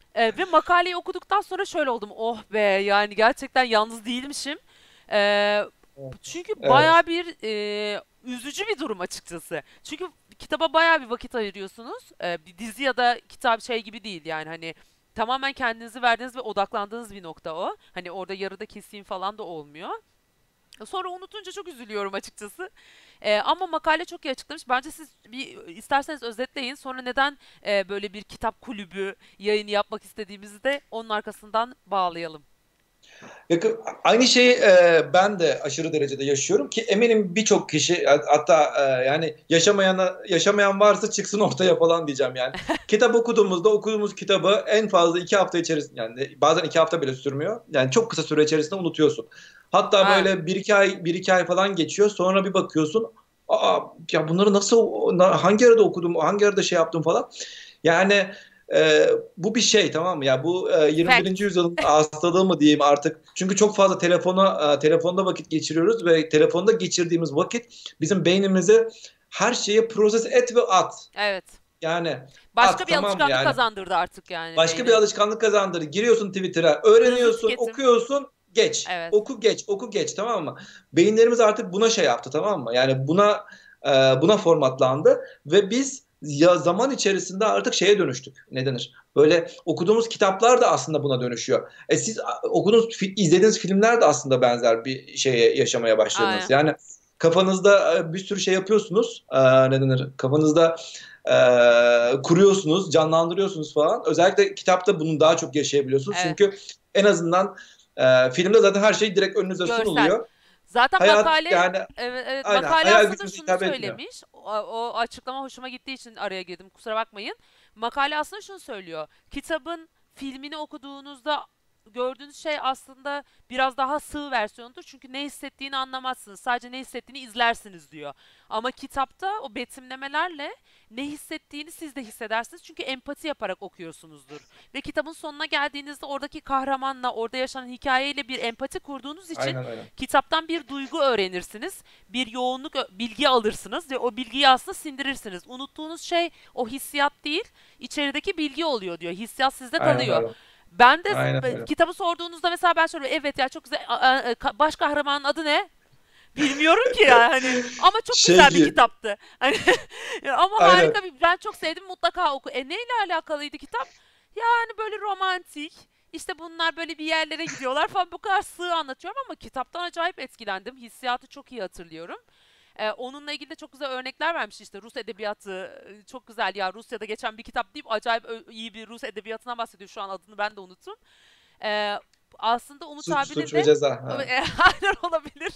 Ee, ve makaleyi okuduktan sonra şöyle oldum. Oh be, yani gerçekten yalnız değilmişim. Ee, Çünkü Evet. baya bir e, üzücü bir durum açıkçası. Çünkü kitaba baya bir vakit ayırıyorsunuz. Ee, bir dizi ya da kitap şey gibi değil yani, hani tamamen kendinizi verdiğiniz ve odaklandığınız bir nokta o. Hani orada yarıda keseyim falan da olmuyor. Sonra unutunca çok üzülüyorum açıkçası. Ee, ama makale çok iyi açıklamış. Bence siz bir isterseniz özetleyin. Sonra neden e, böyle bir kitap kulübü yayını yapmak istediğimizi de onun arkasından bağlayalım. Yakın, aynı şeyi e, ben de aşırı derecede yaşıyorum ki eminim birçok kişi, hatta e, yani yaşamayana yaşamayan varsa çıksın ortaya falan diyeceğim yani. Kitap okuduğumuzda okuduğumuz kitabı en fazla iki hafta içerisinde, yani bazen iki hafta bile sürmüyor. Yani çok kısa süre içerisinde unutuyorsun. Hatta Ha, böyle bir iki ay bir iki ay falan geçiyor. Sonra bir bakıyorsun, aa, ya bunları nasıl, hangi arada okudum, hangi arada şey yaptım falan. Yani e, bu bir şey, tamam mı? Ya bu e, yirmi birinci fact. yüzyılın hastalığı mı diyeyim artık. Çünkü çok fazla telefona e, telefonda vakit geçiriyoruz ve telefonda geçirdiğimiz vakit bizim beynimize her şeyi proses et ve at. Evet. Yani Başka at, bir tamam mı alışkanlık yani? kazandırdı artık yani Başka bir beyne. alışkanlık kazandır. Giriyorsun Twitter'a, Hızlı öğreniyorsun, tüketim. okuyorsun, geç. Evet. Oku geç, oku geç, tamam mı? Beyinlerimiz artık buna şey yaptı, tamam mı? Yani buna e, buna formatlandı ve biz ya zaman içerisinde artık şeye dönüştük. Ne denir? Böyle okuduğumuz kitaplar da aslında buna dönüşüyor. E siz a, okuduğunuz, fi- izlediğiniz filmler de aslında benzer bir şeye yaşamaya başladınız. Aynen. Yani kafanızda e, bir sürü şey yapıyorsunuz. E, ne denir? Kafanızda e, kuruyorsunuz, canlandırıyorsunuz falan. Özellikle kitapta bunu daha çok yaşayabiliyorsunuz. Evet. Çünkü en azından e, filmde zaten her şey direkt önünüze Görsel. sunuluyor. Zaten Hayat makale, yani evet, evet, aynen makale hayal aslında gücümüze şunu hitap etmiyor. söylemiş. O, o açıklama hoşuma gittiği için araya girdim. Kusura bakmayın. Makale aslında şunu söylüyor. Kitabın filmini okuduğunuzda gördüğünüz şey aslında biraz daha sığ versiyonudur. Çünkü ne hissettiğini anlamazsınız. Sadece ne hissettiğini izlersiniz diyor. Ama kitapta o betimlemelerle ne hissettiğini siz de hissedersiniz. Çünkü empati yaparak okuyorsunuzdur. Ve kitabın sonuna geldiğinizde oradaki kahramanla, orada yaşanan hikayeyle bir empati kurduğunuz için Aynen öyle. kitaptan bir duygu öğrenirsiniz. Bir yoğunluk, bilgi alırsınız ve o bilgiyi aslında sindirirsiniz. Unuttuğunuz şey o hissiyat değil, içerideki bilgi oluyor diyor. Hissiyat sizde Aynen kalıyor. öyle. Ben de Aynen öyle. kitabı sorduğunuzda mesela ben soruyorum, evet ya çok güzel, baş kahramanın adı ne? Bilmiyorum ki ya, hani, ama çok Şey güzel bir gibi. kitaptı. Hani ama Aynen. harika bir, ben çok sevdim, mutlaka oku. E neyle alakalıydı kitap? Yani böyle romantik. İşte bunlar böyle bir yerlere gidiyorlar falan, bu kadar sığ anlatıyorum ama kitaptan acayip etkilendim. Hissiyatı çok iyi hatırlıyorum. Ee, onunla ilgili de çok güzel örnekler vermiş, işte Rus edebiyatı e, çok güzel ya, Rusya'da geçen bir kitap deyip acayip ö- iyi bir Rus edebiyatından bahsediyor. Şu an adını ben de unuttum. Ee, Aslında Umut Suç, abinin suç ve de ceza. Ha. aynen olabilir.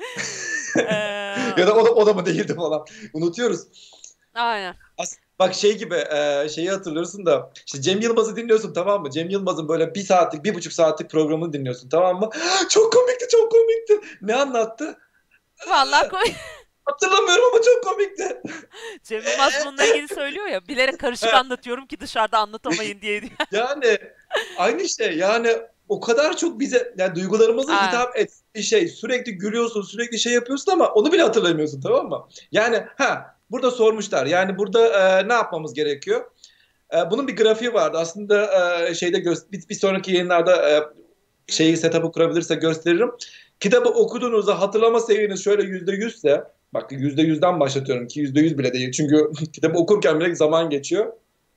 Ee, Ya da o da, o da mı değildi falan. Unutuyoruz. aynen. As Bak şey gibi, e, şeyi hatırlıyorsun da işte Cem Yılmaz'ı dinliyorsun, tamam mı? Cem Yılmaz'ın böyle bir saatlik, bir buçuk saatlik programını dinliyorsun, tamam mı? Çok komikti, çok komikti. Ne anlattı? Vallahi koy. Hatırlamıyorum ama çok komikti. Cem Yılmaz bununla ilgili söylüyor ya, bilerek karışık anlatıyorum ki dışarıda anlatamayın diye diyor. Yani aynı şey yani, o kadar çok bize yani duygularımıza Aa, hitap ettiği şey, sürekli gülüyorsun, sürekli şey yapıyorsun ama onu bile hatırlamıyorsun, tamam mı? Yani ha, burada sormuşlar yani burada e, ne yapmamız gerekiyor? E, bunun bir grafiği vardı aslında, e, şeyde gö- bir, bir sonraki yayınlarda e, hı şeyi, hı. setup'ı kurabilirse gösteririm. Kitabı okuduğunuzda hatırlama seviyeniz şöyle yüzde yüzse, bak yüzde yüzden başlatıyorum ki yüzde yüz bile değil çünkü kitabı okurken bile zaman geçiyor.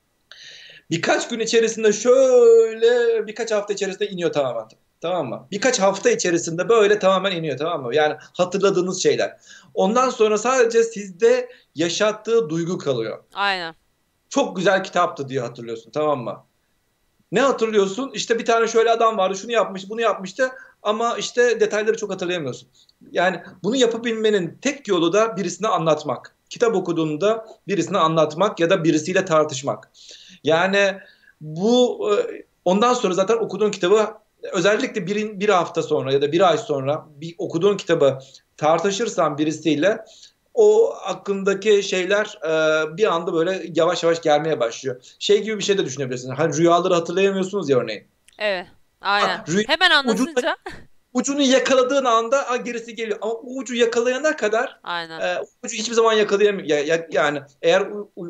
Birkaç gün içerisinde şöyle, birkaç hafta içerisinde iniyor tamamen. Tamam mı? Hı Birkaç hı. hafta içerisinde böyle tamamen iniyor, tamam mı? Yani hatırladığınız şeyler. Ondan sonra sadece sizde yaşattığı duygu kalıyor. Aynen. Çok güzel kitaptı diye hatırlıyorsun, tamam mı? Ne hatırlıyorsun? İşte bir tane şöyle adam vardı, şunu yapmış, bunu yapmıştı ama işte detayları çok hatırlayamıyorsun. Yani bunu yapabilmenin tek yolu da birisine anlatmak. Kitap okuduğunda birisine anlatmak ya da birisiyle tartışmak. Yani bu e, ondan sonra zaten okuduğun kitabı, özellikle bir, bir hafta sonra ya da bir ay sonra bir okuduğun kitabı tartışırsan birisiyle, o hakkındaki şeyler e, bir anda böyle yavaş yavaş gelmeye başlıyor. Şey gibi bir şey de düşünebilirsin. Hani rüyaları hatırlayamıyorsunuz ya örneğin. Evet. Aynen. Ha, rüya Hemen ucunu, anlatınca. ucunu yakaladığın anda ha, gerisi geliyor. Ama ucu yakalayana kadar Aynen. e, ucu hiçbir zaman yakalayamıyor. Ya, ya, yani eğer u, u,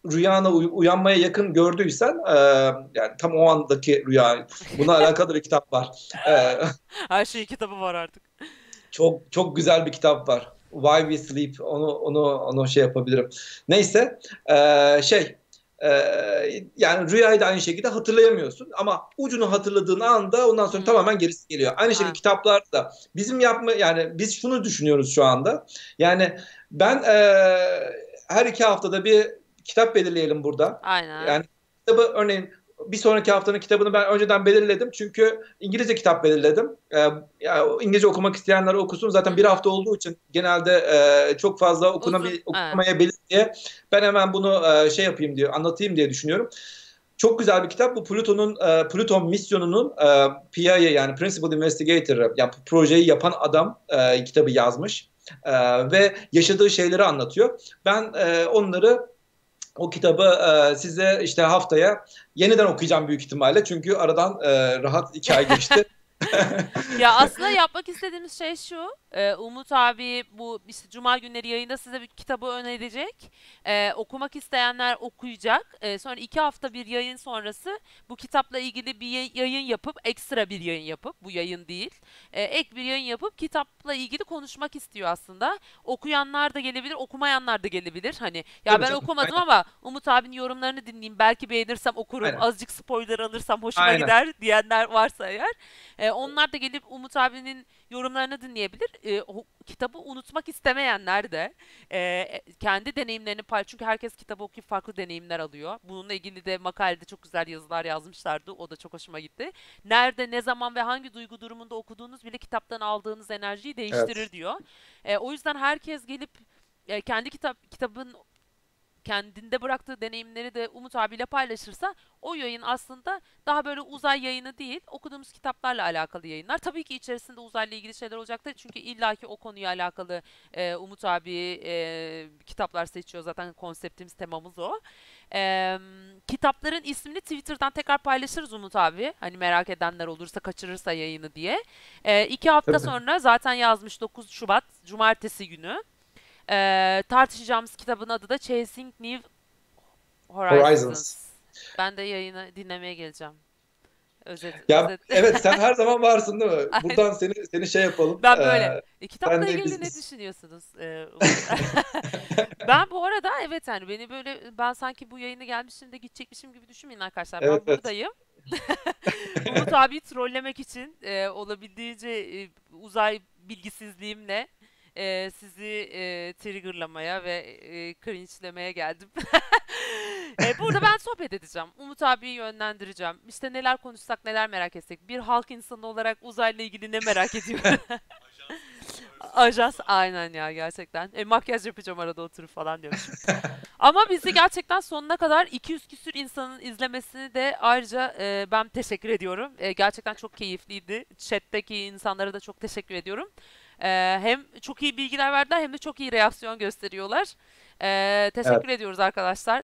rüyana uy- uyanmaya yakın gördüysen e, yani tam o andaki rüya. Buna alakalı bir kitap var. E, Her şeyin kitabı var artık. çok çok güzel bir kitap var. Why We Sleep. Onu onu onu şey yapabilirim. Neyse e, şey e, yani rüyayı da aynı şekilde hatırlayamıyorsun ama ucunu hatırladığın anda ondan sonra Hmm. tamamen gerisi geliyor. Aynı şekilde Ha, kitaplarda da bizim yapma yani biz şunu düşünüyoruz şu anda. Yani ben e, her iki haftada bir kitap belirleyelim burada. aynen. Yani kitabı örneğin bir sonraki haftanın kitabını ben önceden belirledim. Çünkü İngilizce kitap belirledim. Ee, yani İngilizce okumak isteyenler okusun. Hı Zaten bir hı. hafta olduğu için genelde e, çok fazla Uzun. okunabil- Evet. okunamayabilir diye ben hemen bunu e, şey yapayım diye anlatayım diye düşünüyorum. Çok güzel bir kitap. Bu Plüton'un e, Plüton misyonunun e, P I A yani Principal Investigator yani projeyi yapan adam e, kitabı yazmış. E, ve yaşadığı şeyleri anlatıyor. Ben e, onları o kitabı e, size işte haftaya yeniden okuyacağım büyük ihtimalle. Çünkü aradan e, rahat iki ay geçti. Ya aslında yapmak istediğimiz şey şu. e, Umut abi bu işte Cuma günleri yayında size bir kitabı önerecek. E, okumak isteyenler okuyacak. E, sonra iki hafta bir yayın sonrası bu kitapla ilgili bir yay- yayın yapıp ekstra bir yayın yapıp bu yayın değil. e, ek bir yayın yapıp kitapla ilgili konuşmak istiyor aslında. Okuyanlar da gelebilir, okumayanlar da gelebilir. Hani ya Tabii ben canım. okumadım Aynen. ama Umut abinin yorumlarını dinleyeyim. Belki beğenirsem okurum. Aynen. Azıcık spoiler alırsam hoşuma Aynen. gider diyenler varsa eğer. E, onlar da gelip Umut abinin yorumlarını dinleyebilir. E, o, kitabı unutmak istemeyenler de e, kendi deneyimlerini paylaş. Çünkü herkes kitabı okuyup farklı deneyimler alıyor. Bununla ilgili de makalede çok güzel yazılar yazmışlardı. O da çok hoşuma gitti. Nerede, ne zaman ve hangi duygu durumunda okuduğunuz bile kitaptan aldığınız enerjiyi değiştirir Evet. diyor. E, o yüzden herkes gelip e, kendi kitap kitabın kendinde bıraktığı deneyimleri de Umut abiyle paylaşırsa o yayın aslında daha böyle uzay yayını değil, okuduğumuz kitaplarla alakalı yayınlar. Tabii ki içerisinde uzayla ilgili şeyler olacaktır. Çünkü illaki o konuya alakalı e, Umut abi e, kitaplar seçiyor. Zaten konseptimiz, temamız o. E, kitapların ismini Twitter'dan tekrar paylaşırız Umut abi. Hani merak edenler olursa, kaçırırsa yayını diye. E, iki hafta Tabii. sonra zaten yazmış dokuz Şubat Cumartesi günü. Ee, tartışacağımız kitabın adı da Chasing New Horizons. Horizons. Ben de yayını dinlemeye geleceğim. Özet, Ya özet. evet sen her zaman varsın değil mi? Aynen. Buradan seni seni şey yapalım. Ben Ee, böyle. E, kitapla sen de ilgili biz ne biz. düşünüyorsunuz ee, Umut? Ben bu arada evet yani beni böyle ben sanki bu yayına gelmişim de gidecekmişim gibi düşünmeyin arkadaşlar. Evet Ben evet. buradayım. Umut abi trollemek için e, olabildiğince e, uzay bilgisizliğimle e, sizi e, triggerlamaya ve e, cringe'lemeye geldim. E, burada ben sohbet edeceğim. Umut abiyi yönlendireceğim. İşte neler konuşsak, neler merak etsek. Bir halk insanı olarak uzayla ilgili ne merak ediyor? Ajans aynen ya gerçekten. E, makyaj yapacağım arada oturup falan diyormuşum. Ama bizi gerçekten sonuna kadar iki yüz küsür insanın izlemesini de ayrıca e, ben teşekkür ediyorum. E, gerçekten çok keyifliydi. Chat'teki insanlara da çok teşekkür ediyorum. E, hem çok iyi bilgiler verdiler hem de çok iyi reaksiyon gösteriyorlar. E, teşekkür Evet. ediyoruz arkadaşlar.